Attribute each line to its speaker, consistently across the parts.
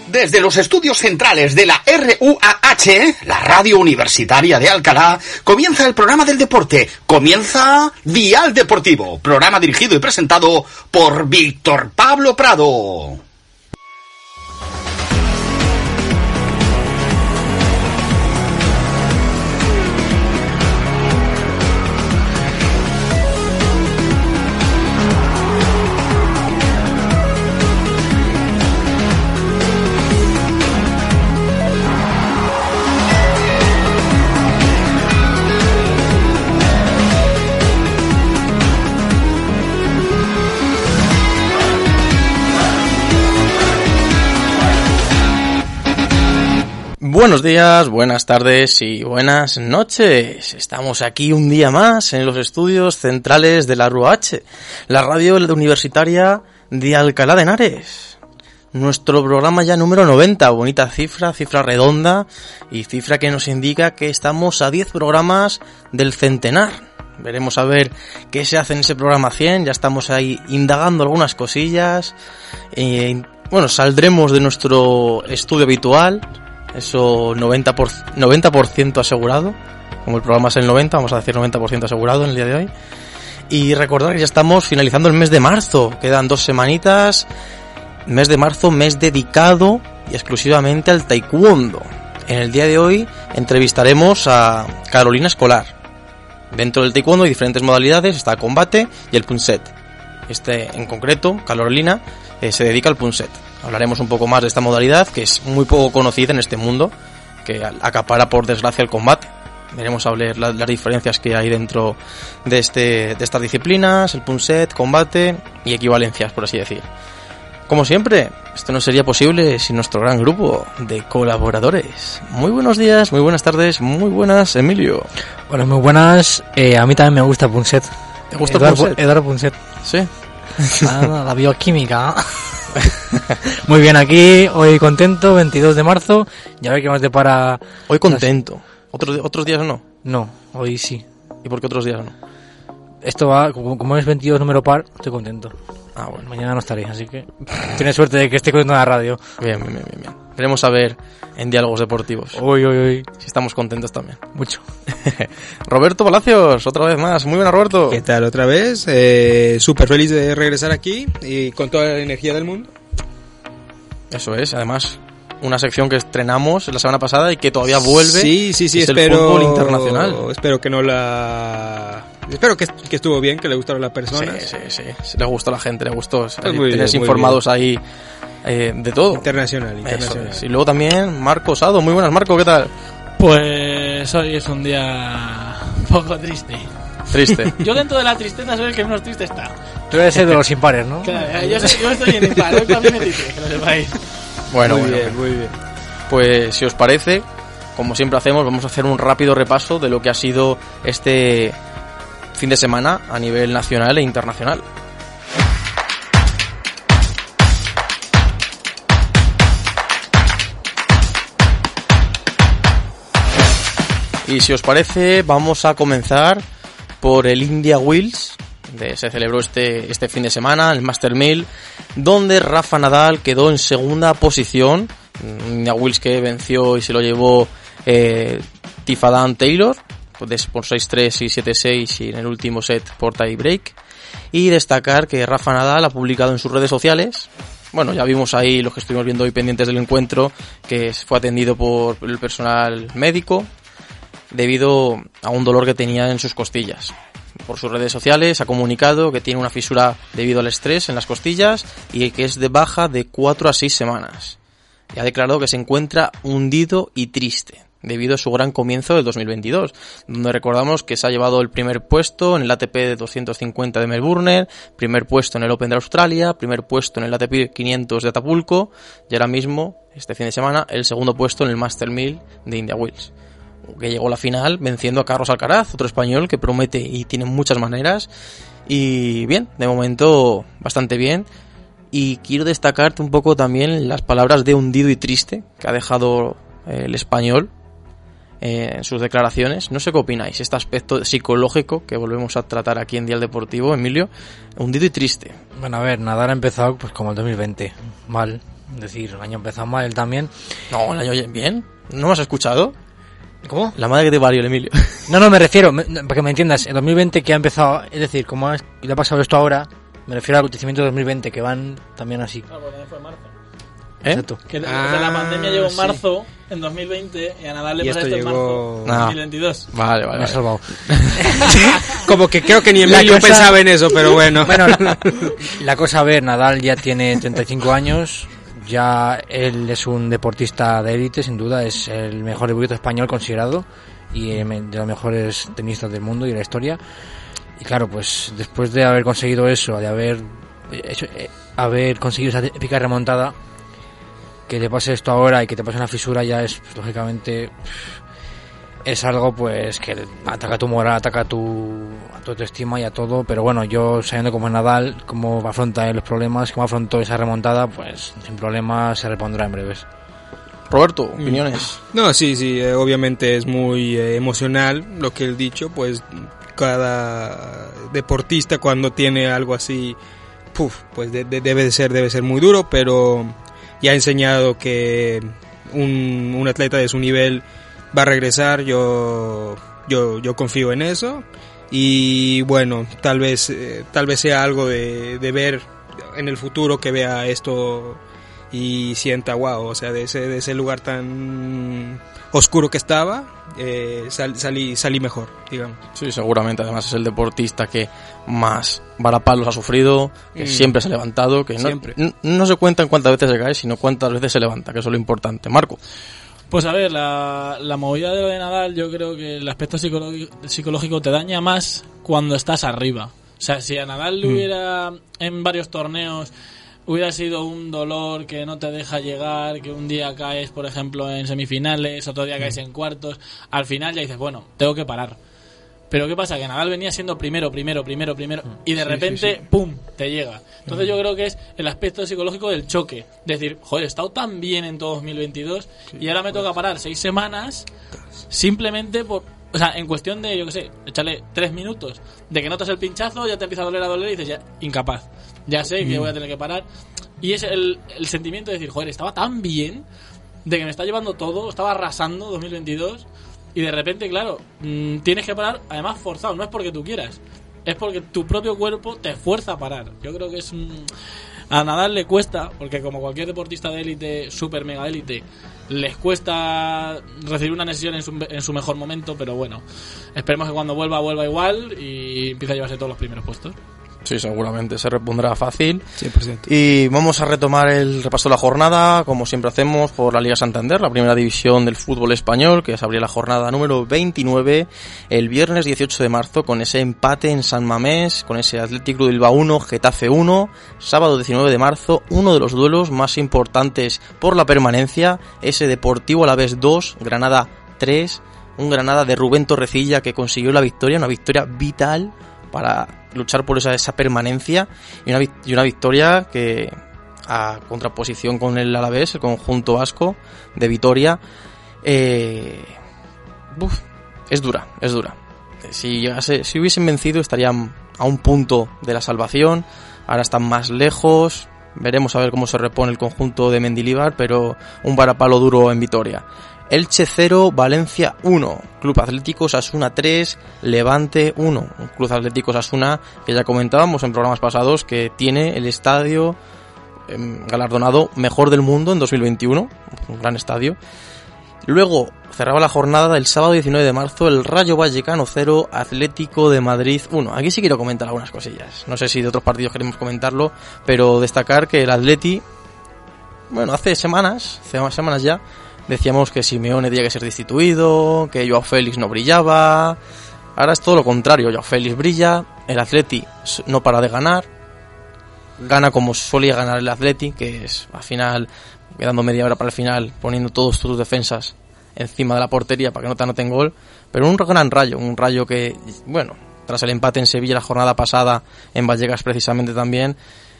Speaker 1: Desde los estudios centrales de la RUAH, la Radio Universitaria de Alcalá, comienza el programa del deporte. Comienza Dial Deportivo, programa dirigido y presentado por Víctor Pablo Prado.
Speaker 2: Buenos días, buenas tardes y buenas noches. Estamos aquí un día más en los estudios centrales de la RUAH, la radio universitaria de Alcalá de Henares. Nuestro programa ya número 90, bonita cifra redonda y cifra que nos indica que estamos a 10 programas del centenar. Veremos a ver qué se hace en ese programa 100, ya estamos ahí indagando algunas cosillas. Saldremos de nuestro estudio habitual. Eso 90% asegurado. Como el programa es el 90, vamos a decir 90% asegurado en el día de hoy. Y recordar que ya estamos finalizando el mes de marzo. Quedan 2 semanitas. Mes de marzo, mes dedicado y exclusivamente al taekwondo. En el día de hoy entrevistaremos a Carolina Escolar. Dentro del taekwondo hay diferentes modalidades. Está el combate y el punset. En concreto, Carolina, se dedica al punset. Hablaremos un poco más de esta modalidad, que es muy poco conocida en este mundo, que acapara por desgracia el combate. Veremos a ver las diferencias que hay dentro de estas disciplinas, el punset, combate y equivalencias, por así decir. Como siempre, esto no sería posible sin nuestro gran grupo de colaboradores. Muy buenos días, muy buenas tardes, muy buenas, Emilio.
Speaker 3: Hola, muy buenas. A mí también me gusta el punset.
Speaker 2: ¿Te gusta el punset?
Speaker 3: Eduardo Punset.
Speaker 2: Sí.
Speaker 3: La bioquímica. Muy bien, aquí, hoy contento, 22 de marzo, ya ver qué más depara.
Speaker 2: Hoy contento. ¿Otros días no?
Speaker 3: No, hoy sí.
Speaker 2: ¿Y por qué otros días no?
Speaker 3: Esto va, como es 22 número par, estoy contento.
Speaker 2: Ah, bueno.
Speaker 3: Mañana no estaré, así que tienes suerte de que esté contento en la radio.
Speaker 2: Bien. Veremos a ver en Diálogos Deportivos.
Speaker 3: Uy.
Speaker 2: Si estamos contentos también.
Speaker 3: Mucho.
Speaker 2: Roberto Palacios, otra vez más. Muy buena, Roberto.
Speaker 4: ¿Qué tal otra vez? Súper feliz de regresar aquí y con toda la energía del mundo.
Speaker 2: Eso es, además, una sección que estrenamos la semana pasada y que todavía vuelve.
Speaker 4: Sí,
Speaker 2: espero, el fútbol internacional.
Speaker 4: Espero que no la... Espero que estuvo bien, que le gustaron a la persona.
Speaker 2: Sí. Le gustó a la gente, le gustó.
Speaker 4: Tenéis
Speaker 2: informados ahí de todo.
Speaker 4: Internacional.
Speaker 2: Y luego también Marco Sado. Muy buenas, Marco, ¿qué tal?
Speaker 5: Pues hoy es un día un poco triste.
Speaker 2: Triste.
Speaker 5: Yo dentro de la tristeza soy el que menos triste está.
Speaker 3: Tú debes ser de los impares, ¿no?
Speaker 5: Claro, yo estoy en impar, hoy también me triste, que lo sepáis.
Speaker 2: Bueno,
Speaker 4: muy bien.
Speaker 2: Pues si os parece, como siempre hacemos, vamos a hacer un rápido repaso de lo que ha sido este fin de semana a nivel nacional e internacional. Y si os parece, vamos a comenzar por el India Wheels. Se celebró este fin de semana, el Master 1000, donde Rafa Nadal quedó en segunda posición. India Wheels que venció y se lo llevó Tifadan Taylor por 6-3 y 7-6 y en el último set por tie break. Y destacar que Rafa Nadal ha publicado en sus redes sociales, bueno, ya vimos ahí los que estuvimos viendo hoy pendientes del encuentro, que fue atendido por el personal médico debido a un dolor que tenía en sus costillas. Por sus redes sociales ha comunicado que tiene una fisura debido al estrés en las costillas y que es de baja de 4 a 6 semanas. Y ha declarado que se encuentra hundido y triste debido a su gran comienzo del 2022, donde recordamos que se ha llevado el primer puesto en el ATP de 250 de Melbourne, primer puesto en el Open de Australia, primer puesto en el ATP 500 de Acapulco y ahora mismo, este fin de semana, el segundo puesto en el Master 1000 de India Wheels, que llegó a la final venciendo a Carlos Alcaraz, otro español que promete y tiene muchas maneras. Y bien, de momento bastante bien. Y quiero destacarte un poco también las palabras de hundido y triste que ha dejado el español en sus declaraciones. No sé qué opináis, este aspecto psicológico que volvemos a tratar aquí en Dial Deportivo, Emilio, hundido y triste.
Speaker 3: Bueno, a ver, Nadal ha empezado pues como el 2020, mal, Es decir, el año empezó mal él también.
Speaker 2: No, el año bien. ¿No me has escuchado?
Speaker 3: ¿Cómo?
Speaker 2: La madre que te parió, el Emilio.
Speaker 3: No, me refiero, para que me entiendas, el 2020 que ha empezado, es decir, como le ha pasado esto ahora, me refiero al acontecimiento de 2020, que van también así.
Speaker 5: Porque también fue en marzo.
Speaker 3: Exacto.
Speaker 5: Que la pandemia llegó en marzo, en 2020, y a Nadal le pasó esto en marzo, en 2022.
Speaker 2: Vale.
Speaker 3: Me he salvado.
Speaker 4: Como que creo que ni Emilio pensaba en eso, pero bueno.
Speaker 3: Bueno, la cosa, a ver, Nadal ya tiene 35 años, ya él es un deportista de élite, sin duda, es el mejor deportista español considerado, y de los mejores tenistas del mundo y de la historia. Y claro, pues después de haber conseguido eso, de haber conseguido esa épica remontada, que te pase esto ahora y que te pase una fisura ya es, pues, lógicamente, es algo pues que ataca tu moral, ataca tu autoestima y a todo. Pero bueno, yo sabiendo cómo es Nadal, cómo afronta los problemas, cómo afrontó esa remontada, pues sin problema se repondrá en breves.
Speaker 2: Roberto, opiniones.
Speaker 4: No, sí, obviamente es muy emocional lo que él dicho, pues cada deportista cuando tiene algo así, pues debe ser muy duro, pero ya ha enseñado que un atleta de su nivel va a regresar. Yo confío en eso, y bueno, tal vez sea algo de ver en el futuro, que vea esto y sienta wow, o sea, de ese lugar tan oscuro que estaba, salí mejor, digamos.
Speaker 2: Sí, seguramente. Además es el deportista que más varapalos ha sufrido, que siempre se ha levantado, que no se cuentan cuántas veces se cae, sino cuántas veces se levanta, que eso es lo importante. Marco.
Speaker 5: Pues a ver, la movida de lo de Nadal, yo creo que el aspecto psicológico te daña más cuando estás arriba. O sea, si a Nadal le hubiera en varios torneos hubiera sido un dolor que no te deja llegar, que un día caes, por ejemplo, en semifinales, otro día caes en cuartos, al final ya dices, bueno, tengo que parar. Pero ¿qué pasa? Que Nadal venía siendo primero, y de repente, ¡pum!, te llega. Entonces yo creo que es el aspecto psicológico del choque. Decir, joder, he estado tan bien en todo 2022 y ahora me toca parar 6 semanas simplemente por... O sea, en cuestión de, yo qué sé, echarle 3 minutos de que notas el pinchazo, ya te empieza a doler y dices, ya, incapaz. Ya sé que voy a tener que parar. Y es el sentimiento de decir, joder, estaba tan bien, de que me está llevando todo, estaba arrasando 2022, y de repente, claro, tienes que parar, además forzado, no es porque tú quieras, es porque tu propio cuerpo te fuerza a parar. Yo creo que es a Nadal le cuesta, porque como cualquier deportista de élite, super mega élite, les cuesta recibir una lesión en su mejor momento, pero bueno, esperemos que cuando vuelva igual y empiece a llevarse todos los primeros puestos.
Speaker 2: Sí, seguramente se repondrá fácil.
Speaker 4: 100%.
Speaker 2: Y vamos a retomar el repaso de la jornada, como siempre hacemos, por la Liga Santander, la primera división del fútbol español, que se abría la jornada número 29 el viernes 18 de marzo, con ese empate en San Mamés, con ese Athletic Club Bilbao 1, Getafe 1, sábado 19 de marzo, uno de los duelos más importantes por la permanencia, ese Deportivo Alavés 2, Granada 3, un Granada de Rubén Torrecilla que consiguió la victoria, una victoria vital para luchar por esa permanencia, y una victoria que, a contraposición con el Alavés, el conjunto vasco de Vitoria, es dura. Si hubiesen vencido estarían a un punto de la salvación, ahora están más lejos, veremos a ver cómo se repone el conjunto de Mendilibar, pero un varapalo duro en Vitoria. Elche 0, Valencia 1, Club Atlético Osasuna 3, Levante 1. Un Club Atlético Osasuna que ya comentábamos en programas pasados que tiene el estadio galardonado mejor del mundo en 2021, un gran estadio. Luego cerraba la jornada el sábado 19 de marzo el Rayo Vallecano 0, Atlético de Madrid 1. Aquí sí quiero comentar algunas cosillas. No sé si de otros partidos queremos comentarlo, pero destacar que el Atleti, bueno, hace semanas ya, decíamos que Simeone tenía que ser destituido, que Joao Félix no brillaba. Ahora es todo lo contrario, Joao Félix brilla, el Atleti no para de ganar, gana como solía ganar el Atleti, que es al final, quedando media hora para el final, poniendo todos tus defensas encima de la portería para que no te anoten gol, pero un gran Rayo, que, bueno, tras el empate en Sevilla la jornada pasada, en Vallecas precisamente también,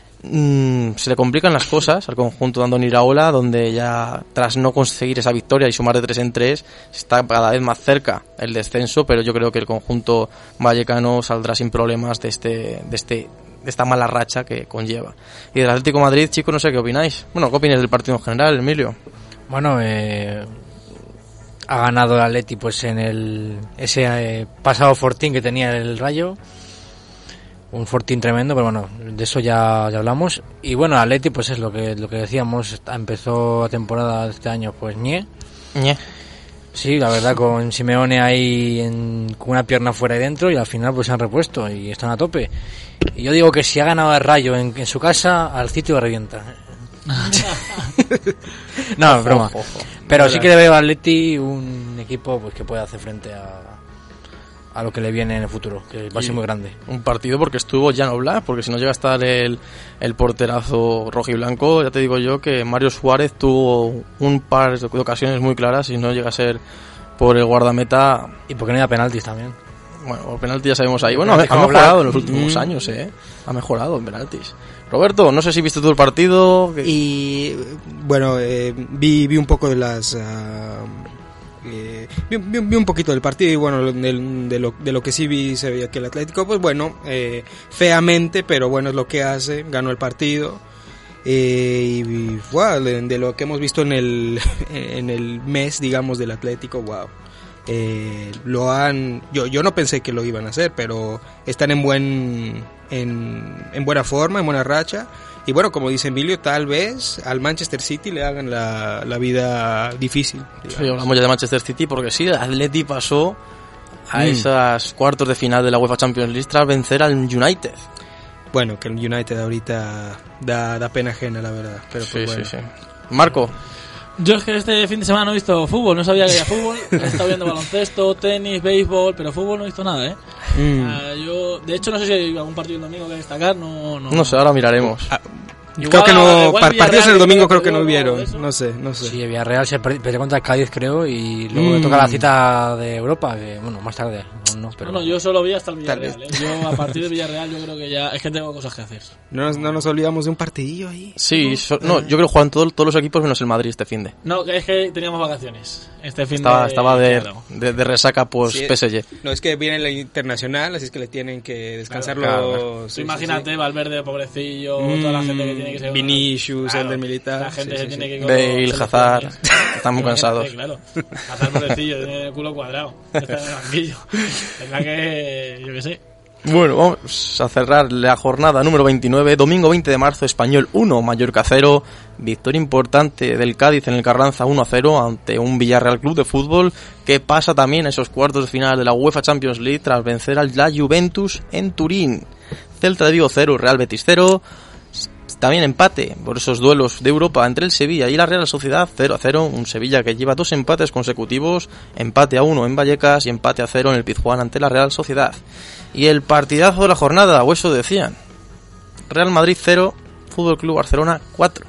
Speaker 2: se le complican las cosas al conjunto de Andoni Iraola, donde ya tras no conseguir esa victoria y sumar de 3 en 3 está cada vez más cerca el descenso, pero yo creo que el conjunto vallecano saldrá sin problemas de este esta mala racha que conlleva. Y del Atlético de Madrid, chicos, no sé qué opináis. Bueno, ¿qué opináis del partido en general, Emilio?
Speaker 3: Bueno, ha ganado el Atleti pues en ese pasado fortín que tenía el Rayo. Un fortín tremendo, pero bueno, de eso ya hablamos. Y bueno, el Atleti pues es lo que decíamos, empezó la temporada de este año pues ñe. Sí, la verdad, con Simeone ahí con una pierna fuera y dentro, y al final pues se han repuesto y están a tope. Y yo digo que si ha ganado el Rayo en su casa, al City lo revienta. No, es broma. Pero sí que le veo al Atleti un equipo pues que puede hacer frente a lo que le viene en el futuro, que va a ser muy grande.
Speaker 2: Un partido porque estuvo Jan Oblak, porque si no llega a estar el porterazo rojiblanco, ya te digo yo que Mario Suárez tuvo un par de ocasiones muy claras y no llega a ser por el guardameta.
Speaker 3: Y porque no hay penaltis también.
Speaker 2: Bueno, por penalti ya sabemos ahí. Bueno, ha mejorado en los últimos años, ha mejorado en penaltis. Roberto, no sé si viste tú el partido.
Speaker 4: Y bueno, vi un poco de las... vi un poquito del partido y bueno, de lo que sí vi, se veía que el Atlético, pues bueno, feamente, pero bueno, es lo que hace, ganó el partido. Y wow, de lo que hemos visto en el mes, digamos, del Atlético, wow. Yo no pensé que lo iban a hacer, pero están en buena forma, en buena racha. Y bueno, como dice Emilio, tal vez al Manchester City le hagan la vida difícil.
Speaker 2: Sí, hablamos ya de Manchester City porque sí, el Atleti pasó a esas cuartos de final de la UEFA Champions League tras vencer al United.
Speaker 4: Bueno, que el United ahorita da pena ajena, la verdad. Pero pues bueno.
Speaker 2: Sí. Marco.
Speaker 5: Yo es que este fin de semana no he visto fútbol, no sabía que había fútbol, he estado viendo baloncesto, tenis, béisbol, pero fútbol no he visto nada, yo, de hecho, no sé si hay algún partido el domingo que destacar, no sé,
Speaker 2: ahora miraremos.
Speaker 4: Creo que no, partidos el domingo creo que no hubieron, no sé.
Speaker 3: Sí, Villarreal se perdió contra el Cádiz, creo, y luego le toca la cita de Europa, que bueno, más tarde, pero...
Speaker 5: yo solo vi hasta el Villarreal, Yo a partir de Villarreal yo creo que ya, es que tengo cosas que hacer.
Speaker 4: No nos olvidamos de un partidillo ahí.
Speaker 2: Sí, yo creo que juegan todos los equipos menos el Madrid este finde.
Speaker 5: No, es que teníamos vacaciones, este fin
Speaker 2: estaba de resaca pues sí, PSG.
Speaker 4: No, es que viene la internacional, así es que le tienen que descansar los...
Speaker 5: Sí, imagínate, Valverde, pobrecillo, toda la gente que tiene que ser...
Speaker 4: Vinicius, el del militar.
Speaker 5: La gente se tiene que...
Speaker 2: Bale, Hazard, están muy cansados.
Speaker 5: Claro, Hazard pobrecillo, tiene el culo cuadrado, está en el banquillo. Verdad que, yo qué sé.
Speaker 2: Bueno, vamos a cerrar la jornada número 29, domingo 20 de marzo, Español 1, Mallorca 0, victoria importante del Cádiz en el Carranza 1-0 ante un Villarreal Club de Fútbol que pasa también a esos cuartos de final de la UEFA Champions League tras vencer al la Juventus en Turín. Celta de Vigo 0, Real Betis 0, también empate por esos duelos de Europa entre el Sevilla y la Real Sociedad 0-0, un Sevilla que lleva 2 empates consecutivos, empate a 1 en Vallecas y empate a 0 en el Pizjuán ante la Real Sociedad. Y el partidazo de la jornada, o eso decían, Real Madrid 0, Fútbol Club Barcelona 4.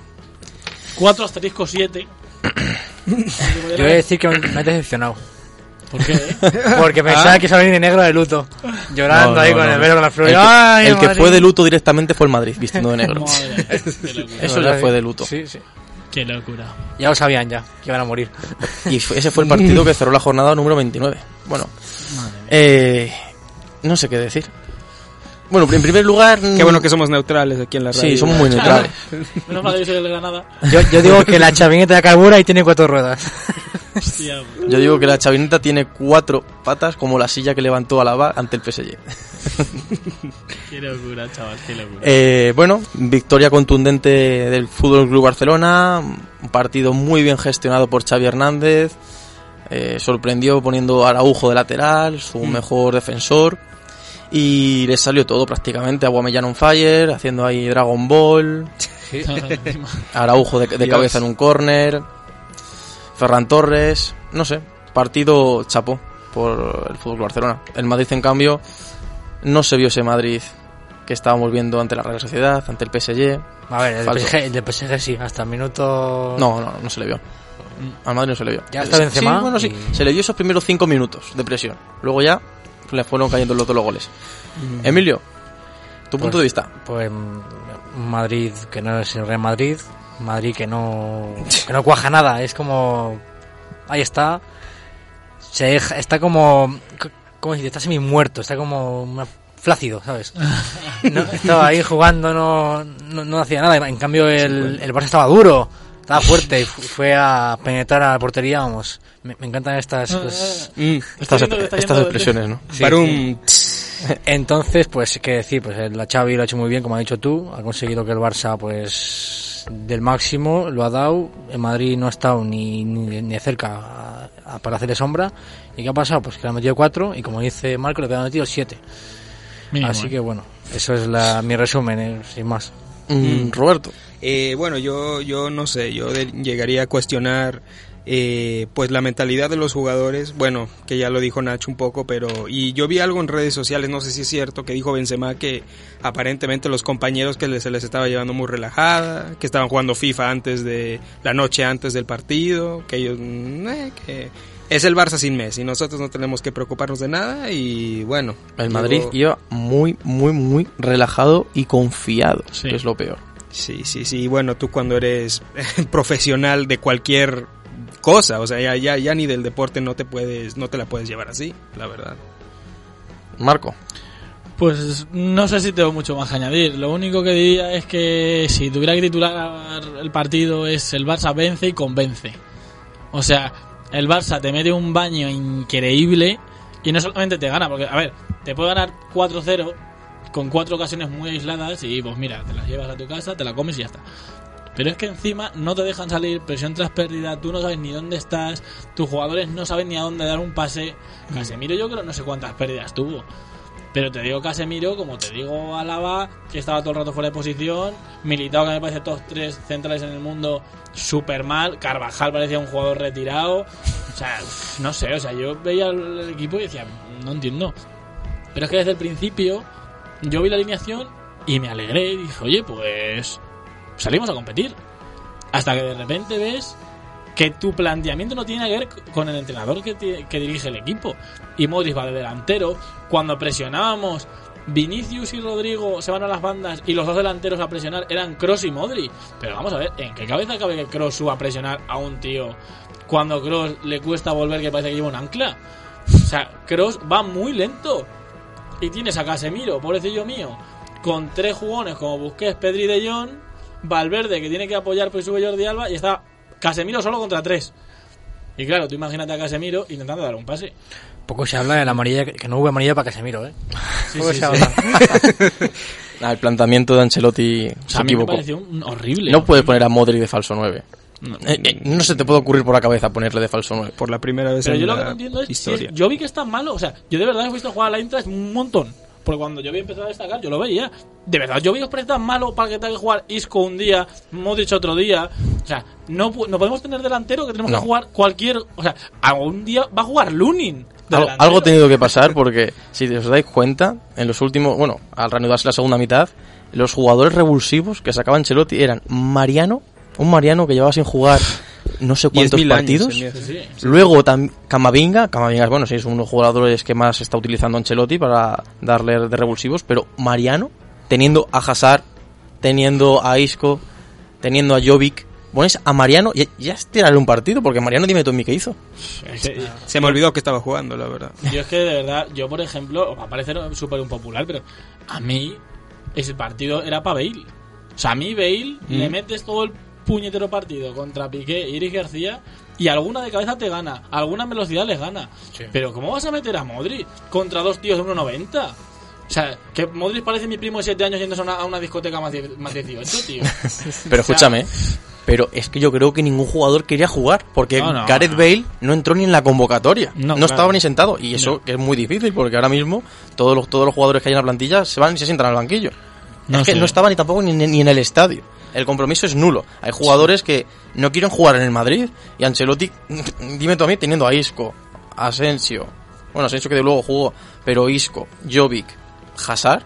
Speaker 5: 4*7.
Speaker 3: Yo voy a decir que me he decepcionado.
Speaker 5: ¿Por qué?
Speaker 3: Porque pensaba que iba a venir de negro de luto, llorando con el velo con la flor.
Speaker 2: El que fue de luto directamente fue el Madrid, vistiendo de negro. Eso ya fue de luto.
Speaker 3: Sí.
Speaker 5: Qué locura.
Speaker 3: Ya lo sabían que iban a morir.
Speaker 2: Y ese fue el partido que cerró la jornada número 29. Bueno, no sé qué decir. Bueno, en primer lugar...
Speaker 4: Qué bueno que somos neutrales aquí en la radio.
Speaker 2: Sí, somos muy neutrales.
Speaker 5: Menos mal que yo soy el de Granada.
Speaker 3: Yo digo que la chavineta carbura y tiene 4 ruedas.
Speaker 5: Hostia,
Speaker 2: yo digo que la chavineta tiene 4 patas como la silla que levantó Alaba ante el PSG.
Speaker 5: Qué locura, chaval, qué locura.
Speaker 2: Bueno, victoria contundente del Fútbol Club Barcelona, un partido muy bien gestionado por Xavi Hernández, sorprendió poniendo a Araujo de lateral, su mejor defensor, y le salió todo prácticamente. Aubameyang on fire, haciendo ahí Dragon Ball, Araujo de cabeza en un córner, Ferran Torres, no sé, partido chapó por el Fútbol Barcelona. El Madrid, en cambio, no se vio ese Madrid que estábamos viendo ante la Real Sociedad, ante el PSG.
Speaker 3: A ver, el de PSG sí, hasta el minuto...
Speaker 2: No se le vio. Al Madrid no se le vio.
Speaker 3: Ya está Benzema.
Speaker 2: Sí, bueno, sí, se le dio esos primeros 5 minutos de presión. Luego ya le fueron cayendo los goles. Emilio, tu punto de vista.
Speaker 3: Pues Madrid que no es el Real Madrid, Madrid que no cuaja nada, es como... Ahí está. Está como... ¿Cómo se dice? Está semi muerto, está como una flácido, ¿sabes? No, estaba ahí jugando, no hacía nada. En cambio el Barça estaba duro, estaba fuerte y fue a penetrar a la portería, vamos. Me encantan estas
Speaker 2: expresiones, ¿no?
Speaker 3: Sí. Entonces, pues, qué decir, pues la Xavi lo ha hecho muy bien, como has dicho tú, ha conseguido que el Barça, pues, del máximo lo ha dado. En Madrid no ha estado ni de cerca para hacerle sombra. ¿Y qué ha pasado? Pues que le han metido 4 y, como dice Marco, le han metido 7. Así que bueno, eso es mi resumen, sin más.
Speaker 2: Roberto.
Speaker 4: Bueno, yo no sé, yo llegaría a cuestionar pues la mentalidad de los jugadores, bueno, que ya lo dijo Nacho un poco, y yo vi algo en redes sociales, no sé si es cierto, que dijo Benzema que aparentemente los compañeros que se les estaba llevando muy relajada, que estaban jugando FIFA la noche antes del partido, que ellos que es el Barça sin Messi, nosotros no tenemos que preocuparnos de nada y bueno.
Speaker 2: El Madrid iba muy, muy, muy relajado y confiado,
Speaker 5: sí.
Speaker 2: Que es lo peor.
Speaker 4: Sí, bueno, tú cuando eres profesional de cualquier cosa, o sea, ya ni del deporte no te la puedes llevar así, la verdad.
Speaker 2: Marco.
Speaker 5: Pues no sé si tengo mucho más que añadir. Lo único que diría es que si tuviera que titular el partido es el Barça vence y convence. O sea, el Barça te mete un baño increíble y no solamente te gana, porque, a ver, te puede ganar 4-0 con 4 ocasiones muy aisladas y pues mira, te las llevas a tu casa, te la comes y ya está. Pero es que encima no te dejan salir, presión tras pérdida, tú no sabes ni dónde estás, tus jugadores no saben ni a dónde dar un pase. Casemiro yo creo no sé cuántas pérdidas tuvo, pero te digo Casemiro, como te digo Alaba, que estaba todo el rato fuera de posición, Militao, que me parece top 3 centrales en el mundo, súper mal, Carvajal parecía un jugador retirado, o sea, no sé, o sea, yo veía el equipo y decía, no entiendo. Pero es que desde el principio yo vi la alineación y me alegré y dije, oye, pues salimos a competir. Hasta que de repente ves que tu planteamiento no tiene que ver con el entrenador que dirige el equipo. Y Modric va de delantero. Cuando presionábamos, Vinicius y Rodrigo se van a las bandas y los dos delanteros a presionar eran Kroos y Modric. Pero vamos a ver, ¿en qué cabeza cabe que Kroos suba a presionar a un tío cuando Kroos le cuesta volver, que parece que lleva un ancla? O sea, Kroos va muy lento. Y tienes a Casemiro, pobrecillo mío, con 3 jugones como Busquets, Pedri, De Jong, Valverde, que tiene que apoyar, pues sube Jordi Alba, y está Casemiro solo contra 3. Y claro, tú imagínate a Casemiro intentando dar un pase.
Speaker 3: Poco se habla de la amarilla, que no hubo amarilla para Casemiro, ¿eh?
Speaker 5: Poco se habla.
Speaker 2: El planteamiento de Ancelotti se equivocó.
Speaker 5: Me pareció horrible.
Speaker 2: No puede poner a Modric de falso 9. No se te puede ocurrir por la cabeza ponerle de falso 9.
Speaker 4: Por la primera vez.
Speaker 5: Pero
Speaker 4: en
Speaker 5: yo
Speaker 4: la
Speaker 5: lo que no entiendo es
Speaker 4: historia.
Speaker 5: yo vi que es tan malo. O sea, yo de verdad he visto jugar a la Eintracht un montón. Porque cuando yo vi empezar a destacar, yo lo veía. De verdad, yo vi que os parece tan malo para que tenga que jugar Isco un día, Modric otro día. O sea, no podemos tener delantero, que tenemos que jugar cualquier. O sea, algún día va a jugar Lunin.
Speaker 2: Algo ha tenido que pasar porque, si os dais cuenta, en los últimos. Bueno, al reanudarse la segunda mitad, los jugadores revulsivos que sacaba Ancelotti eran Mariano, un Mariano que llevaba sin jugar no sé cuántos partidos.
Speaker 5: Sí.
Speaker 2: Luego Camavinga, bueno, sí, es uno de los jugadores que más está utilizando Ancelotti para darle de revulsivos, pero Mariano, teniendo a Hazard, teniendo a Isco, teniendo a Jovic, pones a Mariano, ya es tirarle un partido, porque Mariano, dime tú qué hizo.
Speaker 4: Se me olvidó que estaba jugando, la verdad.
Speaker 5: Yo es que de verdad, yo por ejemplo, va a parecer súper impopular, pero a mí ese partido era para Bale. O sea, a mí Bale le metes todo el puñetero partido contra Piqué y Eric García y alguna de cabeza te gana, alguna velocidad les gana. Sí. Pero ¿cómo vas a meter a Modric contra 2 tíos de 1,90? O sea, que Modric parece mi primo de 7 años yendo a una discoteca más 18, tío.
Speaker 2: Pero escúchame, pero es que yo creo que ningún jugador quería jugar, porque Gareth Bale no entró ni en la convocatoria, no estaba ni sentado, y eso que es muy difícil, porque ahora mismo todos los jugadores que hay en la plantilla se van y se sientan al banquillo. Es que no estaba ni tampoco ni en el estadio. El compromiso es nulo. Hay jugadores que no quieren jugar en el Madrid, y Ancelotti, dime tú a mí, teniendo a Isco, Asensio, bueno, Asensio que de luego jugó, pero Isco, Jovic, Hazard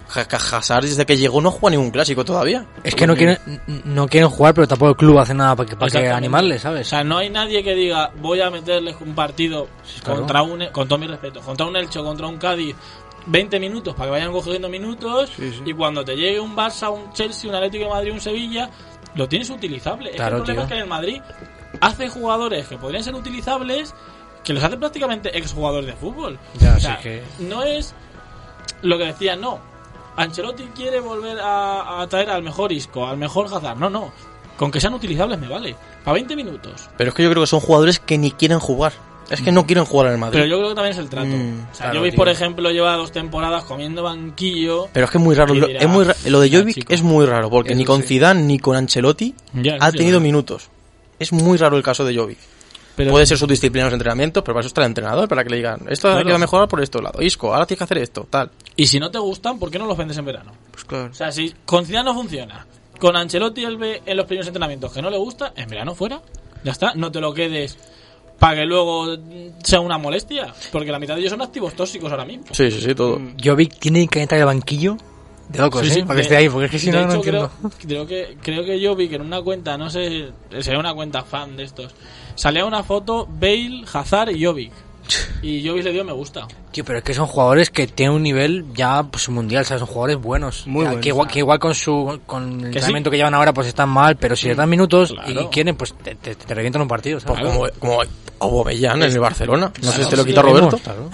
Speaker 2: desde que llegó no juega ningún clásico todavía.
Speaker 3: Es que no quieren jugar, pero tampoco el club hace nada para que animarles, ¿sabes?
Speaker 5: O sea, no hay nadie que diga voy a meterles un partido contra con todo mi respeto, contra un Elche, contra un Cádiz, 20 minutos para que vayan cogiendo minutos, y cuando te llegue un Barça, un Chelsea, un Atlético de Madrid, un Sevilla, lo tienes utilizable. Claro, el problema es que en el Madrid hace jugadores que podrían ser utilizables, que los hace prácticamente exjugadores de fútbol.
Speaker 3: Ya,
Speaker 5: o sea, no es lo que decían, no, Ancelotti quiere volver a traer al mejor Isco, al mejor Hazard. No, con que sean utilizables me vale, para 20 minutos.
Speaker 2: Pero es que yo creo que son jugadores que ni quieren jugar. Es que no quieren jugar en el Madrid.
Speaker 5: Pero yo creo que también es el trato. O sea,
Speaker 3: claro,
Speaker 5: Jovic,
Speaker 3: tío.
Speaker 5: por ejemplo, lleva 2 temporadas comiendo banquillo.
Speaker 2: Pero es que es muy raro.
Speaker 5: Y dirá,
Speaker 2: Lo de
Speaker 5: ya,
Speaker 2: Jovic
Speaker 5: chico.
Speaker 2: es muy raro, porque
Speaker 4: Eso
Speaker 2: ni con
Speaker 4: sí.
Speaker 2: Zidane ni con Ancelotti
Speaker 5: Ya,
Speaker 2: ha
Speaker 5: sí,
Speaker 2: tenido
Speaker 5: sí.
Speaker 2: minutos. Es muy raro el caso de Jovic.
Speaker 5: Pero
Speaker 2: Puede ser su disciplina en los entrenamientos, pero para eso está el entrenador, para que le digan, esto hay
Speaker 5: Claro.
Speaker 2: que mejorar por este lado. Isco, ahora tienes que hacer esto, tal.
Speaker 5: Y si no te gustan, ¿por qué no los vendes en verano?
Speaker 2: Pues claro.
Speaker 5: O sea, si con Zidane no funciona, con Ancelotti él ve en los primeros entrenamientos que no le gusta, en verano fuera. Ya está, no te lo quedes para que luego sea una molestia, porque la mitad de ellos son activos tóxicos ahora mismo.
Speaker 2: Sí, todo.
Speaker 3: Jovic tiene que entrar al banquillo de locos,
Speaker 5: Sí, sí,
Speaker 3: para que esté ahí, porque es que si
Speaker 5: de
Speaker 3: no, no
Speaker 5: hecho,
Speaker 3: entiendo.
Speaker 5: creo que yo vi que en una cuenta, no sé, sería una cuenta fan de estos, salía una foto Bale, Hazard y Jovic. Y Jovic le dio me gusta.
Speaker 3: Tío, pero es que son jugadores que tienen un nivel ya pues mundial, ¿sabes? Son jugadores buenos.
Speaker 4: Muy
Speaker 3: Ya,
Speaker 4: buenos.
Speaker 3: que igual con el
Speaker 5: Que
Speaker 3: entrenamiento que llevan ahora pues están mal, pero si les dan minutos
Speaker 5: Claro.
Speaker 3: y quieren, pues te revientan un partido, ¿sabes?
Speaker 2: Pues como Aubameyang en el Barcelona. No sé si te lo
Speaker 5: sí,
Speaker 2: quita
Speaker 5: lo
Speaker 2: Roberto.
Speaker 3: Claro.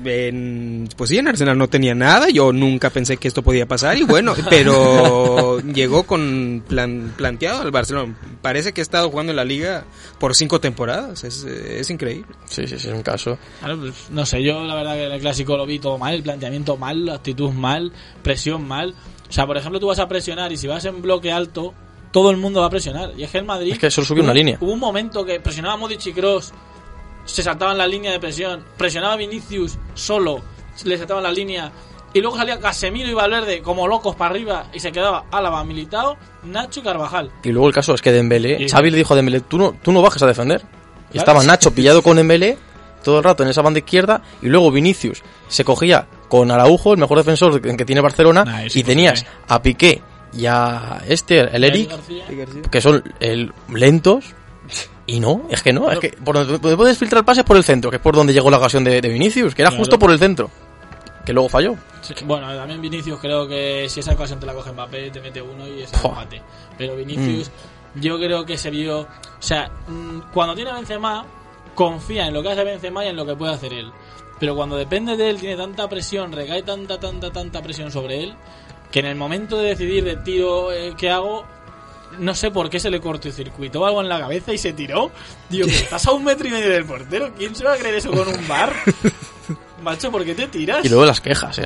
Speaker 4: Pues sí, en Arsenal no tenía nada, yo nunca pensé que esto podía pasar y bueno, pero llegó con planteado al Barcelona. Parece que ha estado jugando en la liga por 5 temporadas, es increíble.
Speaker 2: Sí, es un caso.
Speaker 5: Claro, pues, no sé, yo la verdad que en el clásico lo vi todo mal, el planteamiento mal, la actitud mal, presión mal. O sea, por ejemplo, tú vas a presionar y si vas en bloque alto, todo el mundo va a presionar. Y es que el Madrid...
Speaker 2: Es que solo subió una línea.
Speaker 5: Hubo un momento que presionaba Modric y Kroos, se saltaban la línea de presión, presionaba Vinicius solo, le saltaban la línea, y luego salía Casemiro y Valverde como locos para arriba y se quedaba Álava, Militao, Nacho y Carvajal.
Speaker 2: Y luego el caso es que Dembélé,
Speaker 5: Y-
Speaker 2: Xavi le dijo a Dembélé, tú no bajes a defender. Y
Speaker 5: Claro.
Speaker 2: estaba Nacho pillado con Dembélé todo el rato en esa banda izquierda, y luego Vinicius se cogía con Araujo, el mejor defensor que tiene Barcelona,
Speaker 5: Nah, es
Speaker 2: y tenías
Speaker 5: imposible.
Speaker 2: a Piqué y a el Eric,
Speaker 5: García.
Speaker 2: que son lentos, y no, es que por donde puedes filtrar pases por el centro, que es por donde llegó la ocasión de Vinicius, que era
Speaker 5: Claro.
Speaker 2: justo por el centro, que luego falló.
Speaker 5: Sí, bueno, también Vinicius creo que si esa ocasión te la coge Mbappé, te mete uno y es
Speaker 2: Pua.
Speaker 5: empate. Pero Vinicius, yo creo que se vio... O sea, cuando tiene a Benzema, confía en lo que hace Benzema y en lo que puede hacer él. Pero cuando depende de él, tiene tanta presión, recae tanta presión sobre él, que en el momento de decidir de tiro ¿qué hago? No sé por qué se le cortocircuitó algo en la cabeza y se tiró. Digo, que estás a 1,5 metros del portero. ¿Quién se va a creer eso con un bar? Macho, ¿por qué te tiras?
Speaker 2: Y luego las quejas.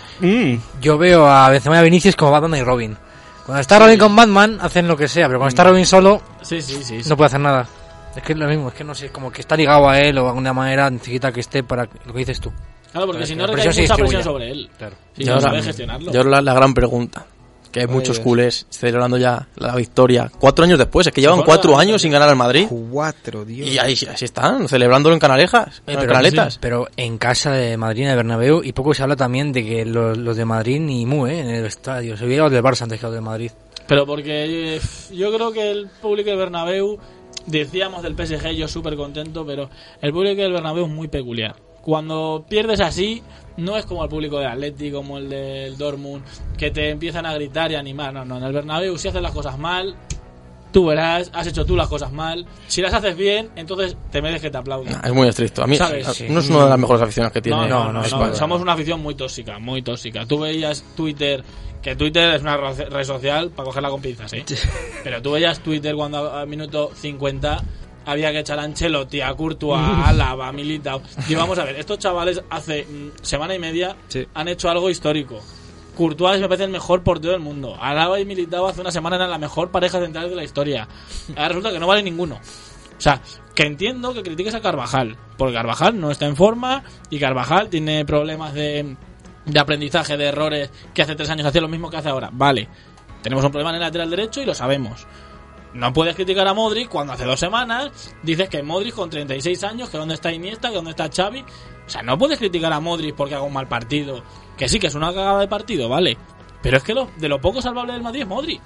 Speaker 3: Yo veo a Benzema y a Vinicius como Batman y Robin. Cuando está Robin con Batman, hacen lo que sea, pero cuando está Robin solo,
Speaker 5: Sí.
Speaker 3: no puede hacer nada. Es que es lo mismo, es que no sé, como que está ligado a él o de alguna manera necesita que esté para lo que dices tú.
Speaker 5: Claro, porque si no
Speaker 3: La
Speaker 5: recae
Speaker 3: presión se
Speaker 5: mucha
Speaker 3: distribuye.
Speaker 5: presión sobre él.
Speaker 3: Claro.
Speaker 5: Sí,
Speaker 2: Y
Speaker 5: no
Speaker 2: ahora,
Speaker 5: sabe gestionarlo.
Speaker 2: y ahora la gran pregunta, que hay
Speaker 4: Ay,
Speaker 2: muchos
Speaker 4: Dios.
Speaker 2: culés celebrando ya la victoria 4 años después, es que llevan
Speaker 5: fue
Speaker 2: 4
Speaker 5: la-
Speaker 2: años sin ganar al Madrid.
Speaker 4: 4, Dios.
Speaker 2: Y ahí así están, celebrándolo en Canalejas, en Canaletas.
Speaker 3: Pero en casa de Madrid, en el Bernabéu, y poco se habla también de que los de Madrid ni en el estadio. Se veía los del Barça antes que los de Madrid.
Speaker 5: Pero porque yo creo que el público del Bernabéu, decíamos del PSG, yo súper contento, pero el público del Bernabéu es muy peculiar. Cuando pierdes así, no es como el público del Atleti, como el del Dortmund, que te empiezan a gritar y animar. No, en el Bernabéu si haces las cosas mal, tú verás, has hecho tú las cosas mal. Si las haces bien, entonces te mereces que te aplaudan.
Speaker 2: Es muy estricto. A mí
Speaker 5: ¿Sabes?
Speaker 2: no es una de las mejores aficiones que tiene
Speaker 5: No,
Speaker 2: España.
Speaker 5: somos una afición muy tóxica, muy tóxica. Tú veías Twitter, que Twitter es una red social para cogerla con pinzas, ¿eh? Pero tú veías Twitter cuando al minuto 50 había que echar a Ancelotti, a Courtois, a Álava, a Militao. Y vamos a ver, estos chavales hace semana y media
Speaker 4: Sí.
Speaker 5: han hecho algo histórico. Courtois me parece el mejor portero del mundo. Álava y Militao hace una semana eran la mejor pareja central de la historia. Ahora resulta que no vale ninguno. O sea, que entiendo que critiques a Carvajal, porque Carvajal no está en forma y Carvajal tiene problemas de aprendizaje, de errores, que hace 3 años hacía lo mismo que hace ahora. Vale, tenemos un problema en el lateral derecho y lo sabemos. No puedes criticar a Modric cuando hace 2 semanas dices que Modric con 36 años, que dónde está Iniesta, que dónde está Xavi. O sea, no puedes criticar a Modric porque haga un mal partido. Que sí, que es una cagada de partido, vale. Pero es que de lo poco salvable del Madrid es Modric.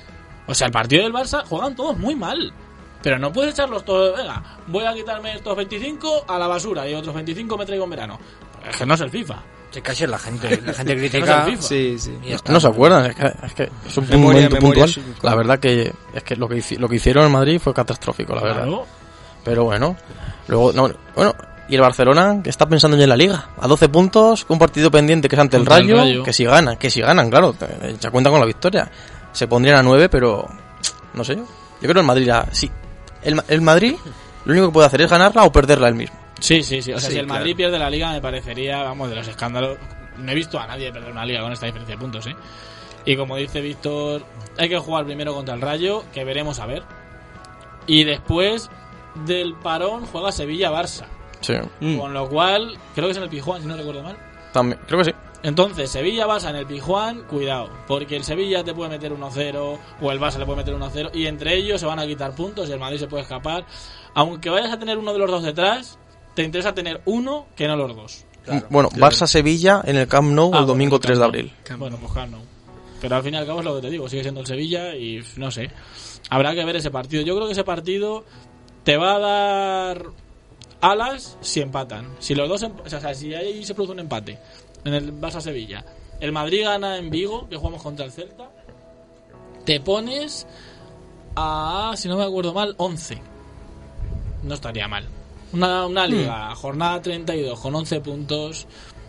Speaker 5: O sea, el partido del Barça juegan todos muy mal. Pero no puedes echarlos todos. Venga, voy a quitarme estos 25 a la basura y otros 25 me traigo en verano. Es que no es el FIFA.
Speaker 3: Se casi la gente
Speaker 5: No
Speaker 3: critica.
Speaker 5: es el FIFA.
Speaker 4: Sí, sí.
Speaker 3: Y ya está.
Speaker 2: No se acuerdan, es que es un
Speaker 4: Memoria
Speaker 2: momento puntual.
Speaker 4: sí, claro.
Speaker 2: La verdad que es que lo que hicieron en Madrid fue catastrófico, la verdad.
Speaker 5: Claro.
Speaker 2: Pero bueno, luego Y el Barcelona, que está pensando ya en la Liga, a 12 puntos, con un partido pendiente que es ante el Rayo, que si ganan, claro, ya cuentan con la victoria. Se pondrían a 9, pero no sé, yo creo el Madrid, sí. El Madrid lo único que puede hacer es ganarla o perderla él mismo.
Speaker 5: Sí. O sea,
Speaker 4: Sí,
Speaker 5: si el Madrid
Speaker 4: claro.
Speaker 5: pierde la Liga, me parecería, vamos, de los escándalos. No he visto a nadie perder una Liga con esta diferencia de puntos, ¿eh? Y como dice Víctor, hay que jugar primero contra el Rayo, que veremos a ver. Y después del parón juega Sevilla-Barça.
Speaker 2: Sí,
Speaker 5: Con lo cual, creo que es en el Pizjuán, si no recuerdo mal.
Speaker 2: también, creo que sí.
Speaker 5: Entonces, Sevilla-Barça en el Pizjuán, cuidado, porque el Sevilla te puede meter 1-0 o el Barça le puede meter 1-0 y entre ellos se van a quitar puntos y el Madrid se puede escapar. Aunque vayas a tener uno de los dos detrás, te interesa tener uno que no los dos.
Speaker 2: Bueno, Barça-Sevilla en el Camp Nou el domingo
Speaker 5: bueno,
Speaker 2: 3 de abril.
Speaker 5: Bueno, pues claro, no. Pero al fin y al cabo es lo que te digo, sigue siendo el Sevilla y no sé. Habrá que ver ese partido. Yo creo que ese partido te va a dar alas si empatan. Si los dos, o sea, si ahí se produce un empate en el Barça-Sevilla, el Madrid gana en Vigo, que jugamos contra el Celta, te pones a, si no me acuerdo mal, 11. No estaría mal. Una liga, jornada 32 con 11 puntos,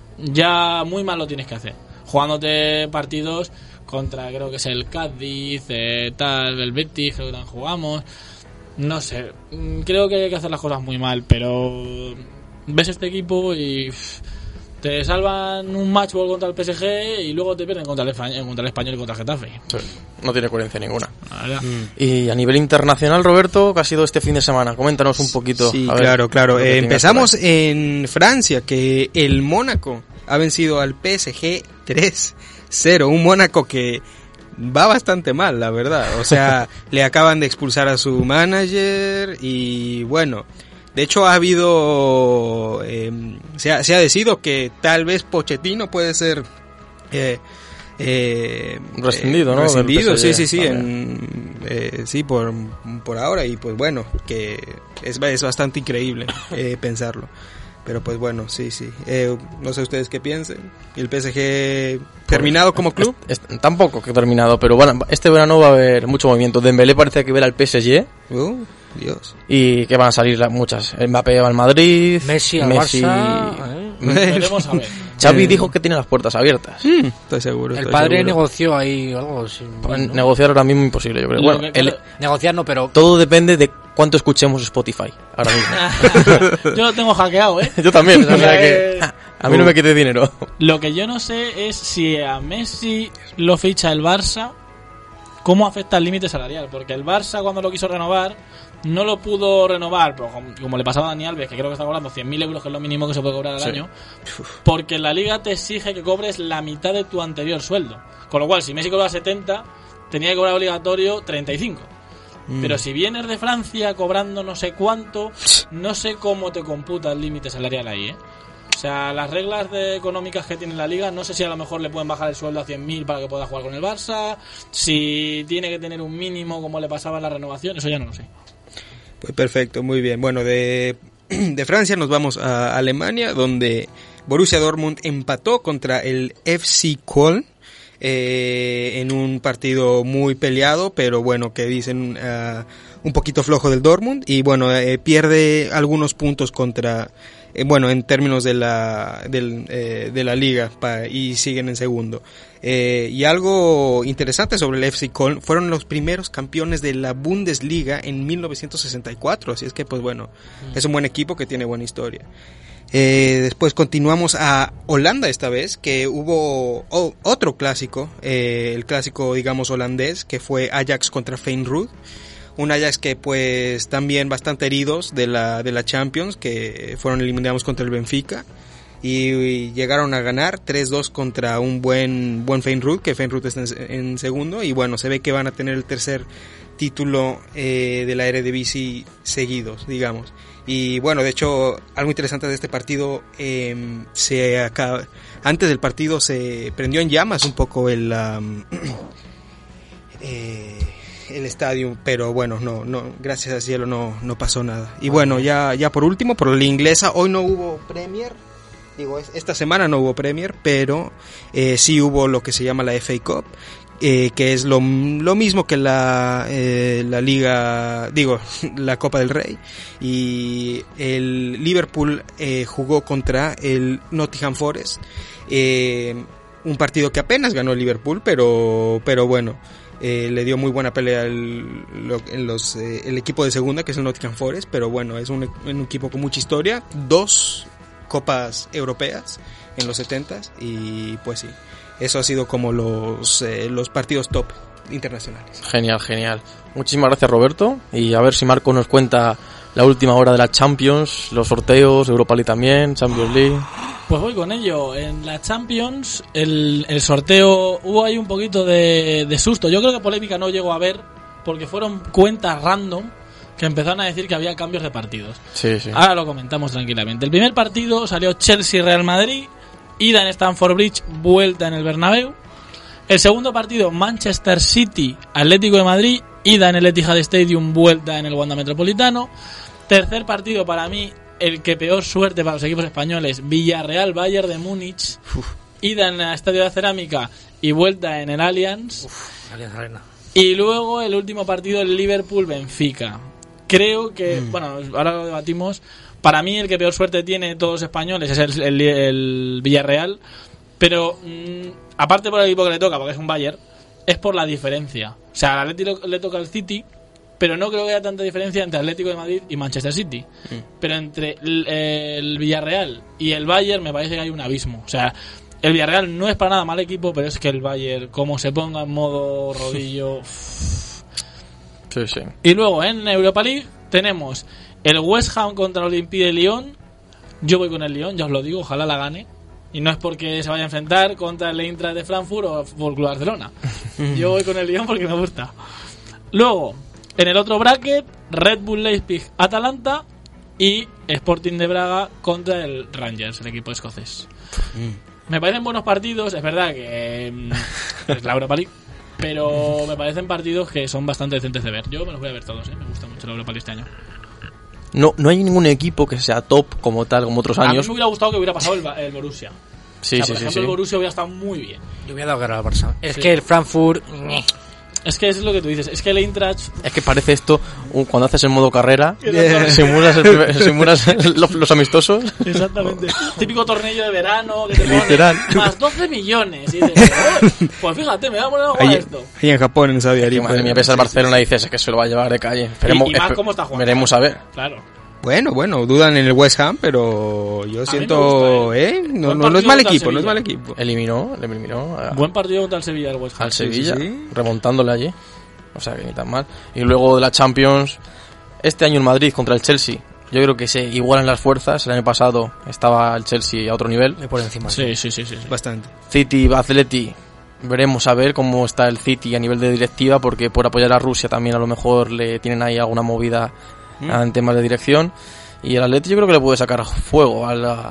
Speaker 5: ya muy mal lo tienes que hacer. Jugándote partidos contra, creo que es el Cádiz, tal, el Betis, creo que también jugamos. No sé, creo que hay que hacer las cosas muy mal, pero ves este equipo y te salvan un matchball contra el PSG y luego te pierden contra el Español y contra el Getafe.
Speaker 2: Sí, no tiene coherencia ninguna.
Speaker 5: La verdad.
Speaker 2: Y a nivel internacional, Roberto, ¿qué ha sido este fin de semana? Coméntanos un poquito.
Speaker 4: Sí,
Speaker 2: a ver,
Speaker 4: claro.
Speaker 2: lo que tengas
Speaker 4: Empezamos
Speaker 2: por ahí.
Speaker 4: en Francia, que el Mónaco ha vencido al PSG 3-0. Un Mónaco que va bastante mal, la verdad. O sea, le acaban de expulsar a su manager y bueno, de hecho ha habido, se ha decidido que tal vez Pochettino puede ser
Speaker 2: rescindido, ¿no?
Speaker 4: Rescindido,
Speaker 2: Del PSG,
Speaker 4: sí,
Speaker 2: también.
Speaker 4: sí, por ahora y pues bueno, que es bastante increíble pensarlo. Pero pues bueno, sí. No sé ustedes qué piensen. ¿El PSG terminado como club?
Speaker 2: Tampoco que terminado, pero bueno, este verano va a haber mucho movimiento. Dembélé parece que va al PSG
Speaker 4: Dios.
Speaker 2: y que van a salir muchas. Mbappé va al Madrid,
Speaker 3: Messi al Barça,
Speaker 5: Veremos a ver.
Speaker 2: Xavi dijo que tiene las puertas abiertas.
Speaker 4: Estoy seguro.
Speaker 3: El padre negoció ahí algo.
Speaker 2: Bueno, negociar ahora mismo imposible, yo creo.
Speaker 5: Lo
Speaker 2: Bueno,
Speaker 5: que-
Speaker 3: Negociar no, pero
Speaker 2: todo depende de cuánto escuchemos Spotify ahora mismo.
Speaker 5: Yo lo tengo hackeado, ¿eh?
Speaker 2: Yo también, o sea
Speaker 5: sea
Speaker 2: que a mí no me quite dinero.
Speaker 5: Lo que yo no sé es si a Messi lo ficha el Barça, ¿cómo afecta el límite salarial? Porque el Barça cuando lo quiso renovar, no lo pudo renovar, pero como le pasaba a Dani Alves, que creo que está cobrando 100.000 euros, que es lo mínimo que se puede cobrar al año, porque la Liga te exige que cobres la mitad de tu anterior sueldo. Con lo cual, si Messi cobra 70, tenía que cobrar obligatorio 35. Pero si vienes de Francia cobrando no sé cuánto, no sé cómo te computa el límite salarial ahí, ¿eh? O sea, las reglas económicas que tiene la Liga, no sé si a lo mejor le pueden bajar el sueldo a 100.000 para que pueda jugar con el Barça, si tiene que tener un mínimo como le pasaba en la renovación, eso ya no lo sé.
Speaker 4: Pues perfecto, muy bien. Bueno, de Francia nos vamos a Alemania, donde Borussia Dortmund empató contra el FC Köln en un partido muy peleado, pero bueno, que dicen un poquito flojo del Dortmund y bueno, pierde algunos puntos contra bueno, en términos de la liga y siguen en segundo. Y algo interesante sobre el FC Köln, fueron los primeros campeones de la Bundesliga en 1964, así es que pues bueno, es un buen equipo que tiene buena historia. Después continuamos a Holanda esta vez, que hubo otro clásico, el clásico digamos holandés, que fue Ajax contra Feyenoord. Un Ajax que pues también bastante heridos de la Champions, que fueron eliminados contra el Benfica y llegaron a ganar 3-2 contra un buen Feyenoord, que Feyenoord está en segundo, y bueno, se ve que van a tener el tercer título de la Eredivisie seguidos, digamos. Y bueno, de hecho, algo interesante de este partido, antes del partido se prendió en llamas un poco el estadio, pero bueno, no, gracias al cielo no pasó nada. Y bueno, ya por último, por la inglesa, hoy no hubo Premier, esta semana no hubo Premier, pero sí hubo lo que se llama la FA Cup, que es lo mismo que la Liga, la Copa del Rey, y el Liverpool jugó contra el Nottingham Forest, un partido que apenas ganó el Liverpool, pero bueno, le dio muy buena pelea el equipo de segunda, que es el Nottingham Forest, pero bueno, es un equipo con mucha historia, 2 copas europeas en los 70s, y pues sí, eso ha sido como los partidos top internacionales.
Speaker 2: Genial. Muchísimas gracias, Roberto, y a ver si Marco nos cuenta la última hora de la Champions, los sorteos, Europa League también, Champions League.
Speaker 5: Pues voy con ello. En la Champions, el sorteo, hubo ahí un poquito de susto. Yo creo que polémica no llegó a ver, porque fueron cuentas random que empezaron a decir que había cambios de partidos.
Speaker 2: Sí.
Speaker 5: Ahora lo comentamos tranquilamente. El primer partido salió Chelsea-Real Madrid, ida en Stamford Bridge, vuelta en el Bernabéu. El segundo partido, Manchester City-Atlético de Madrid, ida en el Etihad Stadium, vuelta en el Wanda Metropolitano. Tercer partido, para mí, el que peor suerte para los equipos españoles, Villarreal-Bayern de Múnich, ida en el Estadio de la Cerámica y vuelta en el Allianz.
Speaker 3: Allianz Arena.
Speaker 5: Y luego el último partido, el Liverpool-Benfica. Creo que, bueno, ahora lo debatimos. Para mí el que peor suerte tiene todos los españoles es el Villarreal, pero aparte por el equipo que le toca, porque es un Bayern, es por la diferencia. O sea, al Atlético le toca al City, pero no creo que haya tanta diferencia entre Atlético de Madrid y Manchester City. Pero entre el Villarreal y el Bayern me parece que hay un abismo. O sea, el Villarreal no es para nada mal equipo, pero es que el Bayern, como se ponga en modo rodillo...
Speaker 2: Sí.
Speaker 5: Y luego en Europa League tenemos el West Ham contra el Olympique de Lyon. Yo voy con el Lyon, ya os lo digo, ojalá la gane. Y no es porque se vaya a enfrentar contra el Eintracht de Frankfurt o Fútbol Club Barcelona. Yo voy con el Lyon porque me gusta. Luego, en el otro bracket, Red Bull Leipzig Atalanta y Sporting de Braga contra el Rangers, el equipo escocés. Me parecen buenos partidos, es verdad que es la Europa League, pero me parecen partidos que son bastante decentes de ver. Yo me los voy a ver todos, me gusta mucho la Europa League este año.
Speaker 2: No hay ningún equipo que sea top como tal, como otros
Speaker 5: A mí
Speaker 2: años.
Speaker 5: me hubiera gustado que hubiera pasado el Borussia.
Speaker 2: Sí,
Speaker 5: por ejemplo, el Borussia hubiera estado muy bien.
Speaker 3: Yo voy a dar guerra al Barça. Es
Speaker 5: Sí.
Speaker 3: que el Frankfurt...
Speaker 5: Es que eso es lo que tú dices. Es que el Eintracht...
Speaker 2: Es que parece esto cuando haces el modo carrera,
Speaker 5: Exactamente.
Speaker 2: simulas los amistosos.
Speaker 5: Exactamente. Típico torneo de verano que te ponen
Speaker 2: Literal.
Speaker 5: más 12 millones. Y dices, "Joder, pues fíjate, me voy a poner a jugar esto.
Speaker 4: Ahí en Japón, en Saudi Arabia.
Speaker 2: Madre mía, ves al Barcelona y dices es que se lo va a llevar de calle.
Speaker 5: Y más cómo está jugando.
Speaker 2: Veremos a ver.
Speaker 5: Claro.
Speaker 4: Bueno, dudan en el West Ham, pero yo
Speaker 5: me
Speaker 4: siento,
Speaker 5: gusta,
Speaker 4: no
Speaker 5: Buen
Speaker 4: es mal
Speaker 5: partido
Speaker 4: equipo,
Speaker 5: contra
Speaker 4: no es
Speaker 5: el
Speaker 4: mal
Speaker 5: Sevilla.
Speaker 4: equipo.
Speaker 2: Le eliminó
Speaker 5: Buen partido contra el Sevilla del West Ham.
Speaker 2: al Sevilla,
Speaker 4: sí.
Speaker 2: remontándole allí. O sea, que ni tan mal. Y luego de la Champions, este año en Madrid contra el Chelsea. Yo creo que se igualan las fuerzas. El año pasado estaba el Chelsea a otro nivel.
Speaker 3: Me por encima.
Speaker 5: Sí.
Speaker 4: Bastante.
Speaker 2: City, Atleti, veremos a ver cómo está el City a nivel de directiva, porque por apoyar a Rusia también a lo mejor le tienen ahí alguna movida en temas de dirección. Y el Atleti yo creo que le puede sacar fuego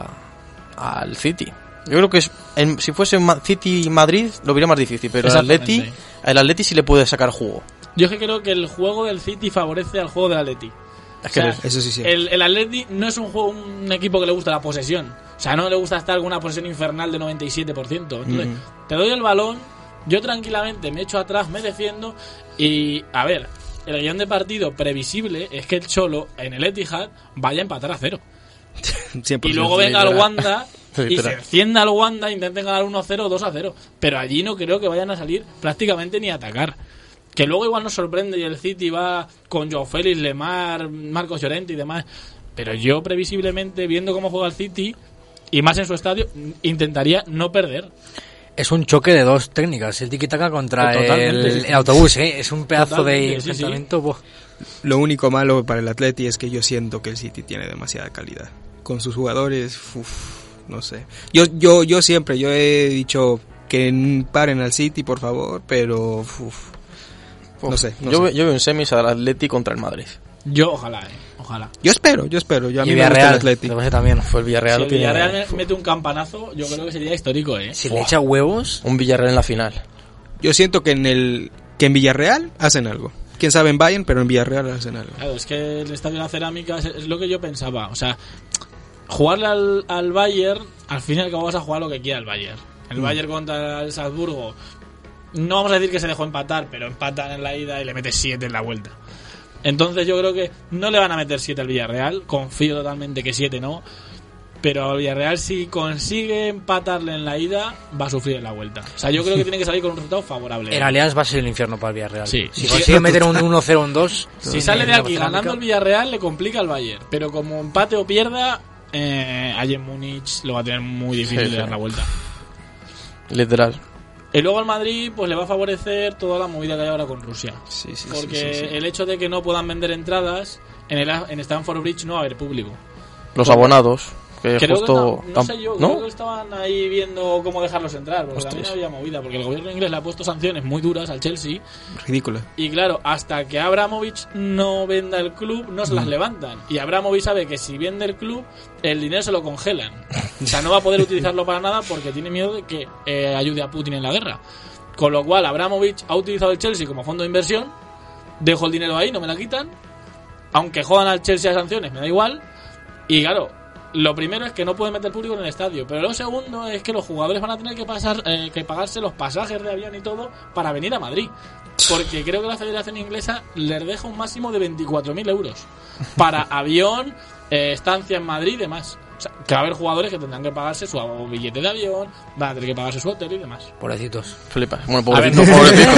Speaker 2: al City. Yo creo que si fuese City y Madrid lo vería más difícil, pero el Atleti sí le puede sacar jugo.
Speaker 5: Yo es que creo que el juego del City favorece al juego del Atleti.
Speaker 2: Es que
Speaker 4: Eso sí, sí.
Speaker 5: El Atleti no es un equipo que le gusta la posesión. O sea, no le gusta estar con una posesión infernal de 97%. Entonces, te doy el balón, yo tranquilamente me echo atrás, me defiendo y, a ver, el guión de partido previsible es que el Cholo en el Etihad vaya a empatar a 0.
Speaker 4: 100%.
Speaker 5: Y luego venga al
Speaker 2: literal.
Speaker 5: Wanda y se
Speaker 2: Literal.
Speaker 5: encienda al Wanda e intenten ganar 1-0 o 2-0. Pero allí no creo que vayan a salir prácticamente ni a atacar. Que luego igual nos sorprende y el City va con Joao Félix, Lemar, Marcos Llorente y demás. Pero yo previsiblemente, viendo cómo juega el City y más en su estadio, intentaría no perder.
Speaker 3: Es un choque de dos técnicas, el tiki-taka contra
Speaker 5: Totalmente.
Speaker 3: el autobús, ¿eh? Es un pedazo
Speaker 5: Totalmente,
Speaker 3: de
Speaker 5: sí,
Speaker 3: enfrentamiento. buah.
Speaker 4: Lo único malo para el Atleti es que yo siento que el City tiene demasiada calidad. Con sus jugadores, no sé. Yo siempre, yo he dicho que paren al City, por favor, pero no sé.
Speaker 2: Yo veo en semis al Atleti contra el Madrid.
Speaker 5: Yo, ojalá.
Speaker 4: Yo espero. Yo a
Speaker 3: Y
Speaker 4: mí me gusta el
Speaker 3: Villarreal,
Speaker 4: Atleti.
Speaker 3: lo que pasa también.
Speaker 2: Fue el Villarreal.
Speaker 5: Si
Speaker 2: lo
Speaker 5: el
Speaker 2: tiene-
Speaker 5: Villarreal mete un campanazo, yo creo que sería histórico, ¿eh?
Speaker 3: Si le echa huevos,
Speaker 2: Un Villarreal en la final.
Speaker 4: Yo siento que en Villarreal hacen algo. Quién sabe en Bayern, pero en Villarreal hacen algo.
Speaker 5: Claro, es que el Estadio de la Cerámica es lo que yo pensaba. O sea, jugarle al Bayern, al fin y al cabo vas a jugar lo que quiera el Bayern. El Bayern contra el Salzburgo no vamos a decir que se dejó empatar, pero empatan en la ida y le mete 7 en la vuelta. Entonces yo creo que no le van a meter 7 al Villarreal, confío totalmente que 7 no, pero al Villarreal si consigue empatarle en la ida va a sufrir en la vuelta. O sea, yo creo que tiene que salir con un resultado favorable.
Speaker 3: El Allianz va a ser el infierno para el Villarreal.
Speaker 5: Sí.
Speaker 3: Si consigue meter un 1-0, un 2...
Speaker 5: Si sale de aquí ganando el Villarreal le complica al Bayern, pero como empate o pierda, allí en Múnich lo va a tener muy difícil de dar la vuelta.
Speaker 2: Literal.
Speaker 5: Y luego al Madrid pues le va a favorecer toda la movida que hay ahora con Rusia. Porque el hecho de que no puedan vender entradas, en Stamford Bridge no va a haber público.
Speaker 2: Los abonados, que
Speaker 5: creo
Speaker 2: justo...
Speaker 5: que no sé yo, creo que estaban ahí viendo cómo dejarlos entrar, porque también había movida, porque el gobierno inglés le ha puesto sanciones muy duras al Chelsea.
Speaker 4: Ridícula.
Speaker 5: Y claro, hasta que Abramovich no venda el club, no se las levantan. Y Abramovich sabe que si vende el club, el dinero se lo congelan. O sea, no va a poder utilizarlo para nada porque tiene miedo de que ayude a Putin en la guerra. Con lo cual, Abramovich ha utilizado el Chelsea como fondo de inversión. Dejo el dinero ahí, no me la quitan. Aunque jodan al Chelsea a sanciones, me da igual. Y claro, lo primero es que no pueden meter público en el estadio. Pero lo segundo es que los jugadores van a tener que pagarse los pasajes de avión y todo para venir a Madrid. Porque creo que la Federación Inglesa les deja un máximo de 24.000 euros para avión, estancia en Madrid y demás. O sea, que va a haber jugadores que tendrán que pagarse su billete de avión, van a tener que pagarse su hotel y demás.
Speaker 3: Pobrecitos.
Speaker 2: Flipas. Bueno, pobrecitos.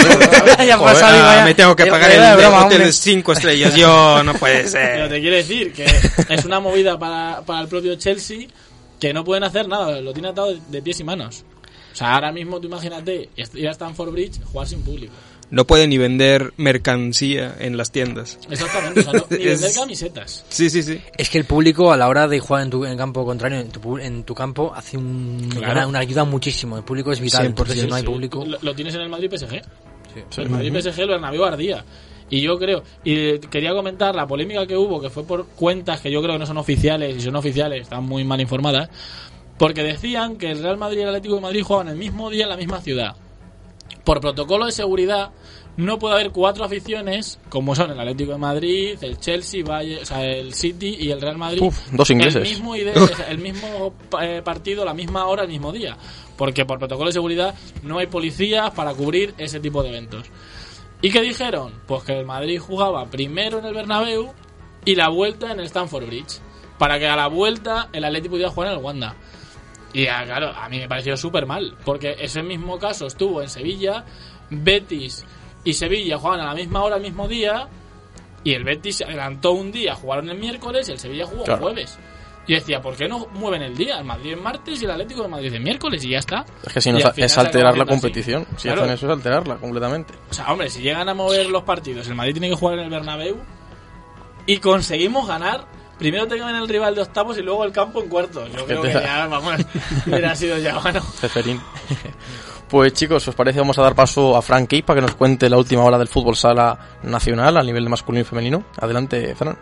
Speaker 4: Me tengo que pagar el hotel de 5 estrellas. Yo no puede ser.
Speaker 5: Pero te quiero decir que es una movida para el propio Chelsea que no pueden hacer nada, lo tiene atado de pies y manos. O sea, ahora mismo tú imagínate ir a Stamford Bridge, jugar sin público.
Speaker 4: No puede ni vender mercancía en las tiendas.
Speaker 5: Exactamente, o sea, ni vender camisetas.
Speaker 4: Sí.
Speaker 3: Es que el público a la hora de jugar en campo contrario, en tu campo, hace una ayuda muchísimo. El público es vital, entonces si no hay público...
Speaker 5: Lo tienes en el Madrid PSG. Sí. El Madrid PSG, el Bernabéu ardía. Y yo creo, y quería comentar la polémica que hubo, que fue por cuentas que yo creo que no son oficiales, y son oficiales, están muy mal informadas, porque decían que el Real Madrid y el Atlético de Madrid jugaban el mismo día en la misma ciudad. Por protocolo de seguridad no puede haber 4 aficiones como son el Atlético de Madrid, el Chelsea, o sea, el City y el Real Madrid.
Speaker 2: 2 ingleses.
Speaker 5: El mismo partido, la misma hora, el mismo día. Porque por protocolo de seguridad no hay policías para cubrir ese tipo de eventos. ¿Y qué dijeron? Pues que el Madrid jugaba primero en el Bernabéu y la vuelta en el Stamford Bridge. Para que a la vuelta el Atlético pudiera jugar en el Wanda. Y claro, a mí me pareció súper mal, porque ese mismo caso estuvo en Sevilla, Betis y Sevilla jugaban a la misma hora el mismo día, y el Betis se adelantó un día, jugaron el miércoles y el Sevilla jugó el jueves. Y decía, ¿por qué no mueven el día? El Madrid es martes y el Atlético de Madrid es miércoles y ya está.
Speaker 2: Es que si no es alterar la competición, si hacen eso es alterarla completamente.
Speaker 5: O sea, hombre, si llegan a mover los partidos, el Madrid tiene que jugar en el Bernabéu y conseguimos ganar. Primero te caen el rival de octavos y luego el campo en cuartos. Yo creo que ya, vamos, hubiera sido ya, bueno.
Speaker 2: Ceferín. Pues chicos, si os parece vamos a dar paso a Fran Key para que nos cuente la última hora del fútbol sala nacional a nivel de masculino y femenino. Adelante, Fran.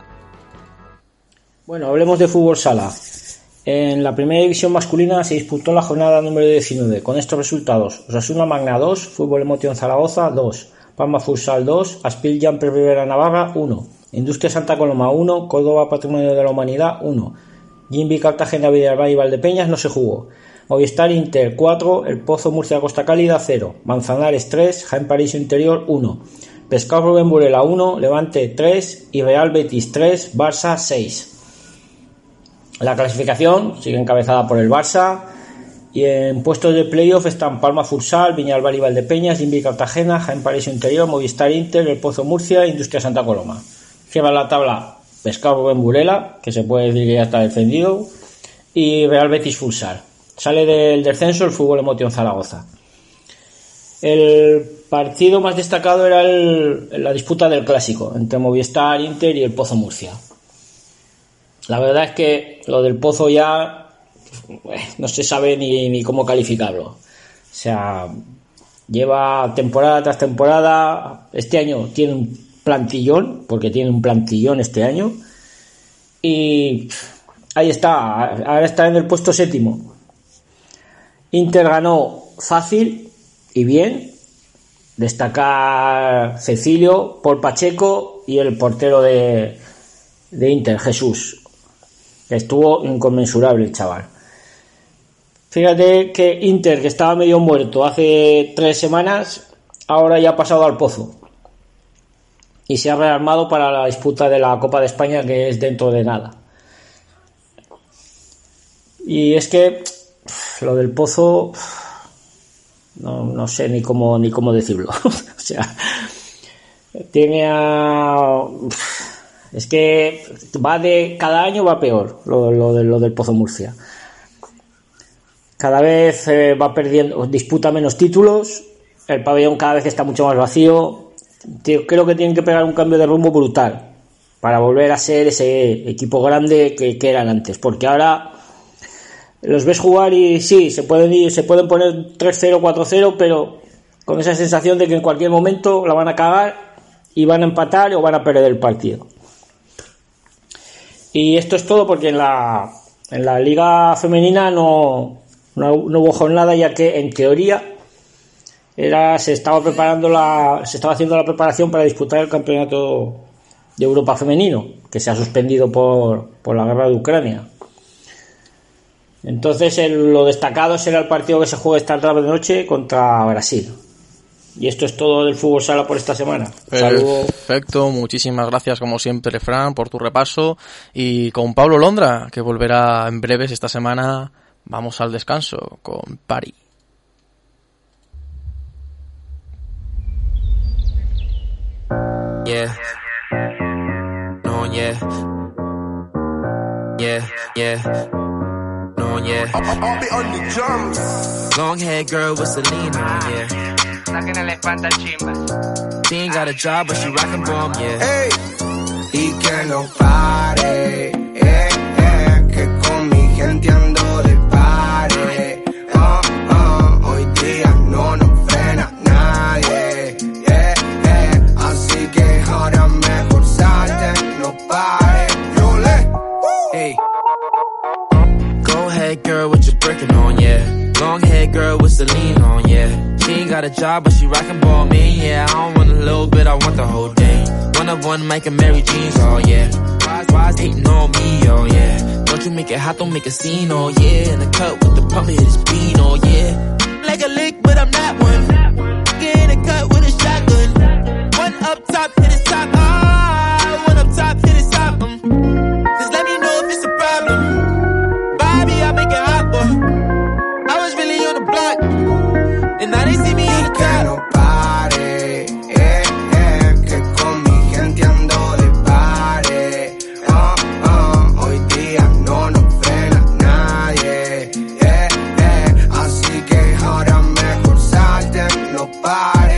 Speaker 6: Bueno, hablemos de fútbol sala. En la primera división masculina se disputó la jornada número 19 con estos resultados: Osasuna Magna 2, Fútbol Emotion Zaragoza 2, Palma Futsal 2, Aspil Jumper Rivera Navarra 1, Industria Santa Coloma 1, Córdoba Patrimonio de la Humanidad 1, Jimbi Cartagena Villarreal y Valdepeñas no se jugó, Movistar Inter 4, El Pozo Murcia Costa Cálida 0, Manzanares 3, Jaén Paraíso Interior 1, Pescado Rubén Burela 1, Levante 3 y Real Betis 3, Barça 6. La clasificación sigue encabezada por el Barça y en puestos de playoff están Palma Futsal, Viñalbal y Valdepeñas, Jimbi Cartagena, Jaén Paraíso Interior, Movistar Inter, El Pozo Murcia e Industria Santa Coloma. Cierra la tabla Pescado Rubén Burela, que se puede decir que ya está defendido, y Real Betis Futsal. Sale del descenso el Fútbol Emotion Zaragoza. El partido más destacado era la disputa del clásico entre Movistar Inter y el Pozo Murcia. La verdad es que lo del Pozo ya no se sabe ni cómo calificarlo. O sea, lleva temporada tras temporada. Este año tiene un plantillón, porque tiene un plantillón este año. Y ahí está, ahora está en el puesto 7º. Inter ganó fácil y bien. Destacar Cecilio, Paul Pacheco y el portero de Inter, Jesús. Estuvo inconmensurable el chaval. Fíjate que Inter, que estaba medio muerto hace 3 semanas, ahora ya ha pasado al Pozo y se ha rearmado para la disputa de la Copa de España, que es dentro de nada. Y es que lo del Pozo no sé ni cómo decirlo. O sea, es que cada año va peor lo del Pozo Murcia. Cada vez va perdiendo, disputa menos títulos, el pabellón cada vez está mucho más vacío. Creo que tienen que pegar un cambio de rumbo brutal para volver a ser ese equipo grande que eran antes, porque ahora los ves jugar y sí, se pueden poner 3-0, 4-0, pero con esa sensación de que en cualquier momento la van a cagar y van a empatar o van a perder el partido. Y esto es todo, porque en la liga femenina no hubo jornada, ya que en teoría se estaba haciendo la preparación para disputar el campeonato de Europa femenino, que se ha suspendido por la guerra de Ucrania. Entonces lo destacado será el partido que se juega esta tarde de noche contra Brasil. Y esto es todo del fútbol sala por esta semana. Saludos.
Speaker 2: Perfecto, muchísimas gracias como siempre, Fran, por tu repaso. Y con Pablo Londra, que volverá en breves esta semana, vamos al descanso con Pari.
Speaker 7: Yeah. No, yeah. Yeah, yeah. No, yeah. I'll be on the drums. Long hair girl with Celine on, yeah.
Speaker 8: Saquen la espalda al chimba.
Speaker 7: She ain't got a job, but she rockin' bomb, yeah.
Speaker 9: Hey. Y que no pare, que con mi gente ando de pare. Hoy día no nos frena nadie, así que ahora mejor salte, no pare.
Speaker 7: Hey. Go ahead, girl, with your Birkin on, yeah. Long hair girl with Celine on, yeah. She ain't got a job, but she rockin' ball me, yeah. I don't want a little bit, I want the whole thing. One of one, Mike and Mary Jeans, oh yeah. Why's hating on me, oh yeah. Don't you make it hot, don't make a scene, oh yeah. In the cut with the pump, hit his bean, oh yeah. Like a lick, but I'm not one. Get in the cut with a shotgun. One up top, hit his top, one up top, hit his top, Just let me know if it's a problem. Bobby, I make it hot, boy. I was really on the block, and now they see me on the top.
Speaker 9: Que no pare, que con mi gente ando de pare. Hoy día no nos frena nadie, así que ahora mejor salte, no pare.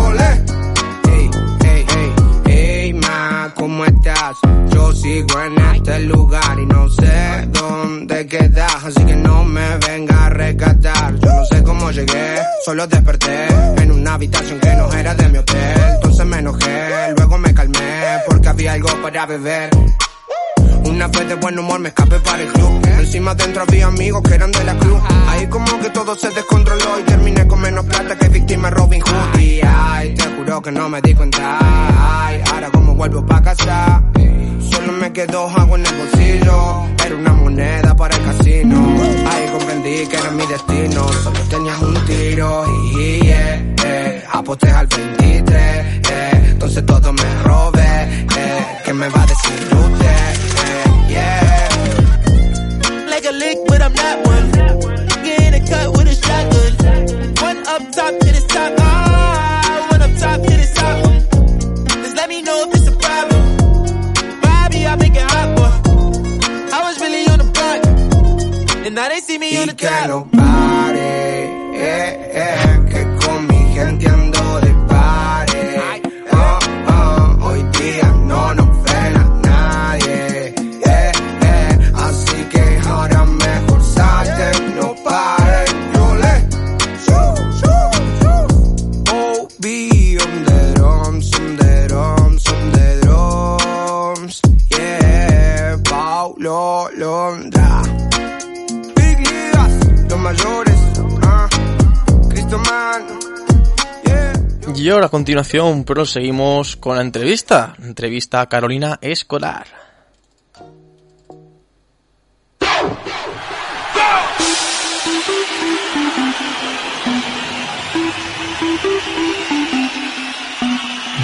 Speaker 9: Hey, ma, ¿cómo estás? Yo sigo en este lugar y no sé dónde quedas, así que no me venga a rescatar. Yo no sé cómo llegué, solo desperté en una habitación que no era de mi hotel. Entonces me enojé, luego me calmé porque había algo para beber. Una vez de buen humor me escapé para el club. Encima dentro había amigos que eran de la cruz. Ahí como que todo se descontroló y terminé con menos plata que víctima Robin Hood. Y ay, te juro que no me di cuenta. Ay, ahora como vuelvo pa' casa, solo me quedó algo en el bolsillo. Era una moneda para el casino. Ahí comprendí que era mi destino. Solo tenías un tiro y aposté al 23. Entonces todo me robé. ¿Qué me va a decir usted? Yeah.
Speaker 7: Like a lick, but I'm not one. Get in the cut with a shotgun. One up top, hit his top. One up top, hit his top. Just let me know if it's a problem. Bobby, I make it hot, boy. I was really on the block, and now they see me on the top.
Speaker 9: Y que no pare, que con mi gente ando de pare. Hoy día no nos frena nadie, así que ahora mejor salte, no pare. Oh, be on the drums, yeah, Paulo Londra. Big ligas, los mayores, Cristoman.
Speaker 2: Y ahora a continuación proseguimos con la entrevista a Carolina Escolar.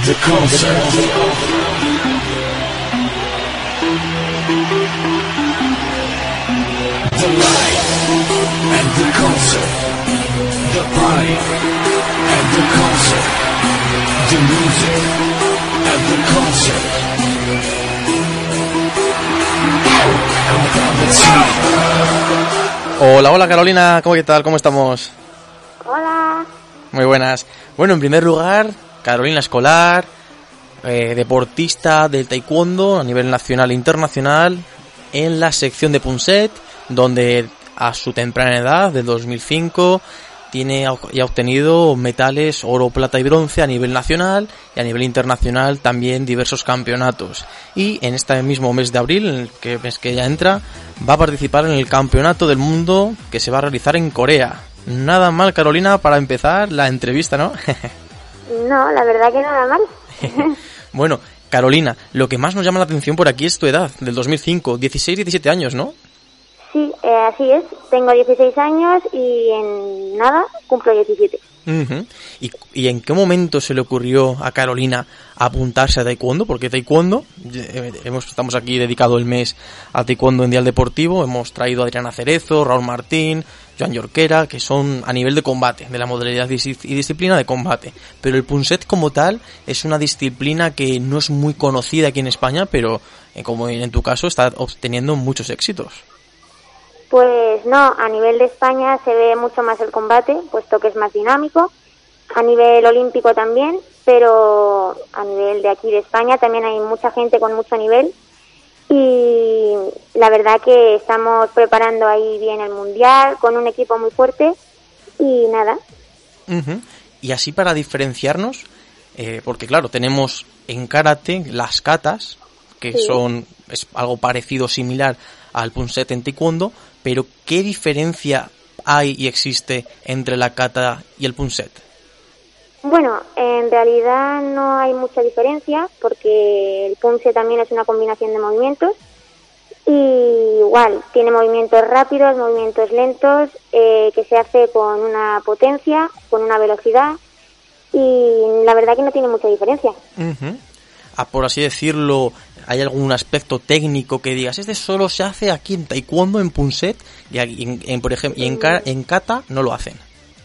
Speaker 10: the concert. The light and the concert. The party and the concert. The music and the concert.
Speaker 2: Hola, hola Carolina, ¿qué tal? ¿Cómo estamos?
Speaker 11: Hola.
Speaker 2: Muy buenas. Bueno, en primer lugar, Carolina Escolar, deportista del taekwondo a nivel nacional e internacional en la sección de Punset, donde a su temprana edad, del 2005, tiene y ha obtenido metales oro, plata y bronce a nivel nacional y a nivel internacional también diversos campeonatos. Y en este mismo mes de abril, en el mes que ya entra, va a participar en el campeonato del mundo que se va a realizar en Corea. Nada mal, Carolina, para empezar la entrevista, ¿no?
Speaker 11: No, la verdad que nada mal.
Speaker 2: Bueno, Carolina, lo que más nos llama la atención por aquí es tu edad, del 2005, 16-17 años, ¿no?
Speaker 11: Sí, así es. Tengo 16 años y en nada cumplo 17.
Speaker 2: Uh-huh. ¿Y en qué momento se le ocurrió a Carolina apuntarse a taekwondo? Porque taekwondo, estamos aquí dedicado el mes a taekwondo en Dial Deportivo, hemos traído a Adriana Cerezo, Raúl Martín, Joan Jorquera, que son a nivel de combate, de la modalidad y disciplina de combate. Pero el punset como tal es una disciplina que no es muy conocida aquí en España, pero como en tu caso está obteniendo muchos éxitos.
Speaker 11: Pues no, a nivel de España se ve mucho más el combate, puesto que es más dinámico. A nivel olímpico también, pero a nivel de aquí de España también hay mucha gente con mucho nivel. Y la verdad que estamos preparando ahí bien el mundial, con un equipo muy fuerte y nada.
Speaker 2: Uh-huh. Y así para diferenciarnos, porque claro, tenemos en karate las katas, que
Speaker 11: sí,
Speaker 2: es algo parecido, similar al punset en taekwondo, pero ¿qué diferencia hay y existe entre la kata y el punset?
Speaker 11: Bueno, en realidad no hay mucha diferencia porque el punset también es una combinación de movimientos y igual tiene movimientos rápidos, movimientos lentos, que se hace con una potencia, con una velocidad y la verdad que no tiene mucha diferencia.
Speaker 2: Uh-huh. Por así decirlo, ¿hay algún aspecto técnico que digas, este solo se hace aquí en taekwondo, en punset, y por ejemplo, y en kata no lo hacen?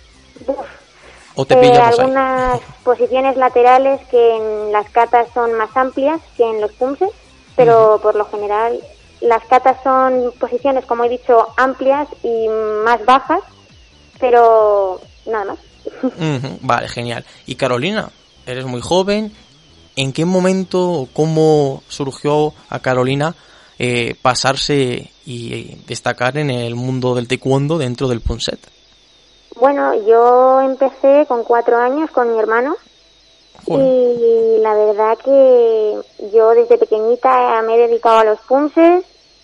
Speaker 2: ¿O te pillamos
Speaker 11: algunas posiciones laterales que en las katas son más amplias que en los punset, pero por lo general las katas son posiciones, como he dicho, amplias y más bajas, pero nada más.
Speaker 2: Uh-huh. Vale, genial. Y Carolina, eres muy joven. ¿En qué momento, cómo surgió a Carolina pasarse y destacar en el mundo del taekwondo dentro del punset?
Speaker 11: Bueno, yo empecé con 4 años con mi hermano. Joder. Y la verdad que yo desde pequeñita me he dedicado a los punses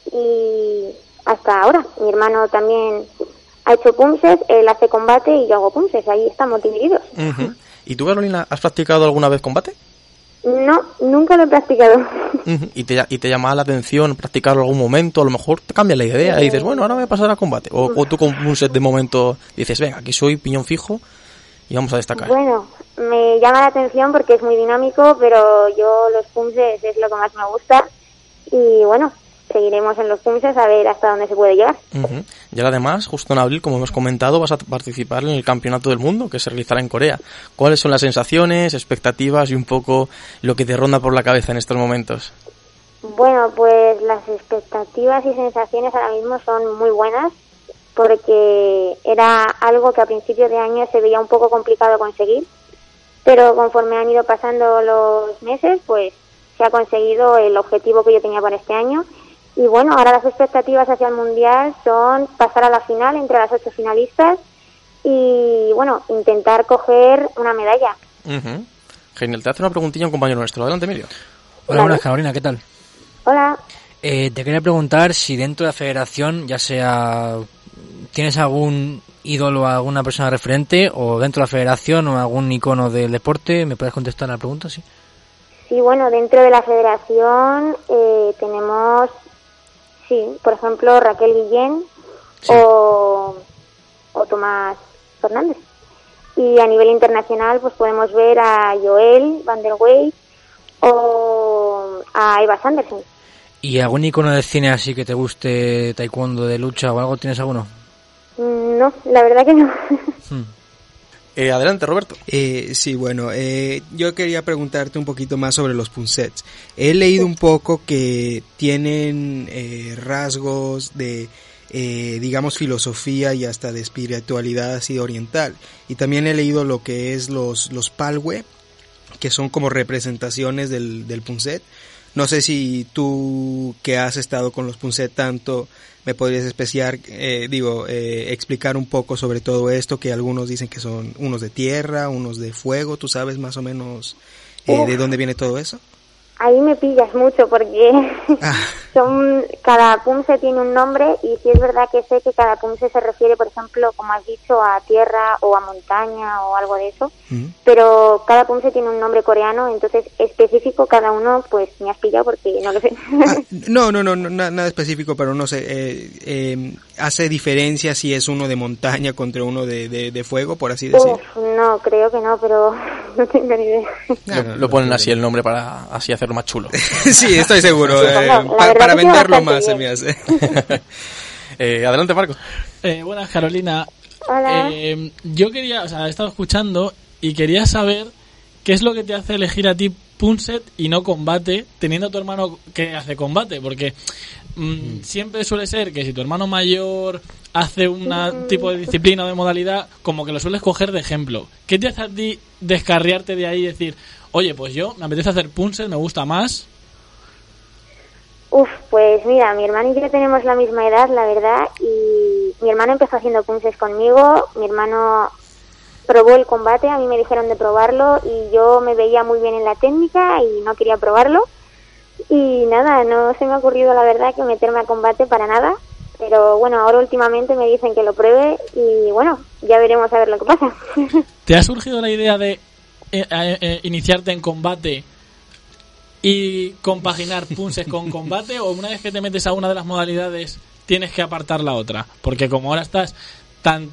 Speaker 11: y hasta ahora. Mi hermano también ha hecho punses, él hace combate y yo hago punses, ahí estamos divididos.
Speaker 2: Uh-huh. ¿Y tú, Carolina, has practicado alguna vez combate?
Speaker 11: No, nunca lo he practicado.
Speaker 2: ¿Y te llama la atención practicarlo en algún momento? A lo mejor te cambia la idea y dices, bueno, ahora voy a pasar a combate. O tú con un set de momento dices, venga, aquí soy piñón fijo y vamos a destacar.
Speaker 11: Bueno, me llama la atención porque es muy dinámico, pero yo los punses es lo que más me gusta. Y bueno, seguiremos en los punses a ver hasta dónde se puede llegar.
Speaker 2: Uh-huh. Y ahora además, justo en abril, como hemos comentado, vas a participar en el Campeonato del Mundo que se realizará en Corea. ¿Cuáles son las sensaciones, expectativas y un poco lo que te ronda por la cabeza en estos momentos?
Speaker 11: Bueno, pues las expectativas y sensaciones ahora mismo son muy buenas porque era algo que a principios de año se veía un poco complicado conseguir, pero conforme han ido pasando los meses, pues se ha conseguido el objetivo que yo tenía para este año. Y bueno, ahora las expectativas hacia el Mundial son pasar a la final entre las 8 finalistas y, bueno, intentar coger una medalla.
Speaker 2: Uh-huh. Genial. Te hace una preguntilla un compañero nuestro. Adelante, Emilio.
Speaker 3: Hola, buenas, Carolina, ¿qué tal?
Speaker 11: Hola.
Speaker 3: Te quería preguntar si dentro de la federación, ya sea, ¿tienes algún ídolo, alguna persona referente o dentro de la federación o algún icono del deporte? ¿Me puedes contestar la pregunta? Sí.
Speaker 11: Sí, bueno, dentro de la federación tenemos... Sí, por ejemplo, Raquel Guillén, sí, o Tomás Fernández. Y a nivel internacional pues podemos ver a Joel van der Wey o a Eva Sanderson.
Speaker 3: ¿Y algún icono de cine así que te guste, taekwondo, de lucha o algo? ¿Tienes alguno?
Speaker 11: No, la verdad que no.
Speaker 2: Adelante, Roberto.
Speaker 4: Sí, bueno, yo quería preguntarte un poquito más sobre los punsets. He leído un poco que tienen rasgos de, digamos, filosofía y hasta de espiritualidad así oriental. Y también he leído lo que es los palwe, que son como representaciones del punset. No sé si tú, que has estado con los punset tanto, me podrías explicar un poco sobre todo esto, que algunos dicen que son unos de tierra, unos de fuego. ¿Tú sabes más o menos de dónde viene todo eso?
Speaker 11: Ahí me pillas mucho porque cada punse tiene un nombre y sí es verdad que sé que cada punse se refiere, por ejemplo, como has dicho, a tierra o a montaña o algo de eso, pero cada punse tiene un nombre coreano, entonces específico cada uno, pues me has pillado porque no lo sé.
Speaker 4: No, nada específico, pero no sé, ¿hace diferencia si es uno de montaña contra uno de fuego, por así decir?
Speaker 11: No, creo que no, pero no tengo ni idea.
Speaker 2: Lo ponen así el nombre para así hacerlo más chulo.
Speaker 4: Sí, estoy seguro. Para venderlo más se me hace.
Speaker 2: Adelante, Marcos.
Speaker 5: Buenas, Carolina.
Speaker 11: Hola.
Speaker 5: Yo quería, he estado escuchando y quería saber qué es lo que te hace elegir a ti punset y no combate, teniendo a tu hermano que hace combate, porque siempre suele ser que si tu hermano mayor hace un tipo de disciplina o de modalidad, como que lo sueles coger de ejemplo. ¿Qué te hace a ti descarriarte de ahí y decir, oye, pues yo me apetece hacer punset, me gusta más?
Speaker 11: Pues mira, mi hermano y yo tenemos la misma edad, la verdad, y mi hermano empezó haciendo punses conmigo, mi hermano probó el combate, a mí me dijeron de probarlo y yo me veía muy bien en la técnica y no quería probarlo. Y nada, no se me ha ocurrido la verdad que meterme a combate para nada, pero bueno, ahora últimamente me dicen que lo pruebe y bueno, ya veremos a ver lo que pasa.
Speaker 5: ¿Te ha surgido la idea de iniciarte en combate y compaginar punses con combate, o una vez que te metes a una de las modalidades tienes que apartar la otra? Porque como ahora estás tan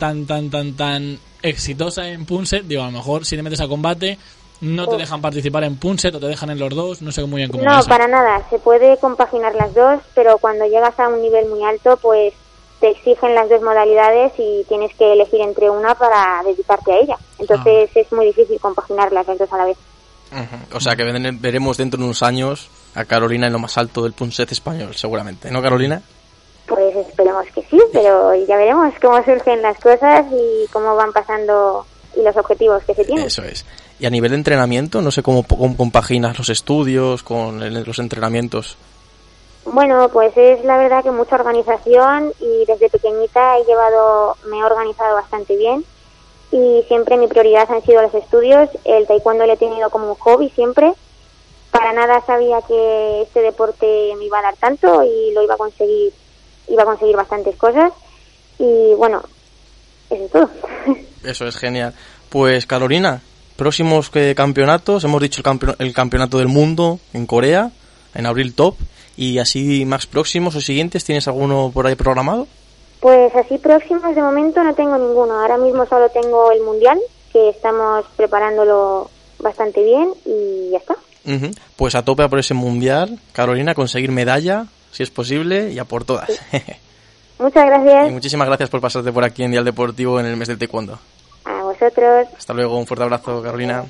Speaker 5: exitosa en punset, digo, a lo mejor si te metes a combate no te dejan participar en punset o te dejan en los dos, no sé muy bien cómo
Speaker 11: No,
Speaker 5: es.
Speaker 11: para nada, se puede compaginar las dos, pero cuando llegas a un nivel muy alto, pues te exigen las dos modalidades y tienes que elegir entre una para dedicarte a ella. Entonces es muy difícil compaginar las dos a la vez.
Speaker 2: O sea que veremos dentro de unos años a Carolina en lo más alto del punset español, seguramente, ¿no, Carolina?
Speaker 11: Pues esperemos que sí, pero ya veremos cómo surgen las cosas y cómo van pasando y los objetivos que se tienen.
Speaker 2: Eso es. Y a nivel de entrenamiento, no sé cómo compaginas los estudios con los entrenamientos.
Speaker 11: Bueno, pues es la verdad que mucha organización y desde pequeñita me he organizado bastante bien y siempre mi prioridad han sido los estudios. El taekwondo lo he tenido como un hobby siempre. Para nada sabía que este deporte me iba a dar tanto y lo iba a conseguir bastantes cosas y bueno, eso es todo.
Speaker 2: Eso es genial. Pues Carolina, próximos campeonatos, hemos dicho el campeonato del mundo en Corea, en abril top, y así más próximos o siguientes, ¿tienes alguno por ahí programado?
Speaker 11: Pues así próximos de momento no tengo ninguno, ahora mismo solo tengo el mundial, que estamos preparándolo bastante bien y ya está.
Speaker 2: Pues a tope a por ese mundial, Carolina, conseguir medalla, si es posible, y a por todas. Sí.
Speaker 11: Muchas gracias.
Speaker 2: Y muchísimas gracias por pasarte por aquí en Dial Deportivo en el mes del taekwondo.
Speaker 11: A vosotros.
Speaker 2: Hasta luego, un fuerte abrazo, Carolina.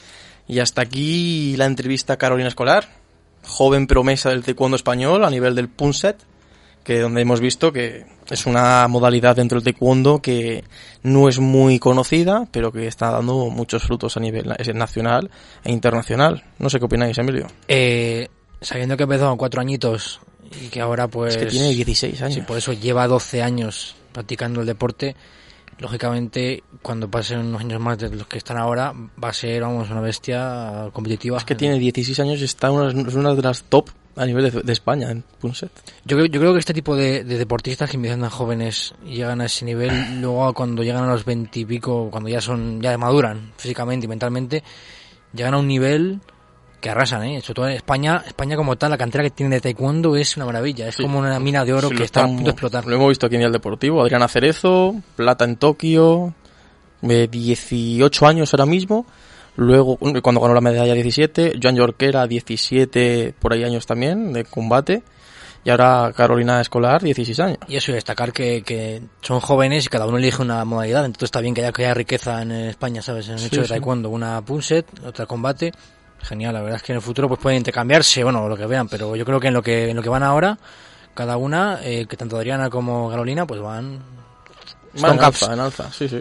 Speaker 2: Y hasta aquí la entrevista a Carolina Escolar, joven promesa del taekwondo español a nivel del punset, que donde hemos visto que es una modalidad dentro del taekwondo que no es muy conocida, pero que está dando muchos frutos a nivel nacional e internacional. No sé qué opináis, Emilio.
Speaker 3: Sabiendo que empezó con 4 añitos y que ahora pues...
Speaker 2: Es que tiene 16 años.
Speaker 3: Sí, por eso lleva 12 años practicando el deporte. Lógicamente, cuando pasen unos años más de los que están ahora, va a ser, una bestia competitiva.
Speaker 2: Es que tiene 16 años y está es una de las top a nivel de España en punset.
Speaker 3: Yo creo que este tipo de deportistas que empiezan tan jóvenes y llegan a ese nivel, luego cuando llegan a los 20 y pico, cuando ya maduran físicamente y mentalmente, llegan a un nivel que arrasan, sobre todo en España como tal, la cantera que tiene de taekwondo es una maravilla, es como una mina de oro que está a punto de explotar.
Speaker 2: Lo hemos visto aquí en el Deportivo, Adriana Cerezo, plata en Tokio, 18 años ahora mismo. Luego, cuando ganó la medalla 17, Joan Jorquera 17 por ahí años también de combate. Y ahora Carolina Escolar 16 años.
Speaker 3: Y eso, destacar que son jóvenes y cada uno elige una modalidad. Entonces está bien que haya riqueza en España, ¿sabes? En el hecho de taekwondo, una punset, otra combate. Genial, la verdad es que en el futuro pues pueden intercambiarse, bueno, lo que vean, pero yo creo que en lo que van ahora, cada una, que tanto Adriana como Carolina, pues van
Speaker 2: en alza, sí.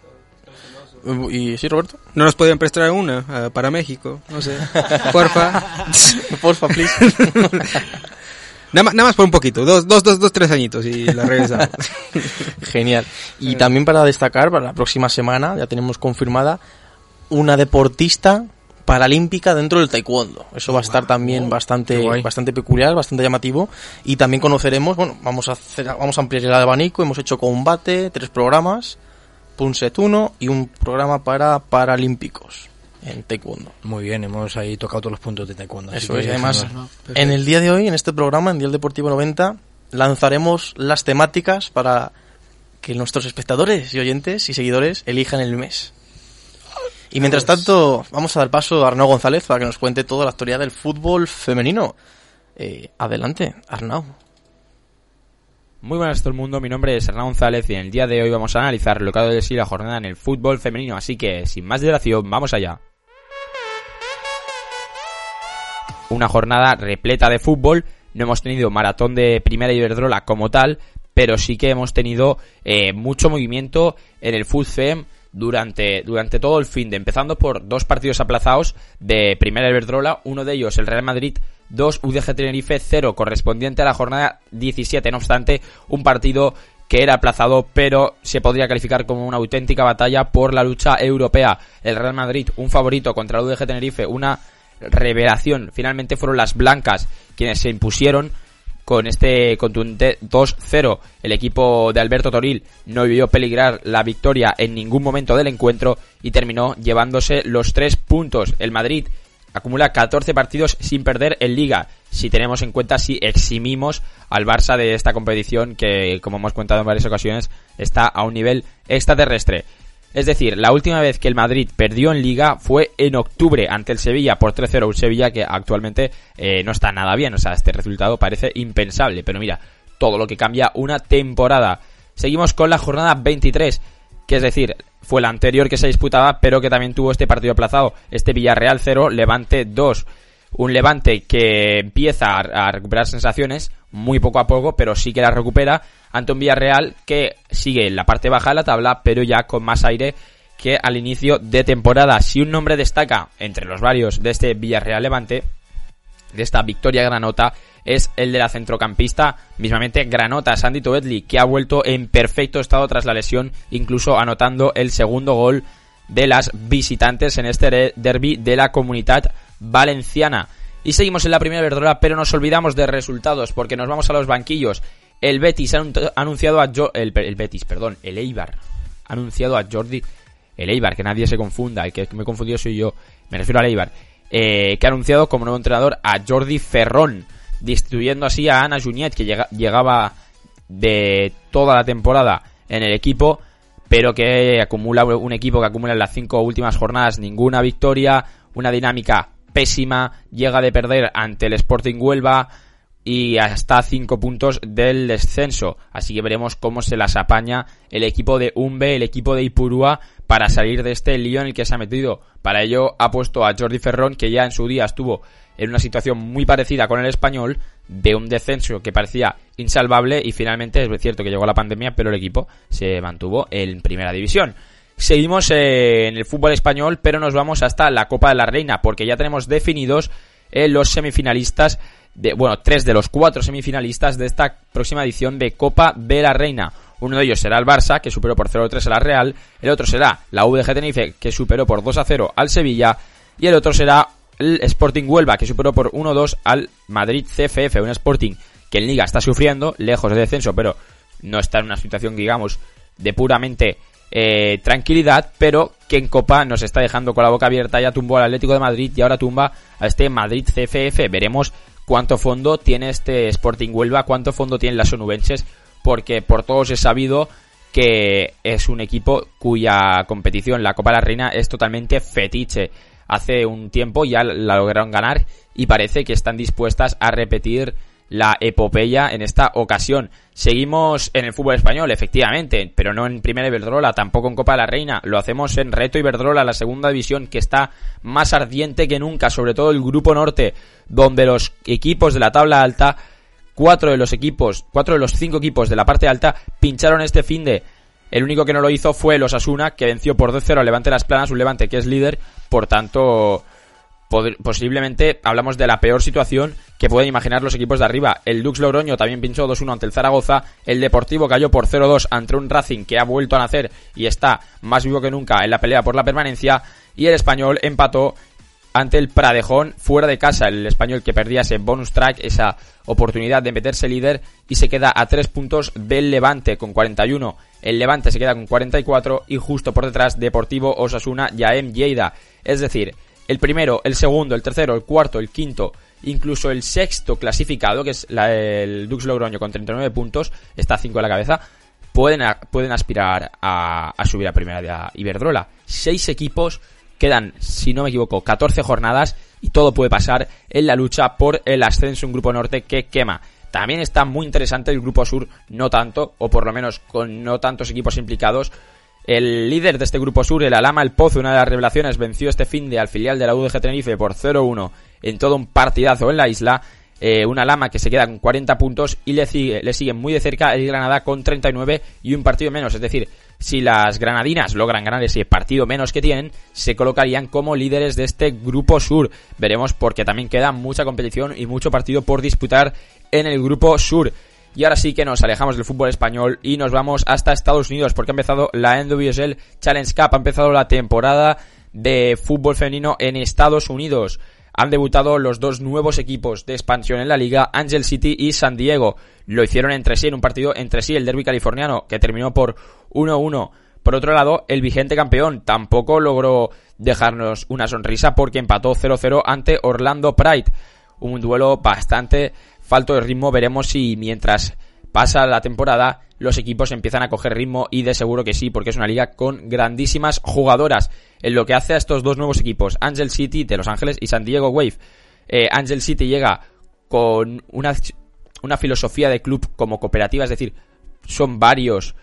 Speaker 2: ¿Y sí, Roberto?
Speaker 4: ¿No nos podían prestar una para México? No sé. Porfa.
Speaker 2: Porfa, please.
Speaker 4: Nada más por un poquito, 3 añitos y la regresamos.
Speaker 2: Genial. Y también para destacar, para la próxima semana, ya tenemos confirmada una deportista paralímpica dentro del taekwondo. Eso va a estar también bastante peculiar, bastante llamativo. Y también conoceremos, bueno, vamos a ampliar el abanico. Hemos hecho combate, 3 programas, Punset 1 y un programa para paralímpicos en taekwondo.
Speaker 3: Muy bien, hemos ahí tocado todos los puntos de taekwondo.
Speaker 2: Eso es, además, en el día de hoy, en este programa, en Dial Deportivo 90, lanzaremos las temáticas para que nuestros espectadores y oyentes y seguidores elijan el mes. Y mientras tanto, vamos a dar paso a Arnau González para que nos cuente toda la actualidad del fútbol femenino. Adelante, Arnau.
Speaker 12: Muy buenas a todo el mundo, mi nombre es Arnau González y en el día de hoy vamos a analizar lo que ha de ser la jornada en el fútbol femenino, así que sin más dilación, vamos allá. Una jornada repleta de fútbol, no hemos tenido maratón de Primera Iberdrola como tal, pero sí que hemos tenido mucho movimiento en el fútbol fem durante todo el fin de, empezando por 2 partidos aplazados de Primera Iberdrola, uno de ellos el Real Madrid 2, UDG Tenerife 0, correspondiente a la jornada 17, no obstante, un partido que era aplazado, pero se podría calificar como una auténtica batalla por la lucha europea. El Real Madrid, un favorito contra el UDG Tenerife, una revelación. Finalmente fueron las blancas quienes se impusieron con este contundente 2-0. El equipo de Alberto Toril no vio peligrar la victoria en ningún momento del encuentro y terminó llevándose los 3 puntos. El Madrid acumula 14 partidos sin perder en Liga, si tenemos en cuenta, si eximimos al Barça de esta competición que, como hemos contado en varias ocasiones, está a un nivel extraterrestre. Es decir, la última vez que el Madrid perdió en Liga fue en octubre ante el Sevilla por 3-0, un Sevilla que actualmente no está nada bien, o sea, este resultado parece impensable, pero mira, todo lo que cambia una temporada. Seguimos con la jornada 23, que es decir, fue la anterior que se disputaba, pero que también tuvo este partido aplazado, este Villarreal 0, Levante 2. Un Levante que empieza a recuperar sensaciones, muy poco a poco, pero sí que las recupera, ante un Villarreal que sigue en la parte baja de la tabla, pero ya con más aire que al inicio de temporada. Si un nombre destaca entre los varios de este Villarreal Levante, de esta victoria granota, es el de la centrocampista, mismamente Granota, Sandy Tovetli, que ha vuelto en perfecto estado tras la lesión, incluso anotando el segundo gol de las visitantes en este derbi de la Comunitat Valenciana. Y seguimos en la Primera Iberdrola, pero nos olvidamos de resultados porque nos vamos a los banquillos. El Betis ha anunciado a el Eibar ha anunciado a Jordi, el Eibar, que nadie se confunda, el que me he confundido soy yo, me refiero al Eibar, que ha anunciado como nuevo entrenador a Jordi Ferrón, destituyendo así a Ana Junyent, que llegaba de toda la temporada en el equipo, pero que acumula un equipo que acumula en las 5 últimas jornadas ninguna victoria, una dinámica pésima, llega de perder ante el Sporting Huelva y hasta 5 puntos del descenso. Así que veremos cómo se las apaña el equipo de Umbe, el equipo de Ipurúa, para salir de este lío en el que se ha metido. Para ello ha puesto a Jordi Ferrón, que ya en su día estuvo en una situación muy parecida con el Español, de un descenso que parecía insalvable, y finalmente es cierto que llegó la pandemia, pero el equipo se mantuvo en primera división. Seguimos en el fútbol español, pero nos vamos hasta la Copa de la Reina, porque ya tenemos definidos los semifinalistas, 3 de los 4 semifinalistas de esta próxima edición de Copa de la Reina. Uno de ellos será el Barça, que superó por 0-3 a la Real, el otro será la UDG Tenerife, que superó por 2-0 al Sevilla, y el otro será el Sporting Huelva, que superó por 1-2 al Madrid CFF, un Sporting que en Liga está sufriendo, lejos de descenso, pero no está en una situación, digamos, de puramente tranquilidad, pero que en Copa nos está dejando con la boca abierta. Ya tumbó al Atlético de Madrid y ahora tumba a este Madrid CFF. Veremos cuánto fondo tiene este Sporting Huelva, cuánto fondo tienen las onubenses, porque por todos es sabido que es un equipo cuya competición, la Copa de la Reina, es totalmente fetiche. Hace un tiempo ya la lograron ganar y parece que están dispuestas a repetir la epopeya en esta ocasión. Seguimos en el fútbol español, efectivamente, pero no en Primera Iberdrola, tampoco en Copa de la Reina. Lo hacemos en Reto Iberdrola, la segunda división, que está más ardiente que nunca, sobre todo el Grupo Norte, donde los equipos de la tabla alta, 4 de los 5 equipos de la parte alta, pincharon este finde. El único que no lo hizo fue el Osasuna, que venció por 2-0 al Levante Las Planas, un Levante que es líder. Por tanto, posiblemente hablamos de la peor situación que pueden imaginar los equipos de arriba. El Dux Logroño también pinchó 2-1 ante el Zaragoza. El Deportivo cayó por 0-2 ante un Racing que ha vuelto a nacer y está más vivo que nunca en la pelea por la permanencia. Y el Español empató ante el Pradejón fuera de casa. El Español que perdía ese bonus track, esa oportunidad de meterse líder, y se queda a 3 puntos del Levante con 41. El Levante se queda con 44 y justo por detrás Deportivo, Osasuna y AEM Lleida. Es decir, el primero, el segundo, el tercero, el cuarto, el quinto, incluso el sexto clasificado, que es el Dux Logroño con 39 puntos, está a 5 de la cabeza, pueden aspirar a subir a Primera de Iberdrola. 6 equipos, quedan, si no me equivoco, 14 jornadas y todo puede pasar en la lucha por el ascenso, un Grupo Norte que quema. También está muy interesante el Grupo Sur, no tanto, o por lo menos con no tantos equipos implicados. El líder de este Grupo Sur, el Alhama El Pozo, una de las revelaciones, venció este finde al filial de la UDG Tenerife por 0-1 en todo un partidazo en la isla. Un Alhama que se queda con 40 puntos y le sigue muy de cerca el Granada con 39 y un partido menos. Es decir, si las granadinas logran ganar ese partido menos que tienen, se colocarían como líderes de este Grupo Sur. Veremos, porque también queda mucha competición y mucho partido por disputar en el Grupo Sur. Y ahora sí que nos alejamos del fútbol español y nos vamos hasta Estados Unidos, porque ha empezado la NWSL Challenge Cup, ha empezado la temporada de fútbol femenino en Estados Unidos. Han debutado los 2 nuevos equipos de expansión en la liga, Angel City y San Diego. Lo hicieron entre sí en un partido entre sí, el derbi californiano, que terminó por 1-1. Por otro lado, el vigente campeón tampoco logró dejarnos una sonrisa, porque empató 0-0 ante Orlando Pride. Un duelo bastante falto de ritmo. Veremos si mientras pasa la temporada los equipos empiezan a coger ritmo, y de seguro que sí, porque es una liga con grandísimas jugadoras. En lo que hace a estos 2 nuevos equipos, Angel City de Los Ángeles y San Diego Wave, Angel City llega con una filosofía de club como cooperativa, es decir, son varios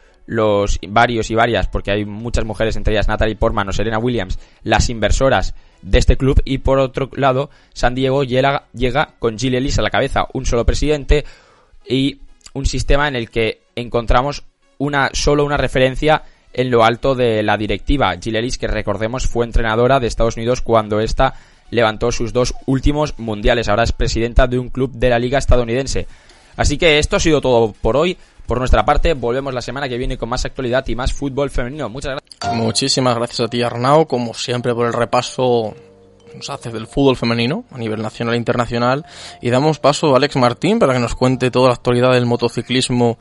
Speaker 12: y varias, porque hay muchas mujeres, entre ellas Natalie Portman o Serena Williams, las inversoras de este club. Y por otro lado, San Diego llega con Jill Ellis a la cabeza, un solo presidente y un sistema en el que encontramos solo una referencia en lo alto de la directiva. Jill Ellis, que recordemos fue entrenadora de Estados Unidos cuando ésta levantó sus 2 últimos mundiales. Ahora es presidenta de un club de la liga estadounidense. Así que esto ha sido todo por hoy. Por nuestra parte, volvemos la semana que viene con más actualidad y más fútbol femenino. Muchas gracias.
Speaker 2: Muchísimas gracias a ti, Arnau, como siempre, por el repaso que nos haces del fútbol femenino a nivel nacional e internacional. Y damos paso a Alex Martín para que nos cuente toda la actualidad del motociclismo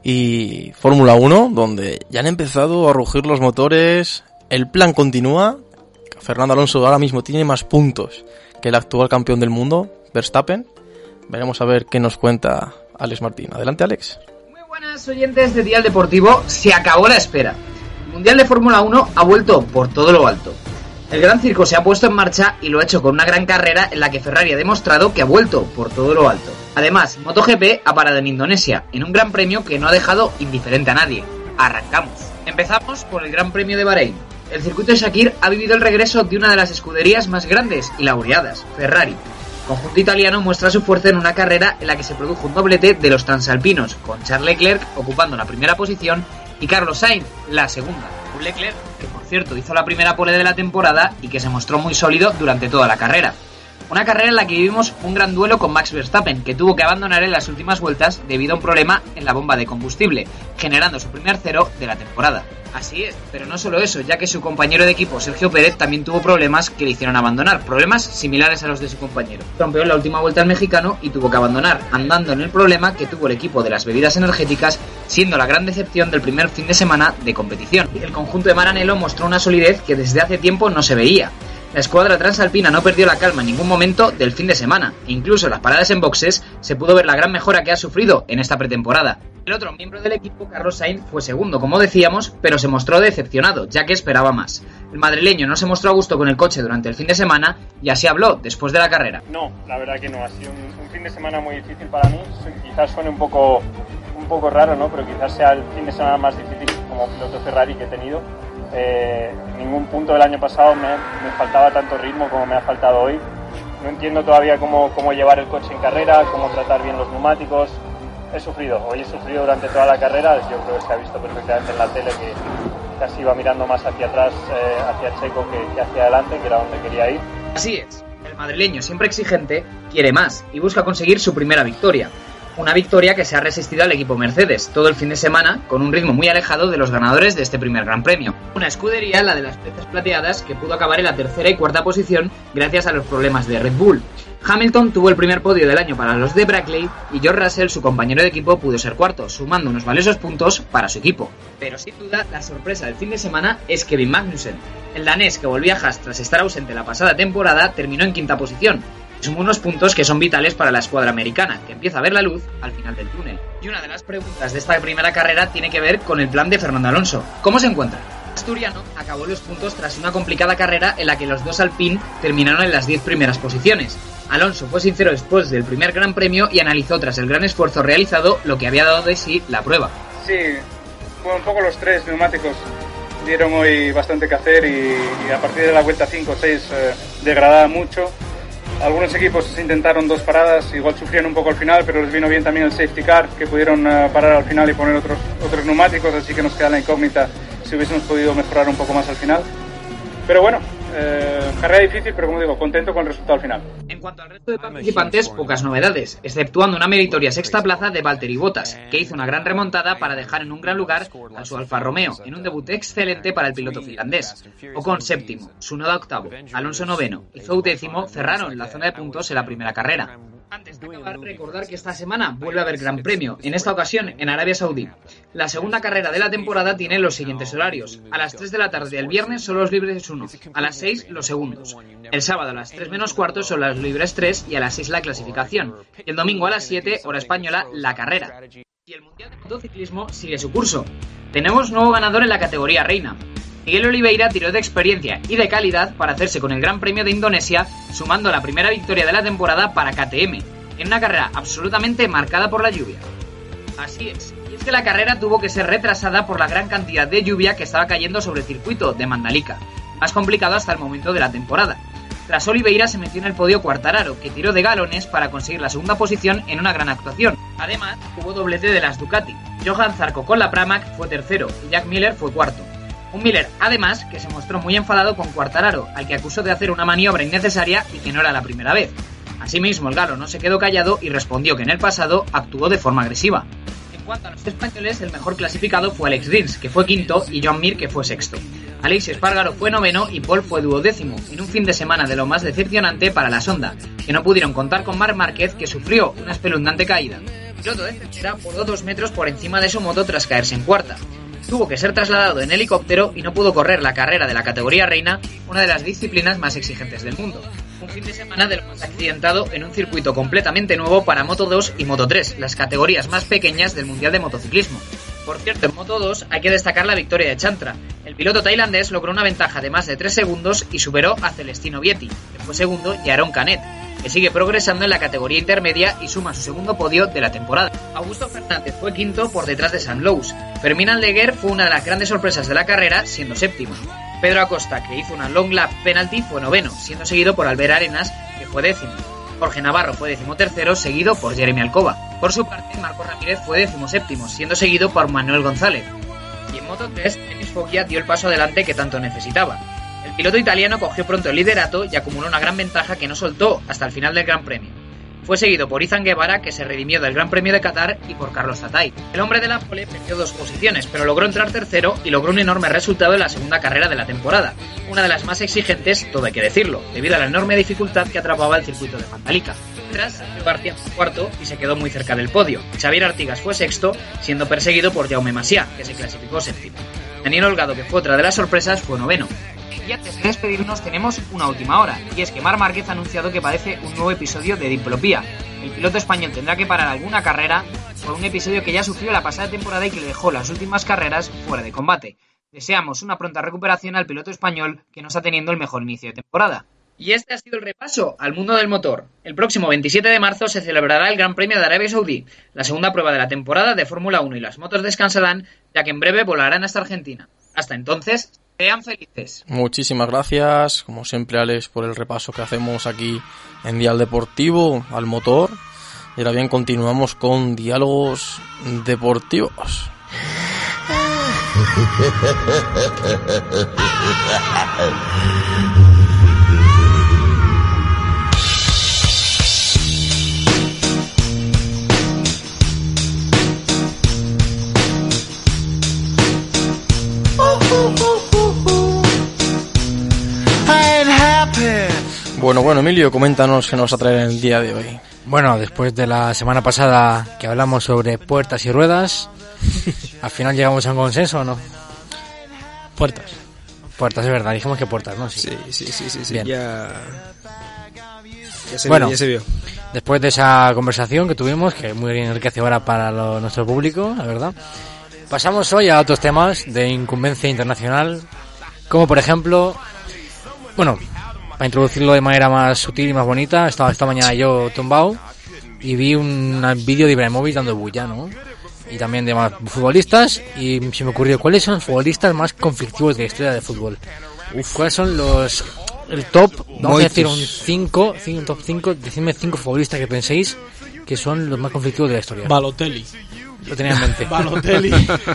Speaker 2: y Fórmula 1, donde ya han empezado a rugir los motores. El plan continúa. Fernando Alonso ahora mismo tiene más puntos que el actual campeón del mundo, Verstappen. Veremos a ver qué nos cuenta Alex Martín. Adelante, Alex.
Speaker 13: Buenas oyentes de Dial Deportivo, se acabó la espera. El Mundial de Fórmula 1 ha vuelto por todo lo alto. El Gran Circo se ha puesto en marcha y lo ha hecho con una gran carrera en la que Ferrari ha demostrado que ha vuelto por todo lo alto. Además, MotoGP ha parado en Indonesia, en un gran premio que no ha dejado indiferente a nadie. Arrancamos. Empezamos por el Gran Premio de Bahrein. El circuito de Sakir ha vivido el regreso de una de las escuderías más grandes y laureadas, Ferrari. El conjunto italiano muestra su fuerza en una carrera en la que se produjo un doblete de los transalpinos, con Charles Leclerc ocupando la primera posición y Carlos Sainz la segunda. Un Leclerc que, por cierto, hizo la primera pole de la temporada y que se mostró muy sólido durante toda la carrera. Una carrera en la que vivimos un gran duelo con Max Verstappen, que tuvo que abandonar en las últimas vueltas debido a un problema en la bomba de combustible, generando su primer cero de la temporada. Así es, pero no solo eso, ya que su compañero de equipo Sergio Pérez también tuvo problemas que le hicieron abandonar, problemas similares a los de su compañero. Rompió en la última vuelta el mexicano y tuvo que abandonar, andando en el problema que tuvo el equipo de las bebidas energéticas, siendo la gran decepción del primer fin de semana de competición. El conjunto de Maranello mostró una solidez que desde hace tiempo no se veía. La escuadra transalpina no perdió la calma en ningún momento del fin de semana, e incluso en las paradas en boxes se pudo ver la gran mejora que ha sufrido en esta pretemporada. El otro miembro del equipo, Carlos Sainz, fue segundo, como decíamos, pero se mostró decepcionado, ya que esperaba más. El madrileño no se mostró a gusto con el coche durante el fin de semana y así habló después de la carrera.
Speaker 14: No, la verdad que no, ha sido un fin de semana muy difícil para mí, quizás suene un poco raro, ¿no? Pero quizás sea el fin de semana más difícil como piloto Ferrari que he tenido. En ningún punto del año pasado me faltaba tanto ritmo como me ha faltado hoy. No entiendo todavía cómo llevar el coche en carrera, cómo tratar bien los neumáticos. He sufrido durante toda la carrera. Yo creo que se ha visto perfectamente en la tele que casi iba mirando más hacia atrás, hacia Checo que hacia adelante, que era donde quería ir.
Speaker 13: Así es, el madrileño, siempre exigente, quiere más y busca conseguir su primera victoria. Una victoria que se ha resistido al equipo Mercedes todo el fin de semana con un ritmo muy alejado de los ganadores de este primer Gran Premio. Una escudería, la de las Flechas Plateadas, que pudo acabar en la tercera y cuarta posición gracias a los problemas de Red Bull. Hamilton tuvo el primer podio del año para los de Brackley y George Russell, su compañero de equipo, pudo ser cuarto, sumando unos valiosos puntos para su equipo. Pero sin duda, la sorpresa del fin de semana es Kevin Magnussen. El danés, que volvía a Haas tras estar ausente la pasada temporada, terminó en quinta posición. Sumó unos puntos que son vitales para la escuadra americana, que empieza a ver la luz al final del túnel. Y una de las preguntas de esta primera carrera tiene que ver con el plan de Fernando Alonso. ¿Cómo se encuentra? El asturiano acabó los puntos tras una complicada carrera en la que los dos Alpine terminaron en las 10 primeras posiciones. Alonso fue sincero después del primer Gran Premio y analizó tras el gran esfuerzo realizado lo que había dado de sí la prueba.
Speaker 14: Sí, bueno, un poco los tres neumáticos dieron hoy bastante que hacer y a partir de la vuelta 5 o 6 degradaba mucho. Algunos equipos intentaron 2 paradas, igual sufrieron un poco al final, pero les vino bien también el safety car, que pudieron parar al final y poner otros neumáticos, así que nos queda la incógnita si hubiésemos podido mejorar un poco más al final. Pero bueno, carrera difícil, pero como digo, contento con el resultado al final.
Speaker 13: En cuanto al resto de participantes, pocas novedades, exceptuando una meritoria sexta plaza de Valtteri Bottas, que hizo una gran remontada para dejar en un gran lugar a su Alfa Romeo, en un debut excelente para el piloto finlandés. Ocon séptimo, Tsunoda octavo, Alonso noveno y Zhou décimo cerraron la zona de puntos en la primera carrera. Antes de acabar, recordar que esta semana vuelve a haber Gran Premio, en esta ocasión en Arabia Saudí. La segunda carrera de la temporada tiene los siguientes horarios. A las 3 de la tarde del viernes son los libres 1, a las 6 los segundos. El sábado a las 3 menos cuarto son los libres 3 y a las 6 la clasificación. Y el domingo a las 7, hora española, la carrera. Y el Mundial de Motociclismo sigue su curso. Tenemos nuevo ganador en la categoría reina. Miguel Oliveira tiró de experiencia y de calidad para hacerse con el Gran Premio de Indonesia, sumando la primera victoria de la temporada para KTM, en una carrera absolutamente marcada por la lluvia. Así es, y es que la carrera tuvo que ser retrasada por la gran cantidad de lluvia que estaba cayendo sobre el circuito de Mandalika, más complicado hasta el momento de la temporada. Tras Oliveira se metió en el podio Quartararo, que tiró de galones para conseguir la segunda posición en una gran actuación. Además, hubo doblete de las Ducati. Johan Zarco con la Pramac fue tercero y Jack Miller fue cuarto. Un Miller, además, que se mostró muy enfadado con Quartararo, al que acusó de hacer una maniobra innecesaria y que no era la primera vez. Asimismo, el galo no se quedó callado y respondió que en el pasado actuó de forma agresiva. En cuanto a los españoles, el mejor clasificado fue Alex Rins, que fue quinto, y Joan Mir, que fue sexto. Aleix Espargaro fue noveno y Paul fue duodécimo, en un fin de semana de lo más decepcionante para la Sonda, que no pudieron contar con Marc Márquez, que sufrió una espeluznante caída. El piloto de tercera voló 2 metros por encima de su moto tras caerse en cuarta. Tuvo que ser trasladado en helicóptero y no pudo correr la carrera de la categoría reina, una de las disciplinas más exigentes del mundo. Un fin de semana de lo más accidentado en un circuito completamente nuevo para Moto 2 y Moto 3, las categorías más pequeñas del Mundial de Motociclismo. Por cierto, en Moto 2 hay que destacar la victoria de Chantra. El piloto tailandés logró una ventaja de más de 3 segundos y superó a Celestino Vietti, que fue segundo, y a Aaron Canet, que sigue progresando en la categoría intermedia y suma su segundo podio de la temporada. Augusto Fernández fue quinto por detrás de Sam Lowes. Fermín Aldeguer fue una de las grandes sorpresas de la carrera, siendo séptimo. Pedro Acosta, que hizo una long lap penalty, fue noveno, siendo seguido por Albert Arenas, que fue décimo. Jorge Navarro fue 13º, seguido por Jeremy Alcoba. Por su parte, Marco Ramírez fue 17º, siendo seguido por Manuel González. Y en Moto 3, Denis Foggia dio el paso adelante que tanto necesitaba. El piloto italiano cogió pronto el liderato y acumuló una gran ventaja que no soltó hasta el final del Gran Premio. Fue seguido por Izan Guevara, que se redimió del Gran Premio de Qatar, y por Carlos Zatay. El hombre de la pole perdió 2 posiciones, pero logró entrar tercero y logró un enorme resultado en la segunda carrera de la temporada, una de las más exigentes, todo hay que decirlo, debido a la enorme dificultad que atrapaba el circuito de Mandalika. Tras, Sergio García fue cuarto y se quedó muy cerca del podio. Xavier Artigas fue sexto, siendo perseguido por Jaume Massià, que se clasificó séptimo. Daniel Holgado, que fue otra de las sorpresas, fue noveno. Y antes de despedirnos tenemos una última hora, y es que Marc Márquez ha anunciado que padece un nuevo episodio de diplopía. el piloto español tendrá que parar alguna carrera por un episodio que ya sufrió la pasada temporada y que le dejó las últimas carreras fuera de combate. Deseamos una pronta recuperación al piloto español, que no está teniendo el mejor inicio de temporada. Y este ha sido el repaso al mundo del motor. El próximo 27 de marzo se celebrará el Gran Premio de Arabia Saudí, la segunda prueba de la temporada de Fórmula 1, y las motos descansarán, ya que en breve volarán hasta Argentina. Hasta entonces, sean felices.
Speaker 2: Muchísimas gracias, como siempre, Alex, por el repaso que hacemos aquí en Dial Deportivo al motor. Y ahora bien, continuamos con diálogos deportivos. Bueno, Emilio, coméntanos qué nos va a traer en el día de hoy.
Speaker 3: Bueno, después de la semana pasada que hablamos sobre puertas y ruedas, ¿al final llegamos a un consenso o no?
Speaker 5: Puertas,
Speaker 3: es verdad, dijimos que puertas, ¿no?
Speaker 4: Sí.
Speaker 3: Bien.
Speaker 4: Ya se vio.
Speaker 3: Después de esa conversación que tuvimos, que es muy enriquecedora para nuestro público, la verdad, pasamos hoy a otros temas de incumbencia internacional, como por ejemplo, bueno, para introducirlo de manera más sutil y más bonita, estaba esta mañana yo tumbado y vi un vídeo de Ibrahimovic dando bulla, ¿no? Y también de más futbolistas, y se me ocurrió, ¿cuáles son los futbolistas más conflictivos de la historia del fútbol? ¿Cuáles son el top, vamos a decir un top 5, decidme 5 futbolistas que penséis que son los más conflictivos de la historia?
Speaker 5: Balotelli.
Speaker 3: Lo tenía en mente.
Speaker 5: Balotelli.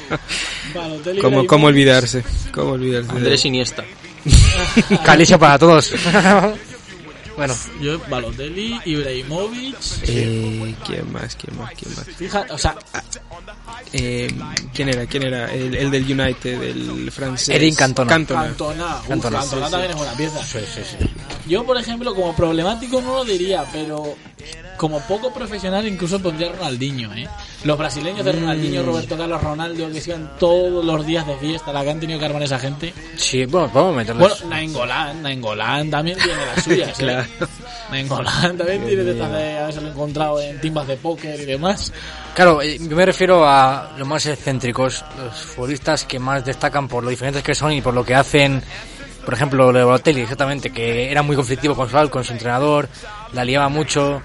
Speaker 4: ¿Cómo olvidarse?
Speaker 2: Andrés Iniesta.
Speaker 3: Calicia para todos. Bueno,
Speaker 5: yo, Balotelli, Ibrahimovic.
Speaker 4: ¿Quién más?
Speaker 5: Fíjate, o sea.
Speaker 4: ¿Quién era? El del United, el francés.
Speaker 3: Eric Cantona.
Speaker 5: Cantona también es buena pieza.
Speaker 3: Sí.
Speaker 5: Yo, por ejemplo, como problemático no lo diría, pero como poco profesional incluso pondría Ronaldinho, ¿eh? Los brasileños de Ronaldinho, Roberto Carlos, Ronaldo, que sigan todos los días de fiesta, la que han tenido que armar esa gente.
Speaker 3: Sí, bueno, vamos a meterlos.
Speaker 5: Bueno, Nainggolan también tiene las suyas, claro. Nainggolan también tiene detrás de haberse encontrado en timbas de póker y demás.
Speaker 3: Claro, yo me refiero a los más excéntricos, los futbolistas que más destacan por lo diferentes que son y por lo que hacen. Por ejemplo, lo de Balotelli, exactamente, que era muy conflictivo con su entrenador, la liaba mucho.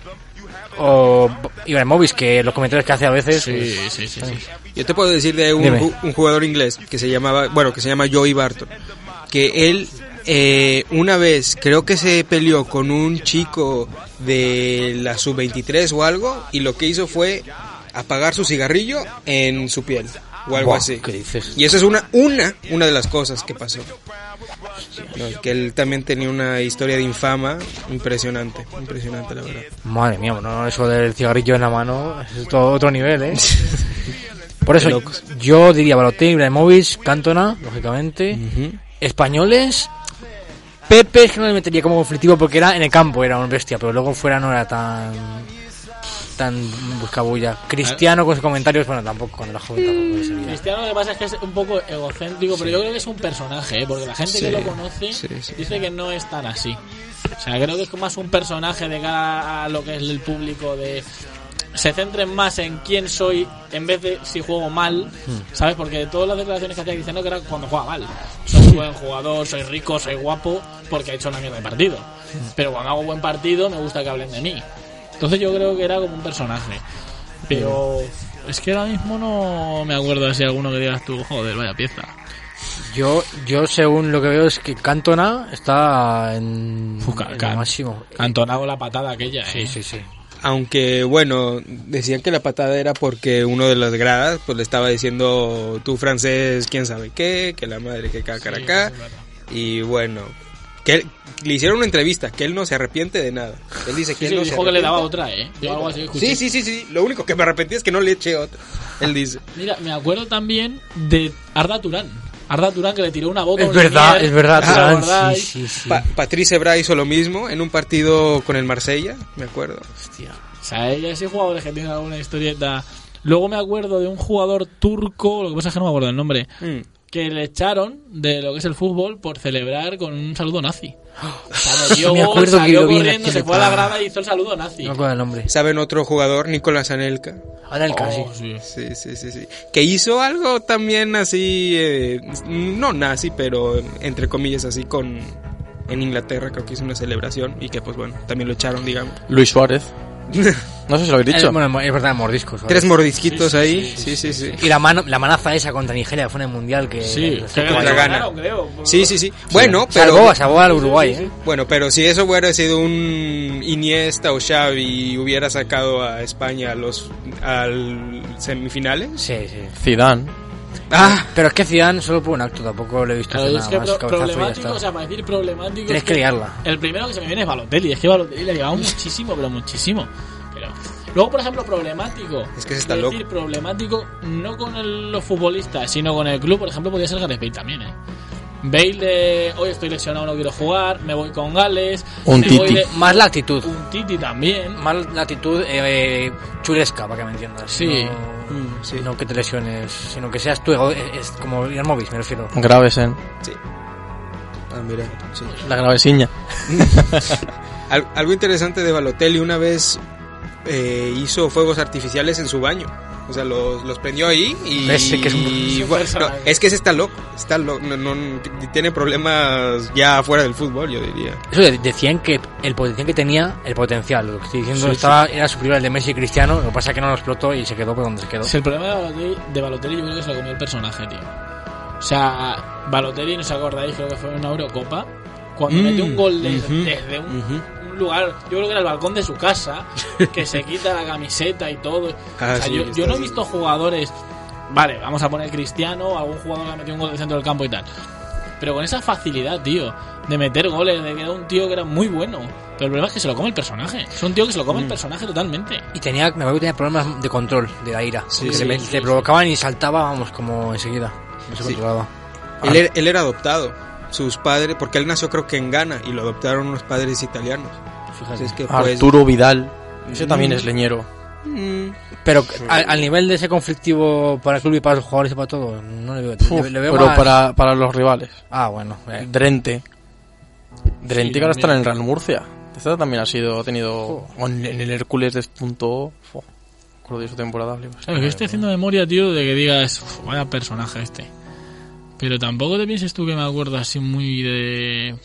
Speaker 3: O Ibrahimovic, que los comentarios que hace a veces.
Speaker 5: Sí.
Speaker 4: Yo te puedo decir de un jugador inglés que se llama Joey Barton, que él una vez creo que se peleó con un chico de la sub-23 o algo, y lo que hizo fue apagar su cigarrillo en su piel o algo así.
Speaker 3: ¿Qué dices?
Speaker 4: Y esa es una de las cosas que pasó. No, que él también tenía una historia de infama impresionante la verdad.
Speaker 3: Madre mía, bueno, eso del cigarrillo en la mano es otro nivel, ¿eh? Por eso yo diría Balotelli, Ibrahimovic, Cantona, lógicamente. Españoles, Pepe es que no le metería como conflictivo porque era en el campo, era una bestia, pero luego fuera no era tan buscabulla. Cristiano con sus comentarios, bueno, tampoco con la joven tampoco sería.
Speaker 5: Cristiano lo que pasa es que es un poco egocéntrico, pero yo creo que es un personaje, porque la gente que lo conoce dice que no es tan así. O sea, creo que es más un personaje de cara a lo que es el público, de se centren más en quién soy en vez de si juego mal, ¿sabes? Porque todas las declaraciones que hacía Cristiano que era cuando juega mal. Soy un buen jugador, soy rico, soy guapo, porque ha hecho una mierda de partido. Pero cuando hago buen partido me gusta que hablen de mí. Entonces yo creo que era como un personaje. Pero es que ahora mismo no me acuerdo de si alguno que digas tú, joder, vaya pieza.
Speaker 3: Yo según lo que veo es que Cantona está en lo máximo.
Speaker 5: Cantona con la patada aquella,
Speaker 3: Sí.
Speaker 4: Aunque, bueno, decían que la patada era porque uno de las gradas pues le estaba diciendo, tú francés, quién sabe qué, que la madre que cacaracá. Y bueno, que le hicieron una entrevista, que él no se arrepiente de nada. Él dice que él no se
Speaker 5: dijo
Speaker 4: arrepiente.
Speaker 5: que le daba otra, Yo algo así escuché.
Speaker 4: Sí. Lo único que me arrepentí es que no le eché otra. Él dice.
Speaker 5: Mira, me acuerdo también de Arda Turán. Que le tiró una bota.
Speaker 3: Es verdad, Turán. Sí.
Speaker 4: Patrice Evra hizo lo mismo en un partido con el Marsella, me acuerdo.
Speaker 5: Hostia. O sea, ese jugador que tiene alguna historieta. Luego me acuerdo de un jugador turco, lo que pasa es que no me acuerdo el nombre, que le echaron de lo que es el fútbol por celebrar con un saludo nazi. O sea, metió
Speaker 3: Me
Speaker 5: gol,
Speaker 3: acuerdo que
Speaker 5: salió
Speaker 3: lo vi en
Speaker 5: corriendo,
Speaker 3: la
Speaker 5: se
Speaker 3: tele,
Speaker 5: fue a la grada y hizo el saludo nazi.
Speaker 3: No me acuerdo el nombre.
Speaker 4: ¿Saben otro jugador? Nicolás Anelka.
Speaker 3: Anelka,
Speaker 5: Oh,
Speaker 3: sí.
Speaker 4: Sí. Que hizo algo también así, no nazi, pero entre comillas así en Inglaterra, creo que hizo una celebración y que pues bueno, también lo echaron, digamos.
Speaker 2: Luis Suárez. No sé si lo habéis dicho.
Speaker 3: Bueno, es verdad, mordiscos. ¿Vale?
Speaker 4: 3 mordisquitos ahí. Sí.
Speaker 3: Y la manaza esa contra Nigeria fue en el Mundial que...
Speaker 5: Sí, que
Speaker 4: la gana.
Speaker 5: Creo.
Speaker 4: Sí. Bueno, pero...
Speaker 3: Salvó al Uruguay, ¿eh?
Speaker 4: Bueno, pero si eso hubiera sido un Iniesta o Xavi y hubiera sacado a España al semifinales.
Speaker 3: Sí.
Speaker 2: Zidane.
Speaker 3: Pero es que Zidane solo por un acto, tampoco le he visto hacer
Speaker 5: Es
Speaker 3: nada
Speaker 5: que
Speaker 3: más.
Speaker 5: problemático, o sea, para decir problemático...
Speaker 3: Tienes que liarla.
Speaker 5: El primero que se me viene es Balotelli. Es que Balotelli le ha llevado muchísimo, pero muchísimo. Pero luego, por ejemplo, problemático.
Speaker 4: Es que se está
Speaker 5: es
Speaker 4: loco.
Speaker 5: decir, problemático no con los futbolistas, sino con el club. Por ejemplo, podría ser Gareth Bale también, Bale de hoy estoy lesionado, no quiero jugar, me voy con Gales.
Speaker 2: Un Titi.
Speaker 3: Más la actitud.
Speaker 5: Un Titi también.
Speaker 3: Más la actitud chulesca, para que me entiendas.
Speaker 5: Sí.
Speaker 3: No que te lesiones, sino que seas tú, es como Yarmovic, me refiero.
Speaker 2: Gravesen.
Speaker 4: Sí. Mira, sí.
Speaker 2: La gravesiña.
Speaker 4: Algo interesante de Balotelli, una vez hizo fuegos artificiales en su baño. O sea, los prendió ahí y...
Speaker 3: Ese que es
Speaker 4: es que ese está loco. No, tiene problemas ya fuera del fútbol, yo diría.
Speaker 3: Eso decían que el potencial que tenía, lo que estoy diciendo, era superior al de Messi y Cristiano. Lo que pasa es que no lo explotó y se quedó por donde se quedó.
Speaker 5: Si el problema de Balotelli yo creo que se lo comió el personaje, tío. O sea, Balotelli, ¿no os acordáis? Creo que fue en una Eurocopa. Cuando metió un gol desde un lugar, yo creo que era el balcón de su casa, que se quita la camiseta y todo. Yo no he visto jugadores, vale, vamos a poner Cristiano, algún jugador que ha metido un gol del centro del campo y tal, pero con esa facilidad, tío, de meter goles, de que era un tío que era muy bueno. Pero el problema es que se lo come el personaje. Es un tío que se lo come el personaje totalmente.
Speaker 3: Y me acuerdo que tenía problemas de control de la ira. Le provocaban y saltaba, vamos, como enseguida. No se controlaba.
Speaker 4: Él era adoptado. Sus padres, porque él nació creo que en Ghana y lo adoptaron unos padres italianos.
Speaker 3: Fíjate.
Speaker 4: Es que,
Speaker 2: Arturo Vidal, ese también es leñero.
Speaker 3: Pero al nivel de ese conflictivo para el club y para los jugadores y para todo, no le veo. Le veo
Speaker 2: pero
Speaker 3: más...
Speaker 2: para los rivales.
Speaker 3: Bueno.
Speaker 2: Drente que ahora está en el Real Murcia. Este también ha tenido en el Hércules despuntó. Acuerdo de su temporada.
Speaker 5: Que estoy haciendo memoria, tío, de que digas, vaya personaje este. Pero tampoco te pienses tú que me acuerdo así muy de...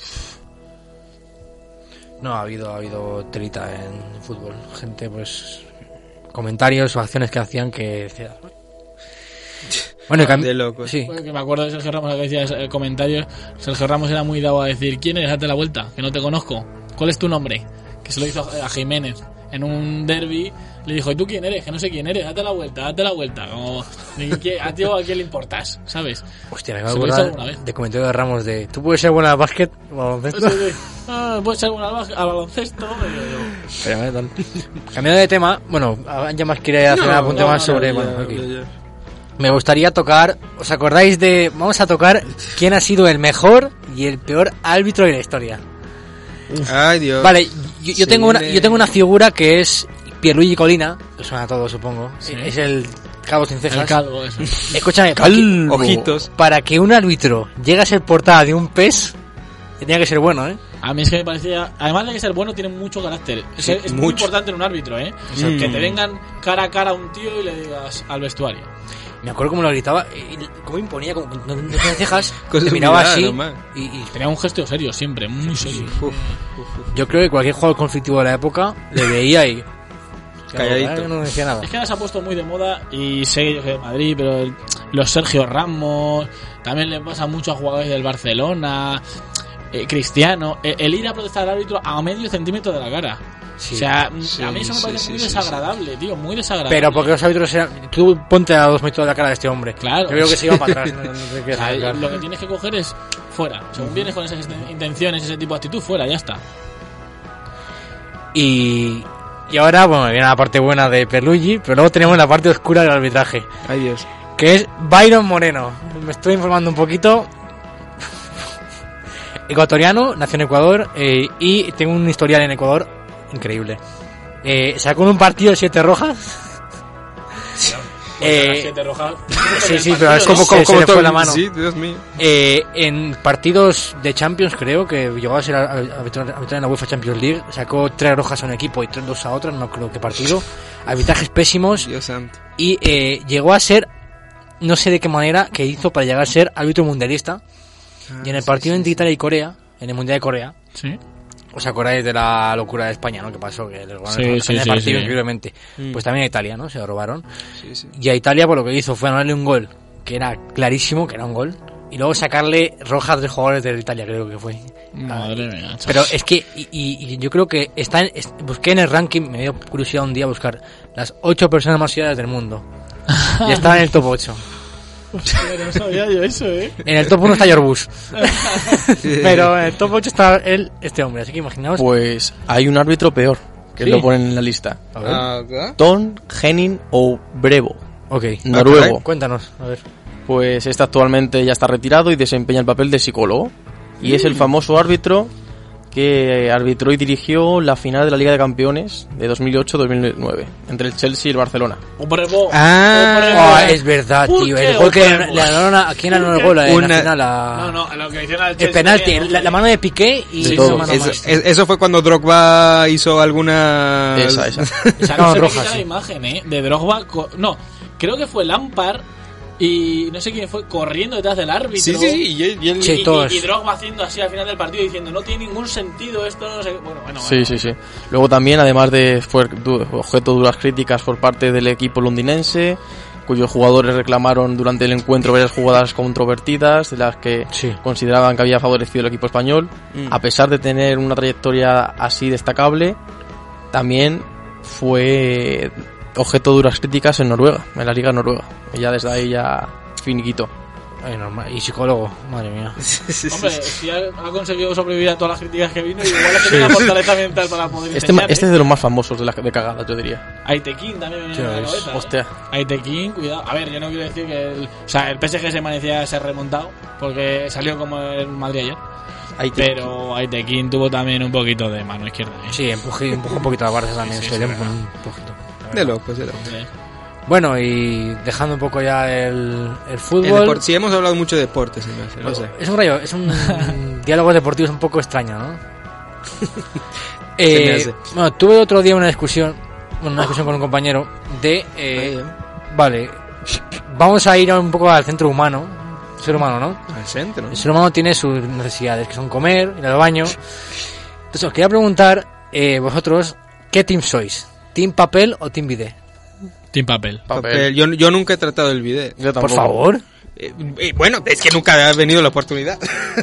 Speaker 3: No, ha habido telita en fútbol. Gente, pues... Comentarios o acciones que hacían que... Bueno,
Speaker 4: de loco.
Speaker 3: Sí.
Speaker 5: Bueno, que me acuerdo de Sergio Ramos, que decía comentarios. Sergio Ramos era muy dado a decir, ¿quién eres? Date la vuelta, que no te conozco. ¿Cuál es tu nombre? Que se lo hizo a Jiménez en un derbi. Le dijo, ¿y tú quién eres? Que no sé quién eres, date la vuelta. Como, ¿a ti o a quién le importas? ¿Sabes?
Speaker 3: Hostia, me acabo de acordar de comentario de Ramos de, ¿tú puedes ser buena al básquet o baloncesto?
Speaker 5: Puedes ser buena al baloncesto.
Speaker 3: Pero, cambiando de tema, bueno, ya más quería hacer un apunte más sobre... Me gustaría tocar, ¿os acordáis de... Vamos a tocar quién ha sido el mejor y el peor árbitro de la historia?
Speaker 4: Ay, Dios.
Speaker 3: Vale, yo tengo una figura que es Pierluigi Colina, que suena a todo, supongo. Sí. Es el calvo sin cejas.
Speaker 5: El calvo, eso.
Speaker 3: Escúchame,
Speaker 4: ojitos.
Speaker 3: Para que un árbitro llegue a ser portada de un PES, tenía que ser bueno,
Speaker 5: A mí es que me parecía, además de que ser bueno, tiene mucho carácter. Es muy importante en un árbitro, Que te vengan cara a cara a un tío y le digas al vestuario.
Speaker 3: Me acuerdo cómo lo gritaba, cómo imponía, no tenía cejas, te miraba así y
Speaker 5: tenía un gesto serio siempre, muy serio.
Speaker 3: Yo creo que cualquier jugador conflictivo de la época le veía y
Speaker 4: calladito.
Speaker 3: No decía nada.
Speaker 5: Es que ahora se ha puesto muy de moda y sé yo que de Madrid, pero los Sergio Ramos, también le pasa mucho a jugadores del Barcelona, Cristiano, el ir a protestar al árbitro a medio centímetro de la cara. Sí, o sea, a mí eso me parece muy desagradable, tío, muy desagradable.
Speaker 3: Pero porque los árbitros tú ponte a 2 metros de la cara de este hombre.
Speaker 5: Claro.
Speaker 3: Yo creo que se iba para atrás.
Speaker 5: Lo que tienes que coger es fuera. Según vienes con esas intenciones, ese tipo de actitud, fuera, ya está.
Speaker 3: Y ahora, bueno, viene la parte buena de Pierluigi, pero luego tenemos la parte oscura del arbitraje.
Speaker 4: Ay, Dios.
Speaker 3: Que es Byron Moreno. Me estoy informando un poquito. Ecuatoriano, nació en Ecuador y tengo un historial en Ecuador increíble. Sacó en un partido 7 rojas
Speaker 5: 7 rojas.
Speaker 3: Sí, pero es como se le fue la mano.
Speaker 4: Sí, Dios mío.
Speaker 3: En partidos de Champions, creo que llegó a ser arbitrar en la UEFA Champions League, sacó 3 rojas a un equipo y 2 a otro, no creo qué partido. Arbitrajes pésimos.
Speaker 4: Dios santo.
Speaker 3: Y llegó a ser, no sé de qué manera, que hizo para llegar a ser árbitro mundialista. Y en el partido entre Italia y Corea, en el Mundial de Corea,
Speaker 5: ¿sí?
Speaker 3: ¿Os acordáis de la locura de España, no? Que pasó, que les robaron el partido increíblemente. Pues también a Italia, ¿no? Se lo robaron. Sí. Y a Italia, por lo que hizo, fue anularle un gol, que era clarísimo, que era un gol. Y luego sacarle roja a 3 jugadores de Italia, creo que fue.
Speaker 5: Madre mía.
Speaker 3: Pero es que, y yo creo que busqué en el ranking, me dio curiosidad un día buscar las 8 personas más odiadas del mundo. Y estaba en el top 8.
Speaker 5: Hostia, no sabía yo eso, ¿eh?
Speaker 3: En el top 1 está George Bush. Pero en el top 8 está este hombre, así que imaginaos.
Speaker 2: Pues hay un árbitro peor, que lo ponen en la lista.
Speaker 3: A ver.
Speaker 2: Tom Henning O'Brevo.
Speaker 3: Ok.
Speaker 2: Noruego.
Speaker 3: Cuéntanos, a ver.
Speaker 2: Pues este actualmente ya está retirado y desempeña el papel de psicólogo. Y es el famoso árbitro que arbitró y dirigió la final de la Liga de Campeones de 2008-2009 entre el Chelsea y el Barcelona.
Speaker 3: Es verdad, tío. El gol que le dieron a quién era el gol en la final.
Speaker 5: No, lo que hicieron al Chelsea.
Speaker 3: El penalti, la mano de Piqué y
Speaker 4: eso fue cuando Drogba hizo alguna.
Speaker 2: Esa.
Speaker 5: No se roja, la imagen, de Drogba. No, creo que fue Lampard. Y no sé quién fue corriendo detrás del árbitro.
Speaker 4: Sí.
Speaker 5: Y Drogba haciendo así al final del partido diciendo no tiene ningún sentido esto, no sé. Bueno.
Speaker 2: Sí. Luego también, además fue objeto de duras críticas por parte del equipo londinense, cuyos jugadores reclamaron durante el encuentro varias jugadas controvertidas de las que consideraban que había favorecido el equipo español. A pesar de tener una trayectoria así destacable, también fue objeto de duras críticas en Noruega, en la Liga Noruega. Y ya desde ahí ya finiquito.
Speaker 3: Ay, normal. Y psicólogo, madre mía.
Speaker 5: Hombre, si ha conseguido sobrevivir a todas las críticas que vino, igual es que tiene una fortaleza mental para poder enseñar.
Speaker 2: Este es de los más famosos de cagadas, yo diría.
Speaker 5: Aitekin también venía en la cabeza.
Speaker 2: Hostia.
Speaker 5: Aitekin, cuidado. A ver, yo no quiero decir que el PSG se merecía ser remontado, porque salió como el Madrid ayer. Pero Aitekin tuvo también un poquito de mano izquierda.
Speaker 3: Sí, empujó un poquito la Barça también. Un poquito.
Speaker 4: De locos.
Speaker 3: Bueno, y dejando un poco ya el fútbol.
Speaker 4: Sí, hemos hablado mucho de deportes. No sé.
Speaker 3: Es un diálogo deportivo un poco extraño, ¿no? Bueno, tuve otro día una discusión con un compañero de... vale, vamos a ir un poco al centro humano. El ser humano, ¿no?
Speaker 4: Al centro.
Speaker 3: El ser humano tiene sus necesidades, que son comer, ir al baño. Entonces os quería preguntar, vosotros, ¿qué team sois? ¿Team papel o team bidet?
Speaker 5: Team papel.
Speaker 4: Yo nunca he tratado el bidet.
Speaker 3: Por favor.
Speaker 4: Bueno, es que nunca ha venido la oportunidad.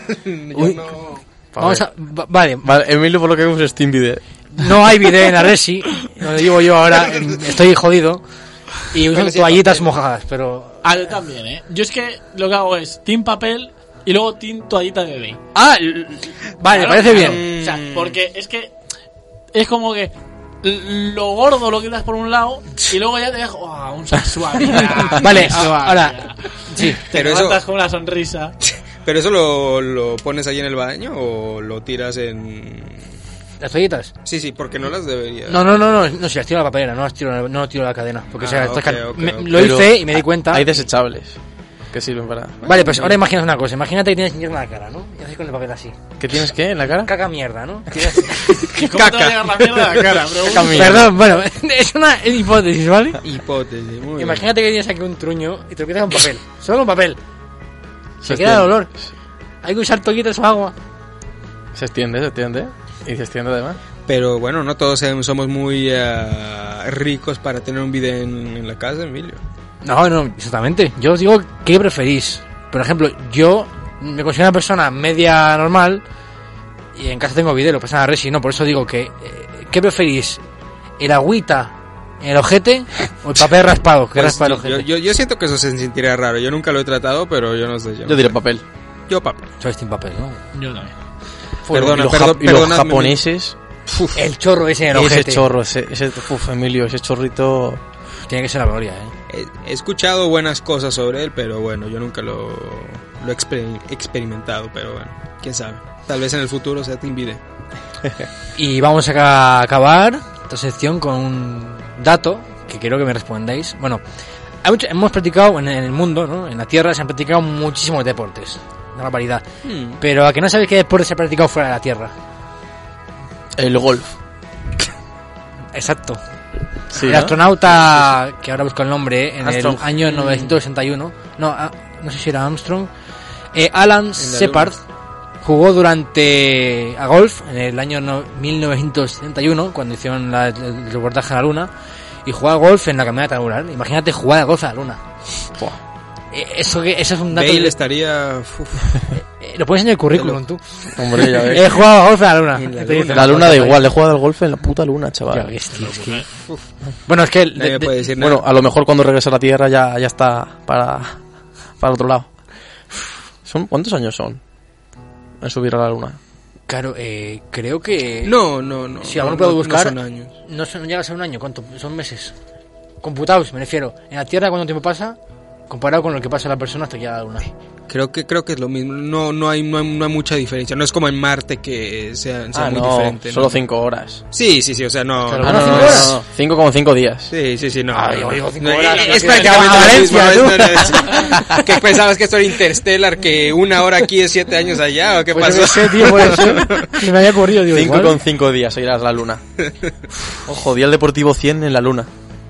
Speaker 3: Vamos a... Vale,
Speaker 2: Emilio, por lo que vemos, es team bidet.
Speaker 3: No hay bidet en la Resi, lo digo yo ahora, estoy jodido. Y uso toallitas mojadas, pero...
Speaker 5: Yo también, Yo es que lo que hago es team papel y luego team toallita de bebé.
Speaker 3: Vale, me parece bien.
Speaker 5: O sea, porque es que es como que lo gordo lo quitas por un lado y luego ya te dejo un suavidad.
Speaker 3: Vale, ahora sí,
Speaker 5: te levantas con una sonrisa.
Speaker 4: ¿Pero eso lo pones ahí en el baño o lo tiras en...?
Speaker 3: ¿Las toallitas?
Speaker 4: Sí, porque no las debería...
Speaker 3: No, si las tiro a la papelera, no las tiro a la cadena. Porque lo hice y me di cuenta.
Speaker 2: Hay desechables que sirven para...
Speaker 3: Vale, pues ahora imagínate una cosa. Imagínate que tienes mierda en la cara, ¿no? Y haces con el papel así.
Speaker 2: ¿Qué tienes qué en la cara?
Speaker 3: Caca mierda, ¿no?
Speaker 5: ¿Cómo te va a llegar la mierda a la cara?
Speaker 3: Perdón, bueno, es una hipótesis, ¿vale?
Speaker 4: Hipótesis, muy bien.
Speaker 3: Imagínate que tienes aquí un truño y te lo quitas con papel. Solo con papel. Se queda el olor. Hay que usar toallitas o agua.
Speaker 2: Se extiende. Y se extiende además.
Speaker 4: Pero bueno, no todos somos muy ricos para tener un bidet en la casa, Emilio.
Speaker 3: No, exactamente. Yo os digo, ¿qué preferís? Por ejemplo, yo me considero una persona media normal y en casa tengo bidet, lo pasa en la Resi, no, por eso digo que ¿qué preferís? ¿El agüita en el ojete o el papel raspado? Que raspa el ojete.
Speaker 4: Yo siento que eso se sentiría raro. Yo nunca lo he tratado, pero yo no sé.
Speaker 2: Yo diré papel.
Speaker 4: Yo papel.
Speaker 3: Sois team papel, ¿no?
Speaker 5: Yo también.
Speaker 2: Los japoneses...
Speaker 3: El chorro ese en el ojete.
Speaker 2: Ese chorro, Emilio, ese chorrito...
Speaker 3: Tiene que ser la gloria,
Speaker 4: He escuchado buenas cosas sobre él, pero bueno, yo nunca lo he experimentado, pero bueno, quién sabe. Tal vez en el futuro sea team bidet.
Speaker 3: Y vamos a acabar esta sección con un dato que quiero que me respondáis. Bueno, hemos practicado en el mundo, ¿no? En la Tierra se han practicado muchísimos deportes. Una barbaridad. Pero a que no sabéis qué deporte se ha practicado fuera de la Tierra.
Speaker 2: El golf.
Speaker 3: Exacto.
Speaker 2: Sí,
Speaker 3: el
Speaker 2: ¿no?
Speaker 3: astronauta, que ahora busco el nombre, en
Speaker 2: Armstrong.
Speaker 3: el año 961, no sé si era Armstrong, Alan Shepard jugó a golf en el año 1971, cuando hicieron el reportaje a la Luna, y jugó al golf en la caminata angular. Imagínate jugar al golf a la Luna. Eso es un dato.
Speaker 4: Bale estaría...
Speaker 3: Lo pones en el currículum, tú.
Speaker 2: Hombre, ya ves.
Speaker 3: He jugado al golf a la Luna.
Speaker 2: La Luna da igual, he jugado al golf en la puta Luna, chaval.
Speaker 3: Ya ves, tío, es que... Bueno, es que...
Speaker 4: Nadie puede decir nada.
Speaker 2: Bueno, a lo mejor cuando regrese a la Tierra ya está para el otro lado. ¿Cuántos años son en subir a la Luna?
Speaker 3: Claro, creo que...
Speaker 4: No.
Speaker 3: Si aún no puedo buscar...
Speaker 4: No son años.
Speaker 3: No llega a ser un año, ¿cuánto? Son meses. Computados, me refiero. En la Tierra, ¿cuánto tiempo pasa? Comparado con lo que pasa a la persona hasta que llega a la Luna.
Speaker 4: Creo que es lo mismo. No hay mucha diferencia. No es como en Marte que sea muy diferente.
Speaker 2: Solo 5 horas.
Speaker 4: Sí, o sea, no.
Speaker 3: Claro,
Speaker 2: No. 5,5 días.
Speaker 4: Sí, no.
Speaker 3: Yo digo 5 horas.
Speaker 4: Es
Speaker 3: que
Speaker 4: prácticamente lo mismo.
Speaker 3: Valencia,
Speaker 4: ¿Qué pensabas que esto era Interstellar? ¿Que 1 hora aquí es 7 años allá? ¿O qué
Speaker 3: pues
Speaker 4: pasó?
Speaker 3: No sé, tío, puede ser. Ni me había ocurrido, digo,
Speaker 2: 5,5 días irás a la Luna. Ojo, día el Deportivo 100 en la Luna.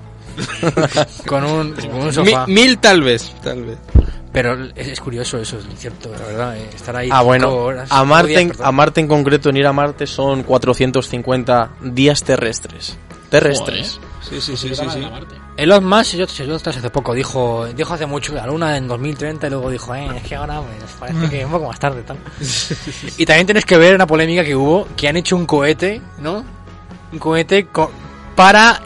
Speaker 3: con un sofá.
Speaker 4: 1000 tal vez.
Speaker 3: Pero es curioso eso, es cierto, la verdad. Estar ahí 5
Speaker 2: bueno,
Speaker 3: horas.
Speaker 2: a Marte en concreto, en ir a Marte son 450 días terrestres.
Speaker 4: Sí.
Speaker 3: Elon Musk, yo hace poco, dijo hace mucho que la Luna en 2030 y luego dijo, es que ahora pues, parece que un poco más tarde, tal. Y también tienes que ver una polémica que hubo, que han hecho un cohete, ¿no? Un cohete para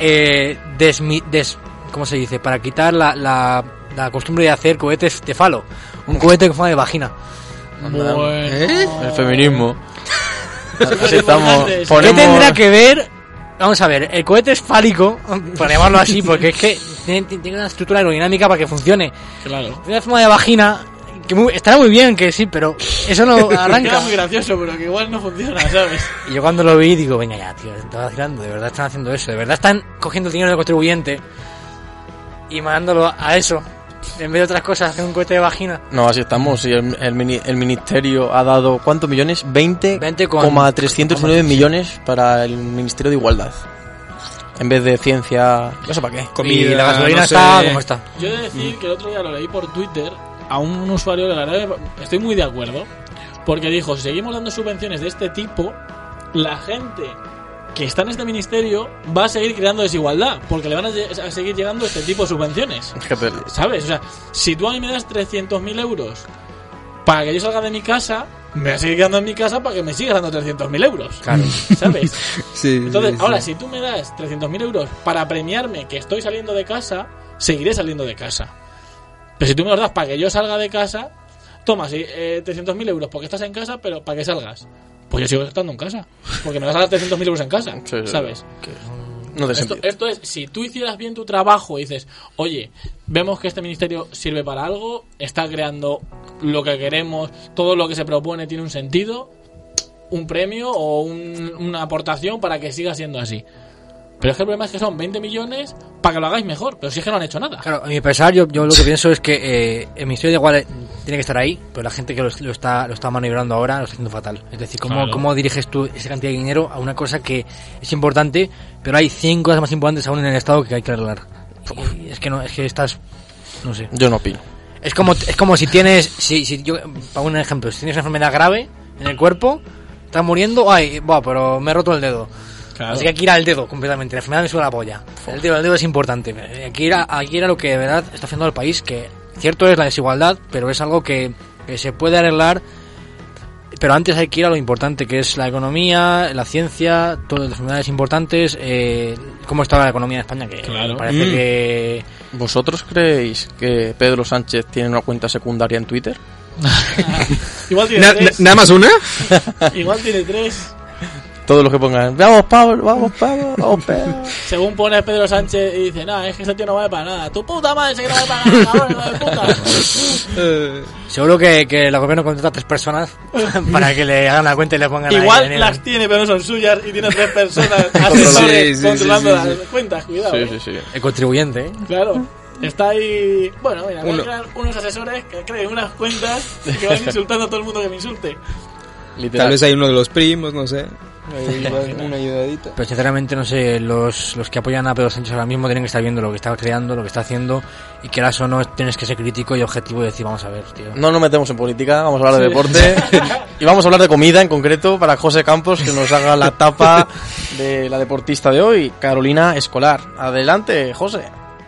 Speaker 3: ¿cómo se dice? Para quitar la costumbre de hacer cohetes de falo. Un cohete con forma de vagina.
Speaker 5: Bueno.
Speaker 2: El feminismo. Así estamos.
Speaker 3: ¿Qué tendrá que ver? Vamos a ver, el cohete es fálico, por llamarlo así, porque es que tiene una estructura aerodinámica para que funcione.
Speaker 5: Claro.
Speaker 3: Tiene una forma de vagina que estará muy bien, que sí, pero eso no arranca.
Speaker 5: Queda muy gracioso, pero que igual no funciona, ¿sabes?
Speaker 3: Y yo cuando lo vi digo, venga ya, tío, estaba vacilando, de verdad están haciendo eso, de verdad están cogiendo el dinero del contribuyente y mandándolo a eso, en vez de otras cosas, hacer un cohete de vagina.
Speaker 2: No, así estamos. Y el ministerio ha dado, ¿cuántos millones? 20,309 millones para el Ministerio de Igualdad. En vez de ciencia, no sé para qué.
Speaker 3: Comida, y la gasolina está como está.
Speaker 5: Yo he de decir que el otro día lo leí por Twitter a un usuario que la verdad estoy muy de acuerdo, porque dijo, si seguimos dando subvenciones de este tipo, la gente que está en este ministerio va a seguir creando desigualdad, porque le van a seguir llegando este tipo de subvenciones. ¿Sabes? O sea, si tú a mí me das 300.000 euros para que yo salga de mi casa, me voy a seguir quedando en mi casa para que me sigas dando 300.000 euros.
Speaker 3: Claro.
Speaker 5: ¿Sabes?
Speaker 4: Sí,
Speaker 5: entonces, ahora,
Speaker 4: sí.
Speaker 5: si tú me das 300.000 euros para premiarme que estoy saliendo de casa, seguiré saliendo de casa. Pero si tú me los das para que yo salga de casa, toma, 300.000 euros porque estás en casa, pero para que salgas. Pues yo sigo estando en casa, porque me vas a dar 300.000 euros en casa, ¿sabes?
Speaker 2: No te
Speaker 5: esto es, si tú hicieras bien tu trabajo y dices, oye, vemos que este ministerio sirve para algo, está creando lo que queremos, todo lo que se propone tiene un sentido, un premio o una aportación para que siga siendo así. Pero es que el problema es que son 20 millones para que lo hagáis mejor, pero si es que no han hecho nada.
Speaker 3: Claro, a mi pesar, yo lo que pienso es que el Ministerio de Igualdad tiene que estar ahí, pero la gente que lo está maniobrando ahora lo está haciendo fatal. Es decir, ¿cómo diriges tú esa cantidad de dinero a una cosa que es importante, pero hay 100 cosas más importantes aún en el Estado que hay que arreglar? Y es que estás... No sé.
Speaker 2: Yo no opino.
Speaker 3: Es como si tienes... Si yo, para un ejemplo, si tienes una enfermedad grave en el cuerpo, estás muriendo, pero me he roto el dedo. Claro. Así que hay que ir al dedo completamente. La enfermedad me sube la polla. El dedo es importante. Hay que ir a lo que de verdad está haciendo el país, que cierto es la desigualdad, pero es algo que se puede arreglar. Pero antes hay que ir a lo importante, que es la economía, la ciencia, todas las enfermedades importantes. ¿Cómo está la economía en España? Que parece que...
Speaker 2: ¿Vosotros creéis que Pedro Sánchez tiene una cuenta secundaria en Twitter?
Speaker 5: Igual tiene 3.
Speaker 4: ¿Nada más una?
Speaker 5: Igual tiene 3.
Speaker 2: Todos los que pongan, vamos Pablo.
Speaker 5: Según pone Pedro Sánchez y dice, es que ese tío no vale para nada. Tu puta madre, ese que no vale para nada, cabrón, hijo de puta.
Speaker 3: Seguro que el gobierno contrata a 3 personas para que le hagan la cuenta y le pongan
Speaker 5: igual
Speaker 3: ahí.
Speaker 5: Las tiene, pero no son suyas, y tiene 3 personas asesores controlando las cuentas, cuidado.
Speaker 2: Sí.
Speaker 3: El contribuyente,
Speaker 5: Claro. Está ahí... Bueno, mira, voy a crear unos asesores que creen unas cuentas que van insultando a todo el mundo que me insulte.
Speaker 4: Tal vez hay uno de los primos, no sé. Una ayudadita.
Speaker 3: Pero sinceramente no sé, los que apoyan a Pedro Sánchez ahora mismo tienen que estar viendo lo que está creando, lo que está haciendo, y que o no tienes que ser crítico y objetivo y decir, vamos a ver, tío.
Speaker 2: No nos metemos en política, vamos a hablar de deporte y vamos a hablar de comida en concreto para José Campos, que nos haga la tapa de la deportista de hoy, Carolina Escolar. Adelante, José.